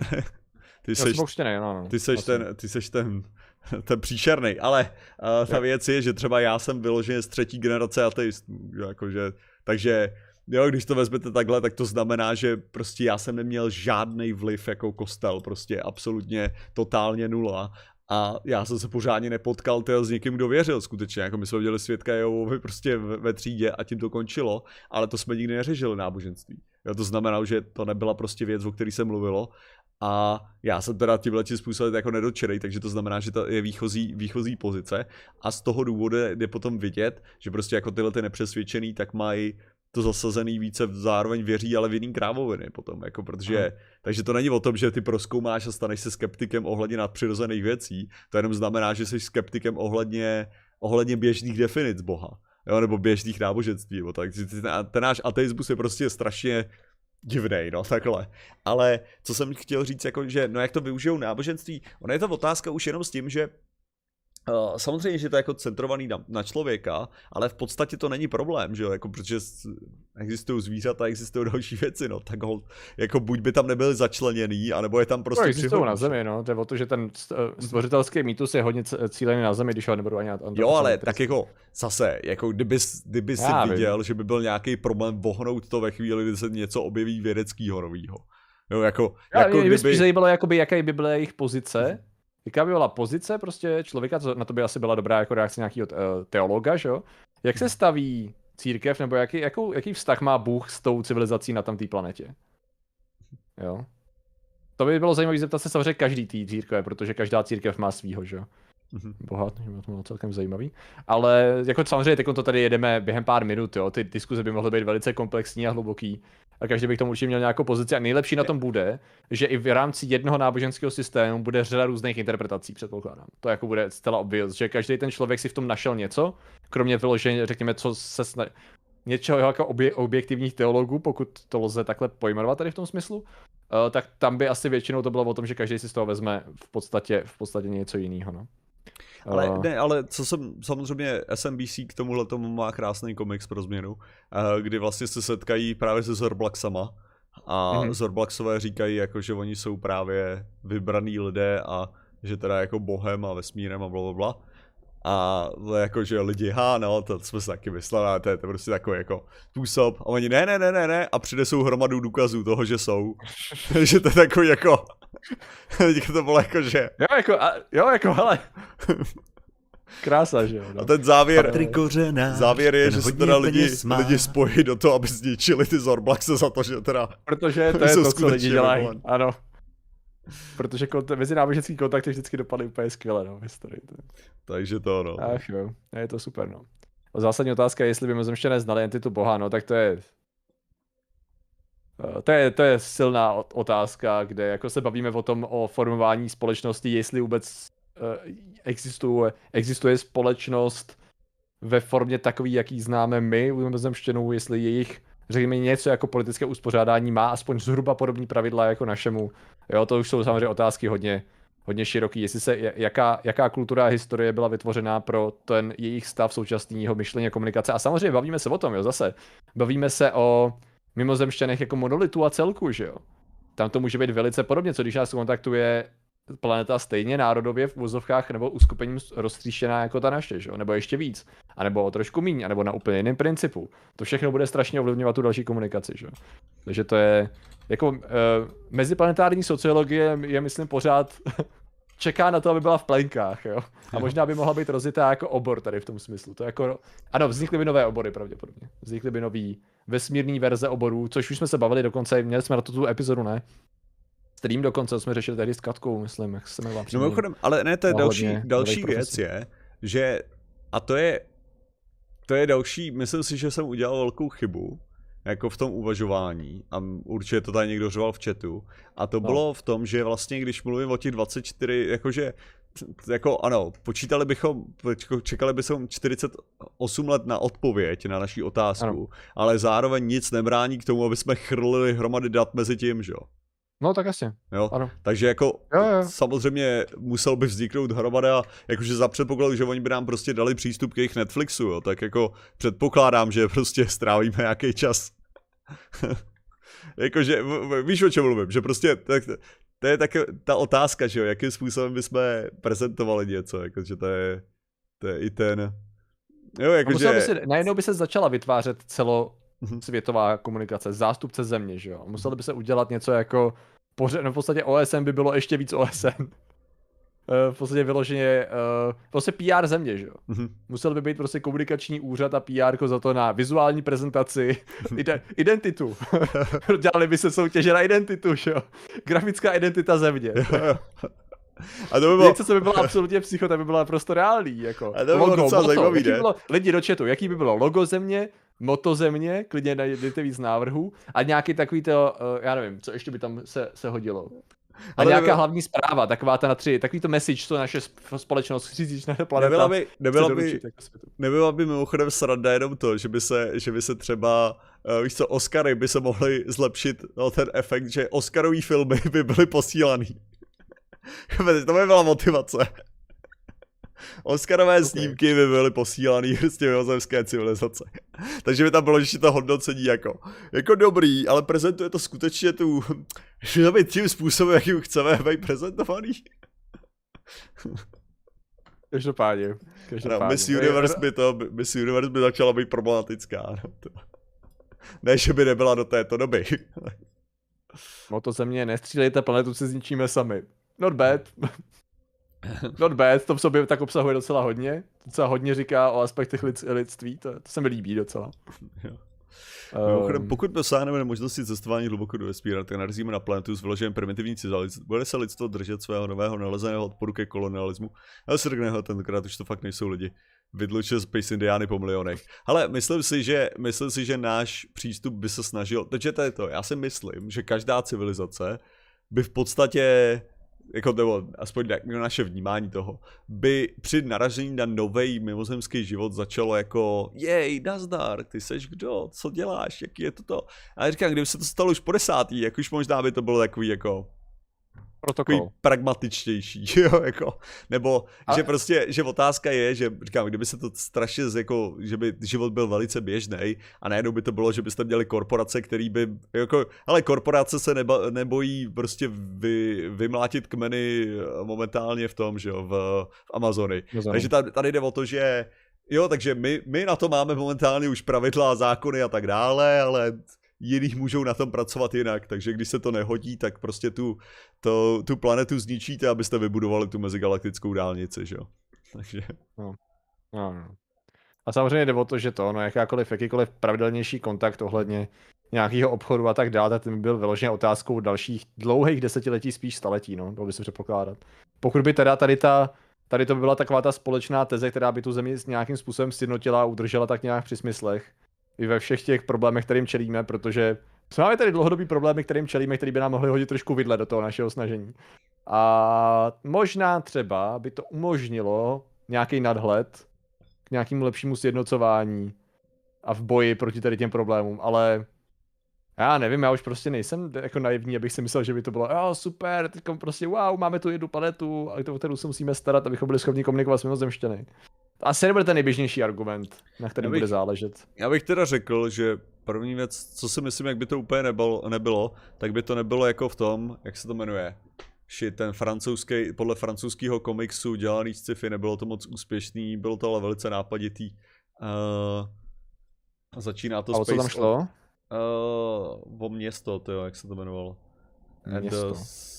ty seš ten příšernej, ale ta věc je, že třeba já jsem vyloženě z 3. generace ateistů, jakože, takže jo, když to vezmete takhle, tak to znamená, že prostě já jsem neměl žádný vliv jako kostel, prostě absolutně totálně nula. A já jsem se pořádně nepotkal s někým, kdo věřil skutečně, jako my jsme udělali svědka Jehovovi prostě ve třídě a tím to končilo, ale to jsme nikdy neřešili náboženství. Jo, to znamenalo, že to nebyla prostě věc, o které se mluvilo a já jsem teda tímhletím způsobem jako nedočerej, takže to znamená, že to je výchozí pozice a z toho důvodu je potom vidět, že prostě jako tyhle ty nepřesvědčený, tak mají to zasazený více zároveň věří, ale v jiný krávoviny potom, jako protože, takže to není o tom, že ty prozkoumáš a staneš se skeptikem ohledně nadpřirozených věcí, to jenom znamená, že jsi skeptikem ohledně běžných definic Boha, jo, nebo běžných náboženství, tak ten náš ateismus je prostě strašně divnej, no, takhle. Ale co jsem chtěl říct, jako, že jak to využijou náboženství, ona je to otázka už jenom s tím, že samozřejmě, že to je jako centrovaný na člověka, ale v podstatě to není problém, že jo, jako protože existují zvířata, existují další věci, no, tak jako buď by tam nebyly začleněný, anebo je tam prostě existují na Zemi, no, to je o to, že ten stvořitelský mýtus je hodně cílený na Zemi, když ho nebudu ani jo, ale tak jako zase, jako kdyby si viděl, že by byl nějaký problém vohnout to ve chvíli, kdy se něco objeví vědeckého novýho. Jo, jako mě by spíš zajímalo, jakoby, jaká by byla jejich pozice. Jaká by byla pozice prostě člověka, na to by asi byla dobrá jako reakce nějakého teologa, že jo? Jak se staví církev, nebo jaký vztah má Bůh s tou civilizací na tamté planetě? Jo? To by bylo zajímavé zeptat se samozřejmě každý té církve, protože každá církev má svýho, že jo? Boha, to bylo celkem zajímavý. Ale jako samozřejmě teď to tady jedeme během pár minut, jo? Ty diskuze by mohly být velice komplexní a hluboký. A každý by k tomu určitě měl nějakou pozici. A nejlepší na tom bude, že i v rámci jednoho náboženského systému bude řada různých interpretací, předpokládám. To jako bude zcela obvious, že každý ten člověk si v tom našel něco, kromě vyloženě, řekněme, co se něčeho jako objektivních teologů, pokud to lze takhle pojmenovat tady v tom smyslu, tak tam by asi většinou to bylo o tom, že každý si z toho vezme v podstatě něco jiného, no. Ale co jsem, samozřejmě SMBC k tomuhle tomu má krásný komiks pro změnu, kdy vlastně se setkají právě se Zorblaxama a Zorblaxové říkají jako, že oni jsou právě vybraný lidé a že teda jako bohem a vesmírem a blablabla. A jako, že lidi, no, to jsme se taky mysleli, to je prostě takový jako způsob. A oni ne, a přinesou hromadu důkazů toho, že jsou. že to je takový jako, to bylo jako, že... Jo, jako, hele. Krása, že jo. No. A ten závěr je, že se teda lidi spojí do toho, aby zničili ty Zorblaxe za to, že teda... Protože to je to, co lidi dělají, ano. Protože mezináboženský kontakty vždycky dopadly úplně skvěle, no, v historii. Takže to, no. Ach jo, je to super, no. Zásadní otázka je, jestli by mimozemšťané znali entitu Boha, no, tak to je silná otázka, kde jako se bavíme o formování společnosti, jestli vůbec existuje společnost ve formě takový, jaký známe my u mimozemšťanů, jestli jejich, řekněme, něco jako politické uspořádání má aspoň zhruba podobný pravidla jako našemu. Jo, to už jsou samozřejmě otázky hodně široký, jestli se, jaká kultura a historie byla vytvořená pro ten jejich stav současného myšlení a komunikace. A samozřejmě bavíme se o tom, jo, zase. Bavíme se o mimozemšťanech jako monolitu a celku, že jo. Tam to může být velice podobně, co když nás kontaktuje planeta stejně národově v úvozovkách nebo uskupením roztříštěná jako ta naše, že jo? Nebo ještě víc, anebo o trošku míň, anebo na úplně jiném principu. To všechno bude strašně ovlivňovat tu další komunikaci, že jo? Takže to je jako meziplanetární sociologie je myslím pořád čeká na to, aby byla v plenkách, jo? A možná by mohla být rozjetá jako obor tady v tom smyslu. To jako ano, vznikly by nové obory pravděpodobně. Vznikly by nový vesmírný verze oborů, což už jsme se bavili dokonce, měli jsme na to tu epizodu, ne? Stream dokonce, jsme řešili tady s Katkou, myslím, jak se jmenuje. No mimochodem, ale ne, to je další věc je, že, a to je další, myslím si, že jsem udělal velkou chybu, jako v tom uvažování, a určitě to tady někdo řval v chatu, a to bylo v tom, že vlastně, když mluvím o těch 24, jakože, jako ano, čekali bychom 48 let na odpověď na naši otázku, ano. Ale zároveň nic nebrání k tomu, aby jsme chrlili hromady dat mezi tím, že jo. No tak jasně. Jo? Ano. Takže jako samozřejmě musel by vzniknout hromada, jakože za předpokladu, že oni by nám prostě dali přístup k jejich Netflixu, jo? Tak jako předpokládám, že prostě strávíme nějaký čas. Jakože, víš o čem mluvím, že prostě to je tak ta otázka, že jo, jakým způsobem bychom prezentovali něco, jakože to je i ten, jo, jakože... Najednou by se začala vytvářet celosvětová komunikace, zástupce země, že jo, museli by se udělat něco jako, v podstatě OSN by bylo ještě víc OSN. V podstatě vyloženě prostě PR země, že jo. Musel by být prostě komunikační úřad a PR za to na vizuální prezentaci, identitu. Dělali by se soutěže na identitu, že jo. Grafická identita země. A to by bylo... Něco, co by bylo absolutně psycho, to by bylo prostě reálný, jako. A to by bylo docela zajímavý, ne? Lidi do chatu, jaký by bylo logo země, moto země, klidně najdete víc návrhů a nějaký takový to, já nevím, co ještě by tam se hodilo. A nějaká hlavní zpráva, taková ta na 3, takový to message, co naše společnost chřízíš na planeta. Nebyla by mimochodem sranda jenom to, že by se třeba, víš co, Oscary by se mohly zlepšit, no, ten efekt, že Oscarový filmy by byly posílaný. To by byla motivace. Oscarové snímky by byly posílaný z těch mimozemské civilizace. Takže by tam bylo ještě to hodnocení jako dobrý, ale prezentuje to skutečně tím způsobem, jakým chceme být prezentovaný. Každopádně. No, Miss Universe by začala být problematická. No, ne, že by nebyla do této doby. Moto země, nestřílejte, planetu si zničíme sami. Not bad. Not bad, to v sobě tak obsahuje docela hodně říká o aspektech lidství, to se mi líbí docela. Pokud dosáhneme možnosti cestování hluboko do vesmíru, tak narazíme na planetu s vyloženým primitivní civilizací. Bude se lidstvo držet svého nového nalezeného odporu ke kolonialismu, ale se řekne, tentokrát už to fakt nejsou lidi. Vydlučil Space Indiány po milionech. Ale myslím si, že náš přístup by se snažil, takže to je to, já si myslím, že každá civilizace by v podstatě, jako nebo aspoň naše vnímání toho, by při naražení na nový mimozemský život začalo jako jej, nazdar, ty seš kdo, co děláš, jaký je to? A já říkám, kdyby se to stalo už po 10., jak už možná by to bylo takový jako takový pragmatičtější, jo, jako, nebo, že prostě, že otázka je, že říkám, kdyby se to strašně, jako, že by život byl velice běžný a najednou by to bylo, že byste měli korporace, který by, jako, ale korporace se nebojí prostě vymlátit kmeny momentálně v tom, že jo, v Amazonii. Takže tady jde o to, že jo, takže my na to máme momentálně už pravidla a zákony a tak dále, ale jiných můžou na tom pracovat jinak, takže když se to nehodí, tak prostě tu planetu zničíte, abyste vybudovali tu mezigalaktickou dálnici, že jo. Takže. No. A samozřejmě jde o to, že jakýkoliv pravidelnější kontakt ohledně nějakého obchodu a tak dále, tak ten byl vyloženě otázkou dalších dlouhých desetiletí, spíš staletí, no, dalo by se předpokládat. Pokud by teda tady to by byla taková ta společná teze, která by tu zemi nějakým způsobem sjednotila a udržela tak nějak při smyslech, i ve všech těch problémech, kterým čelíme, protože máme tady dlouhodobý problémy, kterým čelíme, který by nám mohli hodit trošku vidle do toho našeho snažení. A možná třeba by to umožnilo nějaký nadhled k nějakému lepšímu sjednocování a v boji proti tady těm problémům, ale já nevím, já už prostě nejsem jako naivní, abych si myslel, že by to bylo super, teď prostě wow, máme tu jednu planetu, o kterou se musíme starat, abychom byli schopni komunikovat s mimozemšťany. Asi nebude ten nejběžnější argument, na kterém bude záležet. Já bych teda řekl, že první věc, co si myslím, jak by to úplně nebylo, tak by to nebylo jako v tom, jak se to jmenuje. Ten francouzský, podle francouzského komiksu dělaný sci-fi, nebylo to moc úspěšný, bylo to ale velice nápaditý. Začíná to a o co tam šlo? O město, jak se to jmenovalo. Město.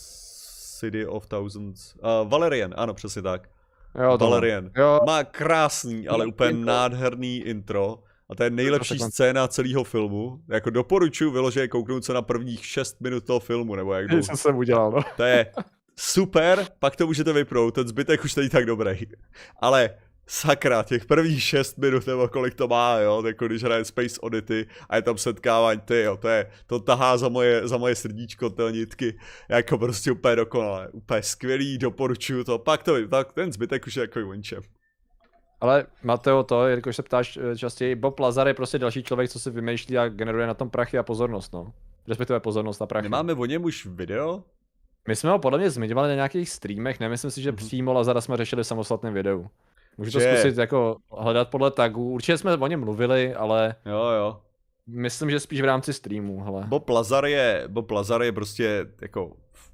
City of Thousands. Valerian, ano, přesně tak. Jo, Valerian. Má krásný, ale úplně nádherný intro. A to je nejlepší scéna celého filmu. Jako doporučuji vyloženě kouknout se na prvních 6 minut toho filmu, nebo jak dlouho. jsem udělal, no. To je super, pak to můžete vypnout, ten zbytek už není tak dobrý. Ale sakra, těch prvních 6 minut, nebo kolik to má, jo, jako když hraje Space Oddity a je tam setkávání, to tahá za moje srdíčko, ty nitky, jako prostě úplně dokonale, úplně skvělý, doporučuju to, pak ten zbytek už je jako o ničem. Ale Mateo, jelikož se ptáš častěji, Bob Lazar je prostě další člověk, co si vymýšlí a generuje na tom prachy a pozornost, no. Respektive pozornost a prachy. Nemáme o něm už video? My jsme ho podle mě zmiňovali na nějakých streamech, nemyslím si, že přímo Lazara jsme řešili v samostatném videu. Můžu to zkusit jako hledat podle tagů, určitě jsme o něm mluvili, ale jo. Myslím, že spíš v rámci streamu, hele. Bob Lazar je prostě jako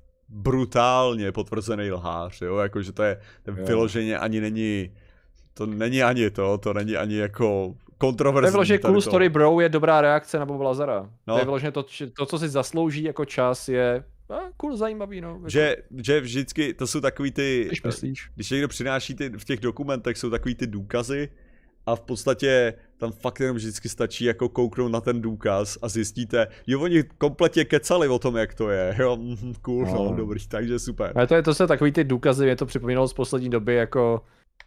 brutálně potvrzený lhář, jo, jakože to je vyloženě ani není, to není ani jako kontroverzní. To je vyloženě cool story bro je dobrá reakce na Boba Lazara. No. To je vyloženě to, co si zaslouží jako čas je cool, zajímavý, no. Že vždycky, to jsou takový ty, když někdo přináší v těch dokumentech, jsou takový ty důkazy a v podstatě tam fakt jenom vždycky stačí jako kouknout na ten důkaz a zjistíte, jo, oni kompletně kecali o tom, jak to je, jo, cool, no, dobrý, takže super. Ale to jsou takový ty důkazy, mě to připomínalo z poslední doby jako,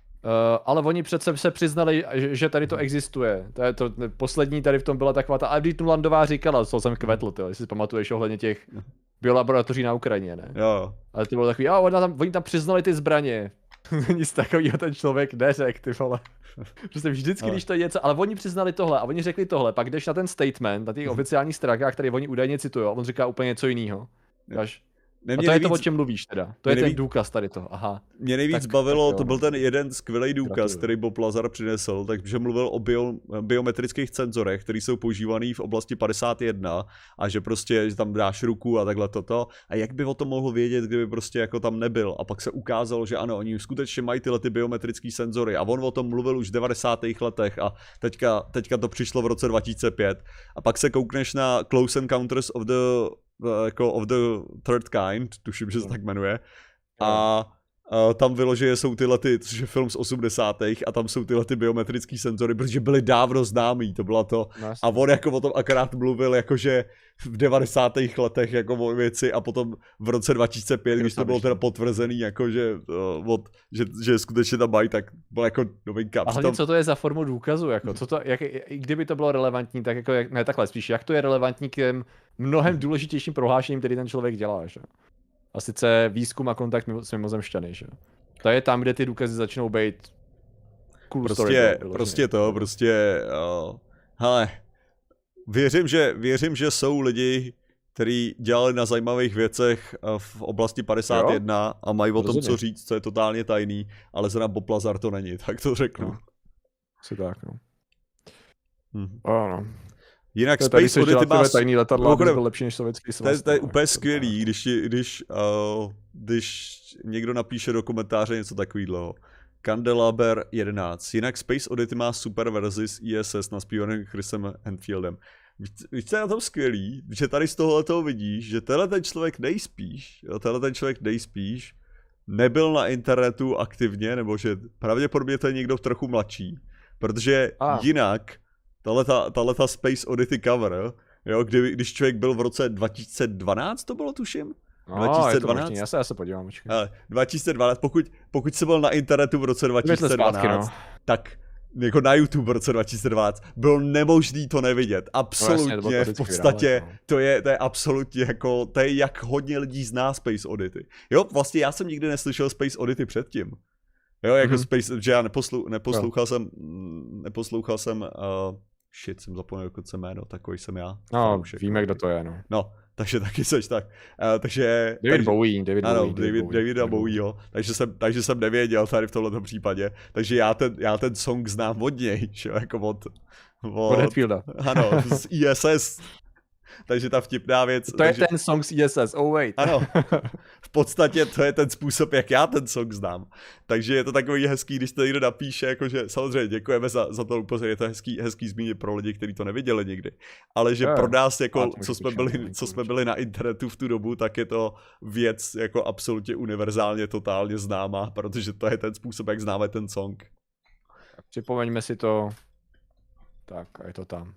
ale oni přece se přiznali, že tady to existuje. To poslední tady v tom byla taková ta Adit Nulandová říkala, co jsem kvetl, jestli si pamatuješ ohledně těch biolaboratoří na Ukrajině, ne? Jo. Ale to bylo takový, oni tam přiznali ty zbraně. Nic takového ten člověk neřekl, ty vole. Prostě vždycky, když to je něco, ale oni přiznali tohle a oni řekli tohle, pak jdeš na ten statement, na těch oficiálních stránkách, který oni údajně citují, a on říká úplně něco jiného. A to je to, o čem mluvíš teda. To je ten důkaz tady toho, aha. Mě nejvíc bavilo, to byl ten jeden skvělý důkaz, který Bob Lazar přinesl, takže mluvil o biometrických senzorech, které jsou používaný v oblasti 51 a že prostě, že tam dáš ruku a takhle toto. A jak by o tom mohl vědět, kdyby prostě jako tam nebyl. A pak se ukázalo, že ano, oni skutečně mají tyhle ty biometrické senzory a on o tom mluvil už v 90. letech a teďka to přišlo v roce 2005. A pak se koukneš na Close Encounters of the jako of the third kind, tuším, že se tak jmenuje. A tam vyloženě jsou tyhle, což je film z 80. a tam jsou tyhle biometrické senzory, protože byly dávno známý, to bylo to. A on jako o tom akorát mluvil, jakože v 90. letech jako o věci a potom v roce 2005, když to bylo teda potvrzený, jako že skutečně tam mají, tak byl jako novinka. A hlavně co to je za formu důkazu, jako, kdyby to bylo relevantní, tak jako, ne takhle, spíš jak to je relevantní k těm mnohem důležitějším prohlášením, který ten člověk dělá, že? A sice výzkum a kontakt s mimozemšťany, že? To je tam, kde ty důkazy začnou být cool story. Hele, věřím, že jsou lidi, kteří dělali na zajímavých věcech v oblasti 51 jo? A mají o tom co říct, co je totálně tajný, ale zrovna Bob Lazar to není, tak to řeknu. No. Asi tak, no. No. Jinak Space Oddity má... tajný letadla, aby byl lepší než sovětský svaz. To je úplně skvělý, když někdo napíše do komentáře něco takového. Candelaber 11. Jinak Space Oddity má super verzi s ISS naspívaným Chrisem Hadfieldem. Víš, co je na tom skvělý? Že tady z tohoto vidíš, že tenhle člověk nejspíš nebyl na internetu aktivně, nebo že pravděpodobně to je někdo trochu mladší. Protože jinak tahleta Space Oddity cover, jo, když člověk byl v roce 2012, to bylo tuším? 2012? Já se podívám. 2012, pokud jsi byl na internetu v roce 2012, tak jako na YouTube v roce 2012, bylo nemožný to nevidět. Absolutně, v podstatě, to je absolutně jako, to je jak hodně lidí zná Space Oddity. Jo, vlastně já jsem nikdy neslyšel Space Oddity předtím. Jo, jako Space, že já neposlouchal jsem, jsem zapomněl dokonce jméno, takový jsem já. No, víme, kdo to je, no. No, takže taky seš tak. Takže... David Bowie, jo. Takže jsem nevěděl tady v tomto případě. Takže já ten song znám od něj, že jako od Hadfielda. Ano, z ISS. Takže ta vtipná věc... To je ten song z ISS, oh wait. Ano, v podstatě to je ten způsob, jak já ten song znám. Takže je to takový hezký, když to někdo napíše, jakože samozřejmě děkujeme za to upozornění, je to hezký zmínit pro lidi, kteří to neviděli nikdy. Ale že pro nás, jako, co jsme byli na internetu v tu dobu, tak je to věc jako absolutně univerzálně, totálně známá, protože to je ten způsob, jak známe ten song. Připomeňme si to. Tak, a je to tam.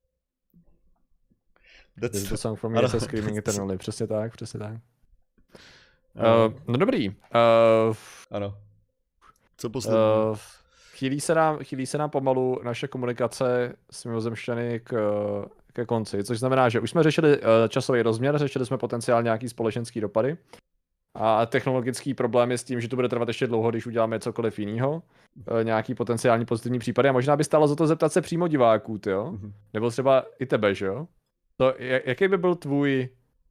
That's the song from ISS Screaming Eternally, přesně tak. No dobrý. Ano. Co poslední? Chýlí se nám pomalu naše komunikace s mimozemšťany ke konci, což znamená, že už jsme řešili časový rozměr, řešili jsme potenciálně nějaký společenský dopady a technologický problémy s tím, že to bude trvat ještě dlouho, když uděláme cokoliv jiného, nějaký potenciální pozitivní případy a možná by stálo za to zeptat se přímo diváků, jo? Nebo třeba i tebe, že jo? To, jaký by byl tvůj...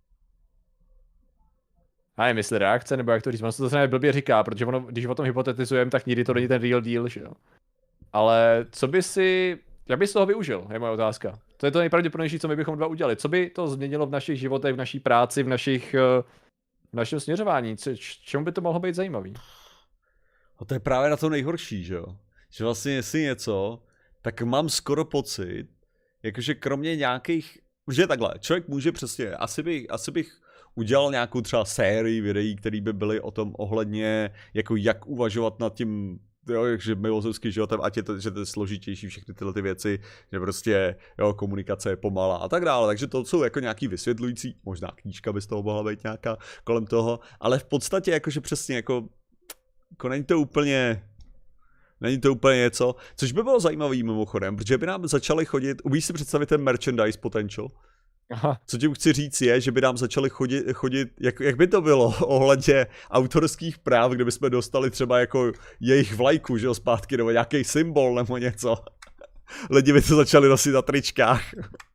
Já nevím, jestli reakce, nebo jak to říct, ono se to zase blbě říká, protože ono, když o tom hypotetizujeme, tak nikdy to není ten real deal, že jo. Ale co by si... Jak bys toho využil, je moje otázka. To je to nejpravděpodobnější, co my bychom dva udělali. Co by to změnilo v našich životech, v naší práci, v našem směřování? Čemu by to mohlo být zajímavý? No to je právě na to nejhorší, že jo. Že vlastně jestli něco, tak mám skoro pocit, jakože kromě nějakých... Že takhle, člověk může přesně, asi bych udělal nějakou třeba sérii videí, které by byly o tom ohledně, jako jak uvažovat nad tím, jo, že mimozemským životem, ať je to, že to je složitější, všechny tyhle ty věci, že prostě, jo, komunikace je pomalá a tak dále, takže to jsou jako nějaký vysvětlující, možná knížka by z toho mohla být nějaká kolem toho, ale v podstatě jakože přesně jako není to úplně něco, což by bylo zajímavý mimochodem, protože by nám začali chodit, umíš si představit ten merchandise potential? Aha. Co tím chci říct je, že by nám začali chodit jak by to bylo ohledně autorských práv, kdyby jsme dostali třeba jako jejich vlajku, že jo, zpátky, nebo nějaký symbol nebo něco. Lidi by to začali nosit na tričkách.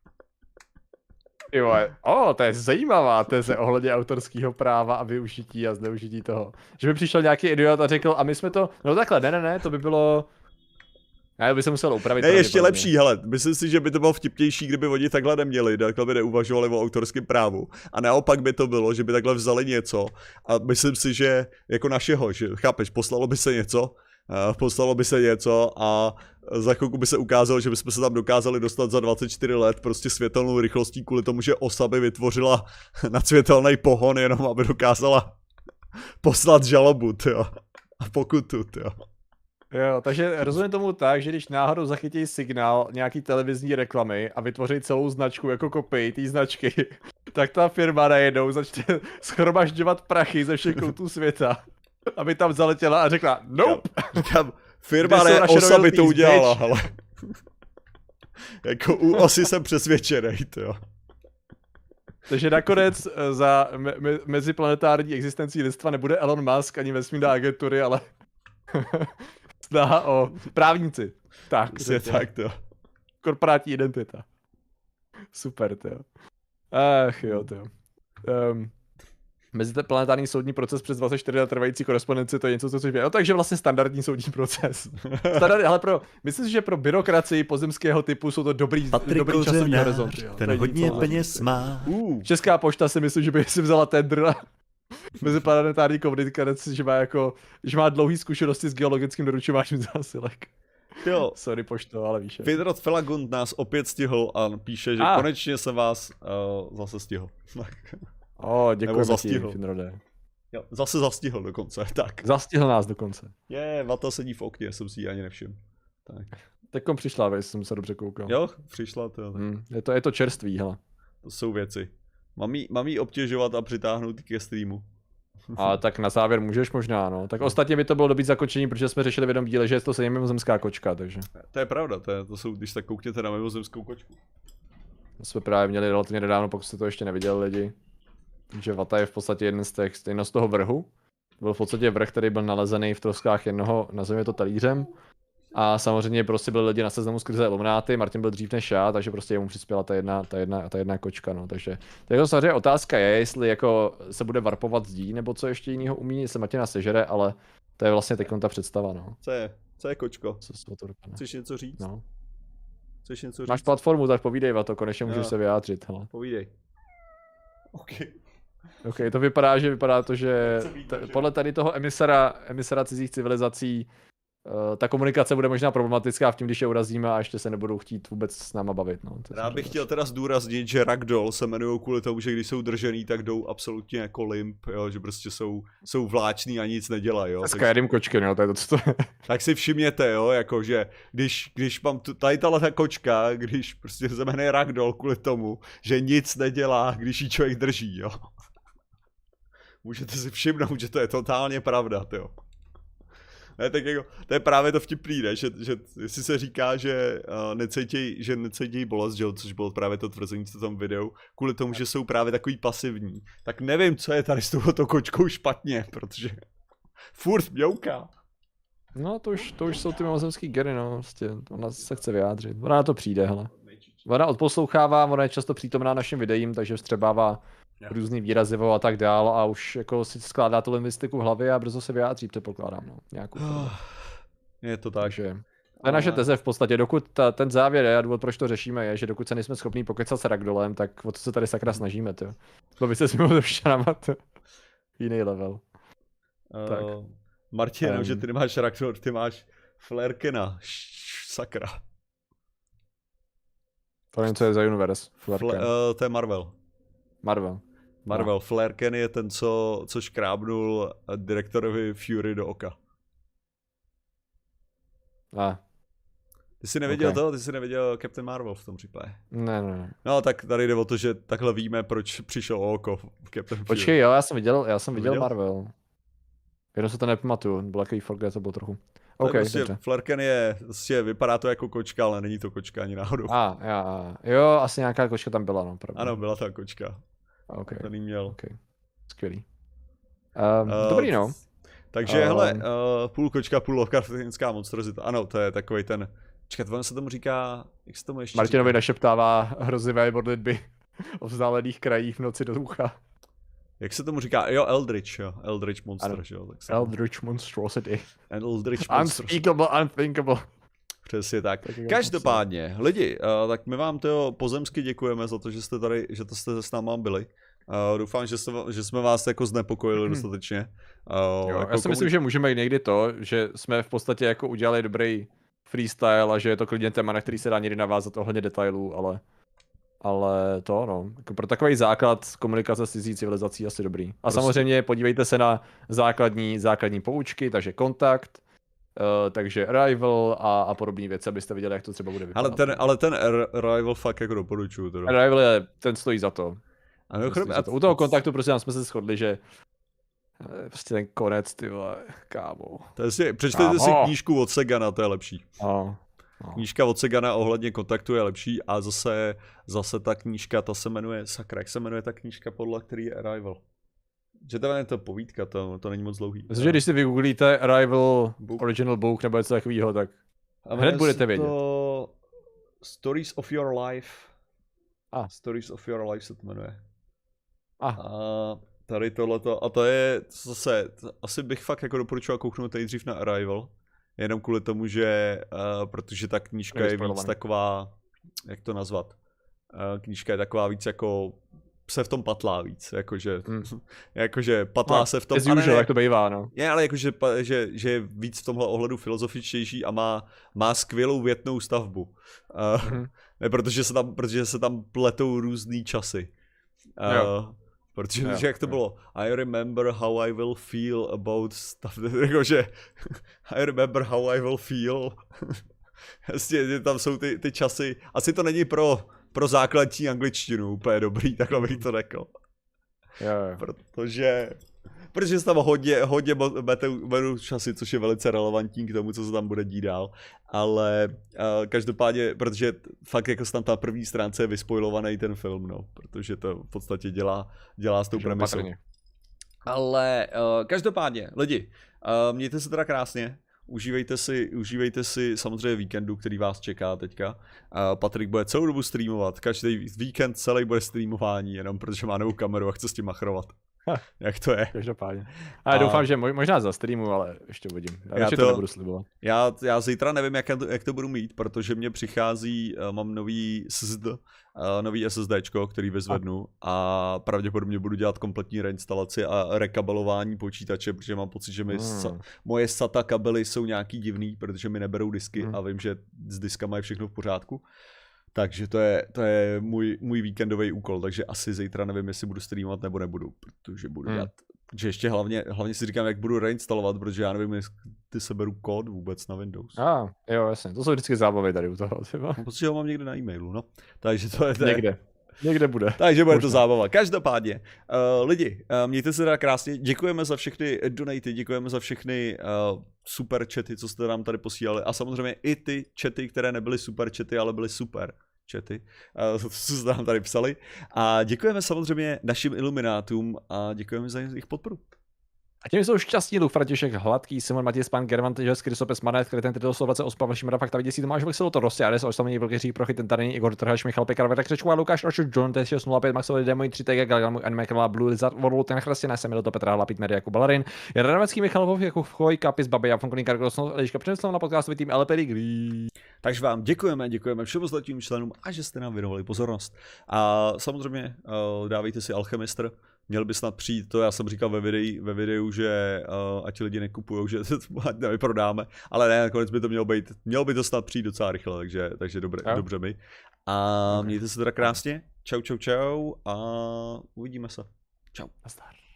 Jo, to je zajímavá teze ohledně autorského práva a využití a zneužití toho. Že by přišel nějaký idiot a řekl, a my jsme to, no takhle, ne, to by bylo... Já by se musel upravit. Ne, ještě lepší, hele, myslím si, že by to bylo vtipnější, kdyby oni takhle neměli, takhle by neuvažovali o autorském právu. A naopak by to bylo, že by takhle vzali něco a myslím si, že jako našeho, že chápeš, poslalo by se něco, poslalo by se něco a za chvilku by se ukázalo, že bychom se tam dokázali dostat za 24 let prostě světelnou rychlostí kvůli tomu, že OSA by vytvořila nadsvětelný pohon jenom, aby dokázala poslat žalobu, tyjo. A pokutu, tyjo. Jo, takže rozumím tomu tak, že když náhodou zachytí signál nějaký televizní reklamy a vytvoří celou značku jako kopii té značky, tak ta firma najednou začne schromažďovat prachy ze všech koutů světa, aby tam zaletěla a řekla nope. Říkám, firma ne, OSA by to udělala, ale jako u OSY jsem přesvědčený, jo. Takže nakonec za meziplanetární existencí lidstva nebude Elon Musk ani vesmírné agentury, ale snaha o právníci. Tak, tak to. Korporátní identita. Super, to jo. Ach jo, to jo. Meziplanetární soudní proces přes 24 let trvající korespondenci, to je něco, co chceš vědět. No, takže vlastně standardní soudní proces. Ale myslím, že pro byrokracii pozemského typu jsou to dobrý časový horizont. Ten hodně peněz má. Česká pošta si myslím, že by si vzala tendr na meziplanetární komunikaci, že má dlouhý zkušenosti s geologickým doručováním zásilek. Jo. Sorry pošto, ale víš. Vidrot Felagund nás opět stihl a píše, že konečně se vás zase stihl. Děkuji ti, Finrode. Jo, zase zastihl dokonce, tak. Zastihl nás dokonce. Vata sedí v okně, jsem si ji ani nevšiml. Tak. Teďkom přišla, jestli jsem se dobře koukal. Jo, přišla to. Je to čerství, hele. To jsou věci. Mám jí obtěžovat a přitáhnout ke streamu. A tak na závěr můžeš možná, no. Tak ostatně by to bylo dobrý zakončení, protože jsme řešili v jednom díle, že je to stejně mimozemská kočka, takže. To je pravda, to jsou, když tak koukněte na mimozemskou kočku. To jsme právě měli relativně nedávno, pokud jste to ještě neviděli lidi. Takže Vata je v podstatě jeden z toho vrhu. To byl v podstatě vrch, který byl nalezený v troskách jednoho, nazveme to talířem. A samozřejmě prostě byli lidi na seznamu skrze Illumináty, Martin byl dřív než já, takže prostě jemu přispěla ta jedna kočka, no, takže samozřejmě otázka je, jestli jako se bude varpovat zdí, nebo co ještě jiného umí, se Martina sežere, ale to je vlastně teď ta představa, no. Co je kočko? Co se to dopadne? Chceš něco říct? No. Chceš něco říct? Máš platformu, tak povídej, Vato, konečně můžeš se vyjádřit, hele. Povídej. OK, to vypadá to, že podle tady toho emisara cizích civilizací ta komunikace bude možná problematická v tím, když je urazíme a ještě se nebudou chtít vůbec s náma bavit. No. Já bych chtěl teda zdůraznit, že Ragdoll se jmenují kvůli tomu, že když jsou držený, tak jdou absolutně jako limp, jo, že prostě jsou vláční a nic nedělají. Jo. Skyrim kočky, jo, to je to, co to je. Tak si všimněte, jo, jako že když mám tady ta kočka, když prostě se jmenuje Ragdoll kvůli tomu, že nic nedělá, když ji člověk drží, jo. Můžete si všimnout, že to je totálně pravda, jo. Ne, tak jako, to je právě to vtipný, ne? Že jestli se říká, že necítějí bolest, že? Což bylo právě to tvrzení v tom videu, kvůli tomu, že jsou právě takový pasivní, tak nevím, co je tady s touto kočkou špatně, protože furt mňouká. No to už jsou ty mimozemský geny, no, prostě, ona se chce vyjádřit, ona na to přijde, hele. Ona odposlouchává, ona je často přítomná našim videím, takže vstřebává různý výrazivo a tak dál a už jako si skládá tu lingvistiku v hlavě a brzo se vyjádří, předpokládám, no, nějakou. Je to tak. Takže to je naše teze v podstatě, dokud ten závěr je, a důvod proč to řešíme je, že dokud se nejsme schopní pokecat s Ragdollem, tak o to se tady sakra snažíme, to. Bavit se s mimozemšťanama, to jiný level. Tak. Martin, že ty nemáš Ragdoll, ty máš Flerkena, sakra. To nevím, co je za univerz. To je Marvel. Flerken je ten, co škrábnul direktorovi Fury do oka. Ty jsi neviděl to? Ty jsi neviděl Captain Marvel v tom případě? Ne. No tak tady jde o to, že takhle víme, proč přišel o oko Captain Fury. Počkej, jo, já jsem viděl Marvel. Jenom se to nepamatuju, byl takový fakt, kde to bylo trochu. Prostě Flerken vypadá to jako kočka, ale není to kočka ani náhodou. Jo, asi nějaká kočka tam byla, no, pravda. Ano, byla ta kočka. Ten jí měl. Skvělý. Dobrý, no. Takže hele, půl kočka, půl lovecraftianská monstrozita. Ano, to je takovej ten... Čekat, on se tomu říká... Jak se tomu ještě Martinovi našeptává hrozivé modlitby o vzdálených krajích v noci do ucha. Jak se tomu říká? Jo, Eldritch Monster, jo. Eldritch Monstrosity. Eldritch Monster. Unspeakable, unthinkable. Přesně tak. Každopádně, lidi, tak my vám to pozemsky děkujeme za to, že jste tady, že to jste s náma byli. Doufám, že jsme vás jako znepokojili dostatečně. Jo, já si myslím, že můžeme i někdy to, že jsme v podstatě jako udělali dobrý freestyle a že je to klidně téma, na který se dá někdy navázat ohledně detailů, ale to no, jako pro takový základ komunikace s cizí civilizací asi dobrý. A prostě. Samozřejmě podívejte se na základní poučky, takže kontakt, takže Arrival a podobné věci, abyste viděli, jak to třeba bude vypadat. Ale ten Arrival fakt jako doporučuju. Teda. Arrival ten stojí za to. U toho kontaktu prostě jsme se shodli, že prostě ten konec, ty vole, kámo. Přečtejte si knížku od Sagana, to je lepší. No. Knížka od Sagana ohledně kontaktu je lepší a zase ta knížka, ta se jmenuje, sakra, jak se jmenuje ta knížka, podle který je Arrival? Že to je to povídka, to není moc dlouhý. Myslím, že když si vygooglíte Arrival Original Book nebo něco takového, tak hned budete vědět. Stories of Your Life. Stories of Your Life se to jmenuje. A tady tohleto, a to je zase, asi bych fakt jako doporučoval kouknout nejdřív na Arrival. Jenom kvůli tomu, že protože ta knížka je víc taková, jak to nazvat, knížka je taková víc jako, se v tom patlá víc, jakože patlá se v tom, jak to bývá, no. Je, ale jakože že je víc v tomhle ohledu filozofičtější a má skvělou větnou stavbu. Ne, protože se tam pletou různý časy. Protože jak to bylo, I remember how I will feel about stuff, jakože I remember how I will feel. Jasně, tam jsou ty časy, asi to není pro základní angličtinu úplně dobrý, takhle bych to řekl. Protože se tam hodně beru časy, což je velice relevantní k tomu, co se tam bude dít dál, ale každopádně, protože fakt jako tam ta první stránce je vyspoilovaný ten film, no, protože to v podstatě dělá s tou premisou. Ale každopádně, lidi, mějte se teda krásně. Užívejte si samozřejmě víkendu, který vás čeká teďka. Patrik bude celou dobu streamovat, každý víkend celý bude streamování, jenom protože má novou kameru a chce s tím machrovat. Jak to je? Každopádně. Ale doufám, že možná za streamu, ale ještě uvidím. Já to nebudu slibovat. Já zítra nevím, jak to budu mít, protože mě přichází, mám nový SSDčko, který vyzvednu a pravděpodobně budu dělat kompletní reinstalaci a rekabelování počítače, protože mám pocit, že moje SATA kabely jsou nějaký divný, protože mi neberou disky a vím, že s diskama je všechno v pořádku. Takže to je můj víkendový úkol, takže asi zítra nevím, jestli budu streamovat nebo nebudu, protože budu dělat, že ještě hlavně si říkám, jak budu reinstalovat, protože já nevím, jestli ty seberu kód vůbec na Windows. Jo, jasně, to jsou vždycky zábavy tady u toho. Mám pocit, že ho mám někde na e-mailu, no. Takže to je... Někde bude. Takže bude to zábava. Každopádně, lidi, mějte se teda krásně, děkujeme za všechny donaty, děkujeme za všechny super chaty, co jste nám tady posílali a samozřejmě i ty chaty, které nebyly super chaty, ale byly super chaty, co jste nám tady psali. A děkujeme samozřejmě našim iluminátům a děkujeme za jejich podporu. A těmi jsou šťastní Luke, František Hladký, Simon Matěj, Pan German, Težes, Krysopes, Manet, Kreten, Tyto Slovace, Ospav, Šimra, Fakta, Viděsí, Tomáš, Vexelo, to Rosy, Ades, Osamení, Vlkeří, Prochy, Tentarení, Igor Trhaš, Michal Pekar, Vedek, Řečková, Lukáš, Roču, John, T605, Maxovi, Demoj, 3 TG, Galgamu, Anime, Kanala, Blue Lizard, Vorlu, Ten Chrastěna, Semil, to Petra, Lapit, Media, jako Balarin, Jan Ravecký, Michal Vov, jako Choj, Kapis, Babi, Jafonkoný, Kargosno, Eliška, přenesl na podcastový tým LP Green. Takže vám děkujeme všem ostatním členům a že jste nám věnovali pozornost. A samozřejmě dávejte si Alchemistr. Měl by snad přijít, to já jsem říkal ve videu, že ať lidi nekupujou, že to nevyprodáme, ale ne, nakonec by to mělo by to snad přijít docela rychle, takže dobře mi. A mějte se teda krásně, čau a uvidíme se. Čau. Nazdar.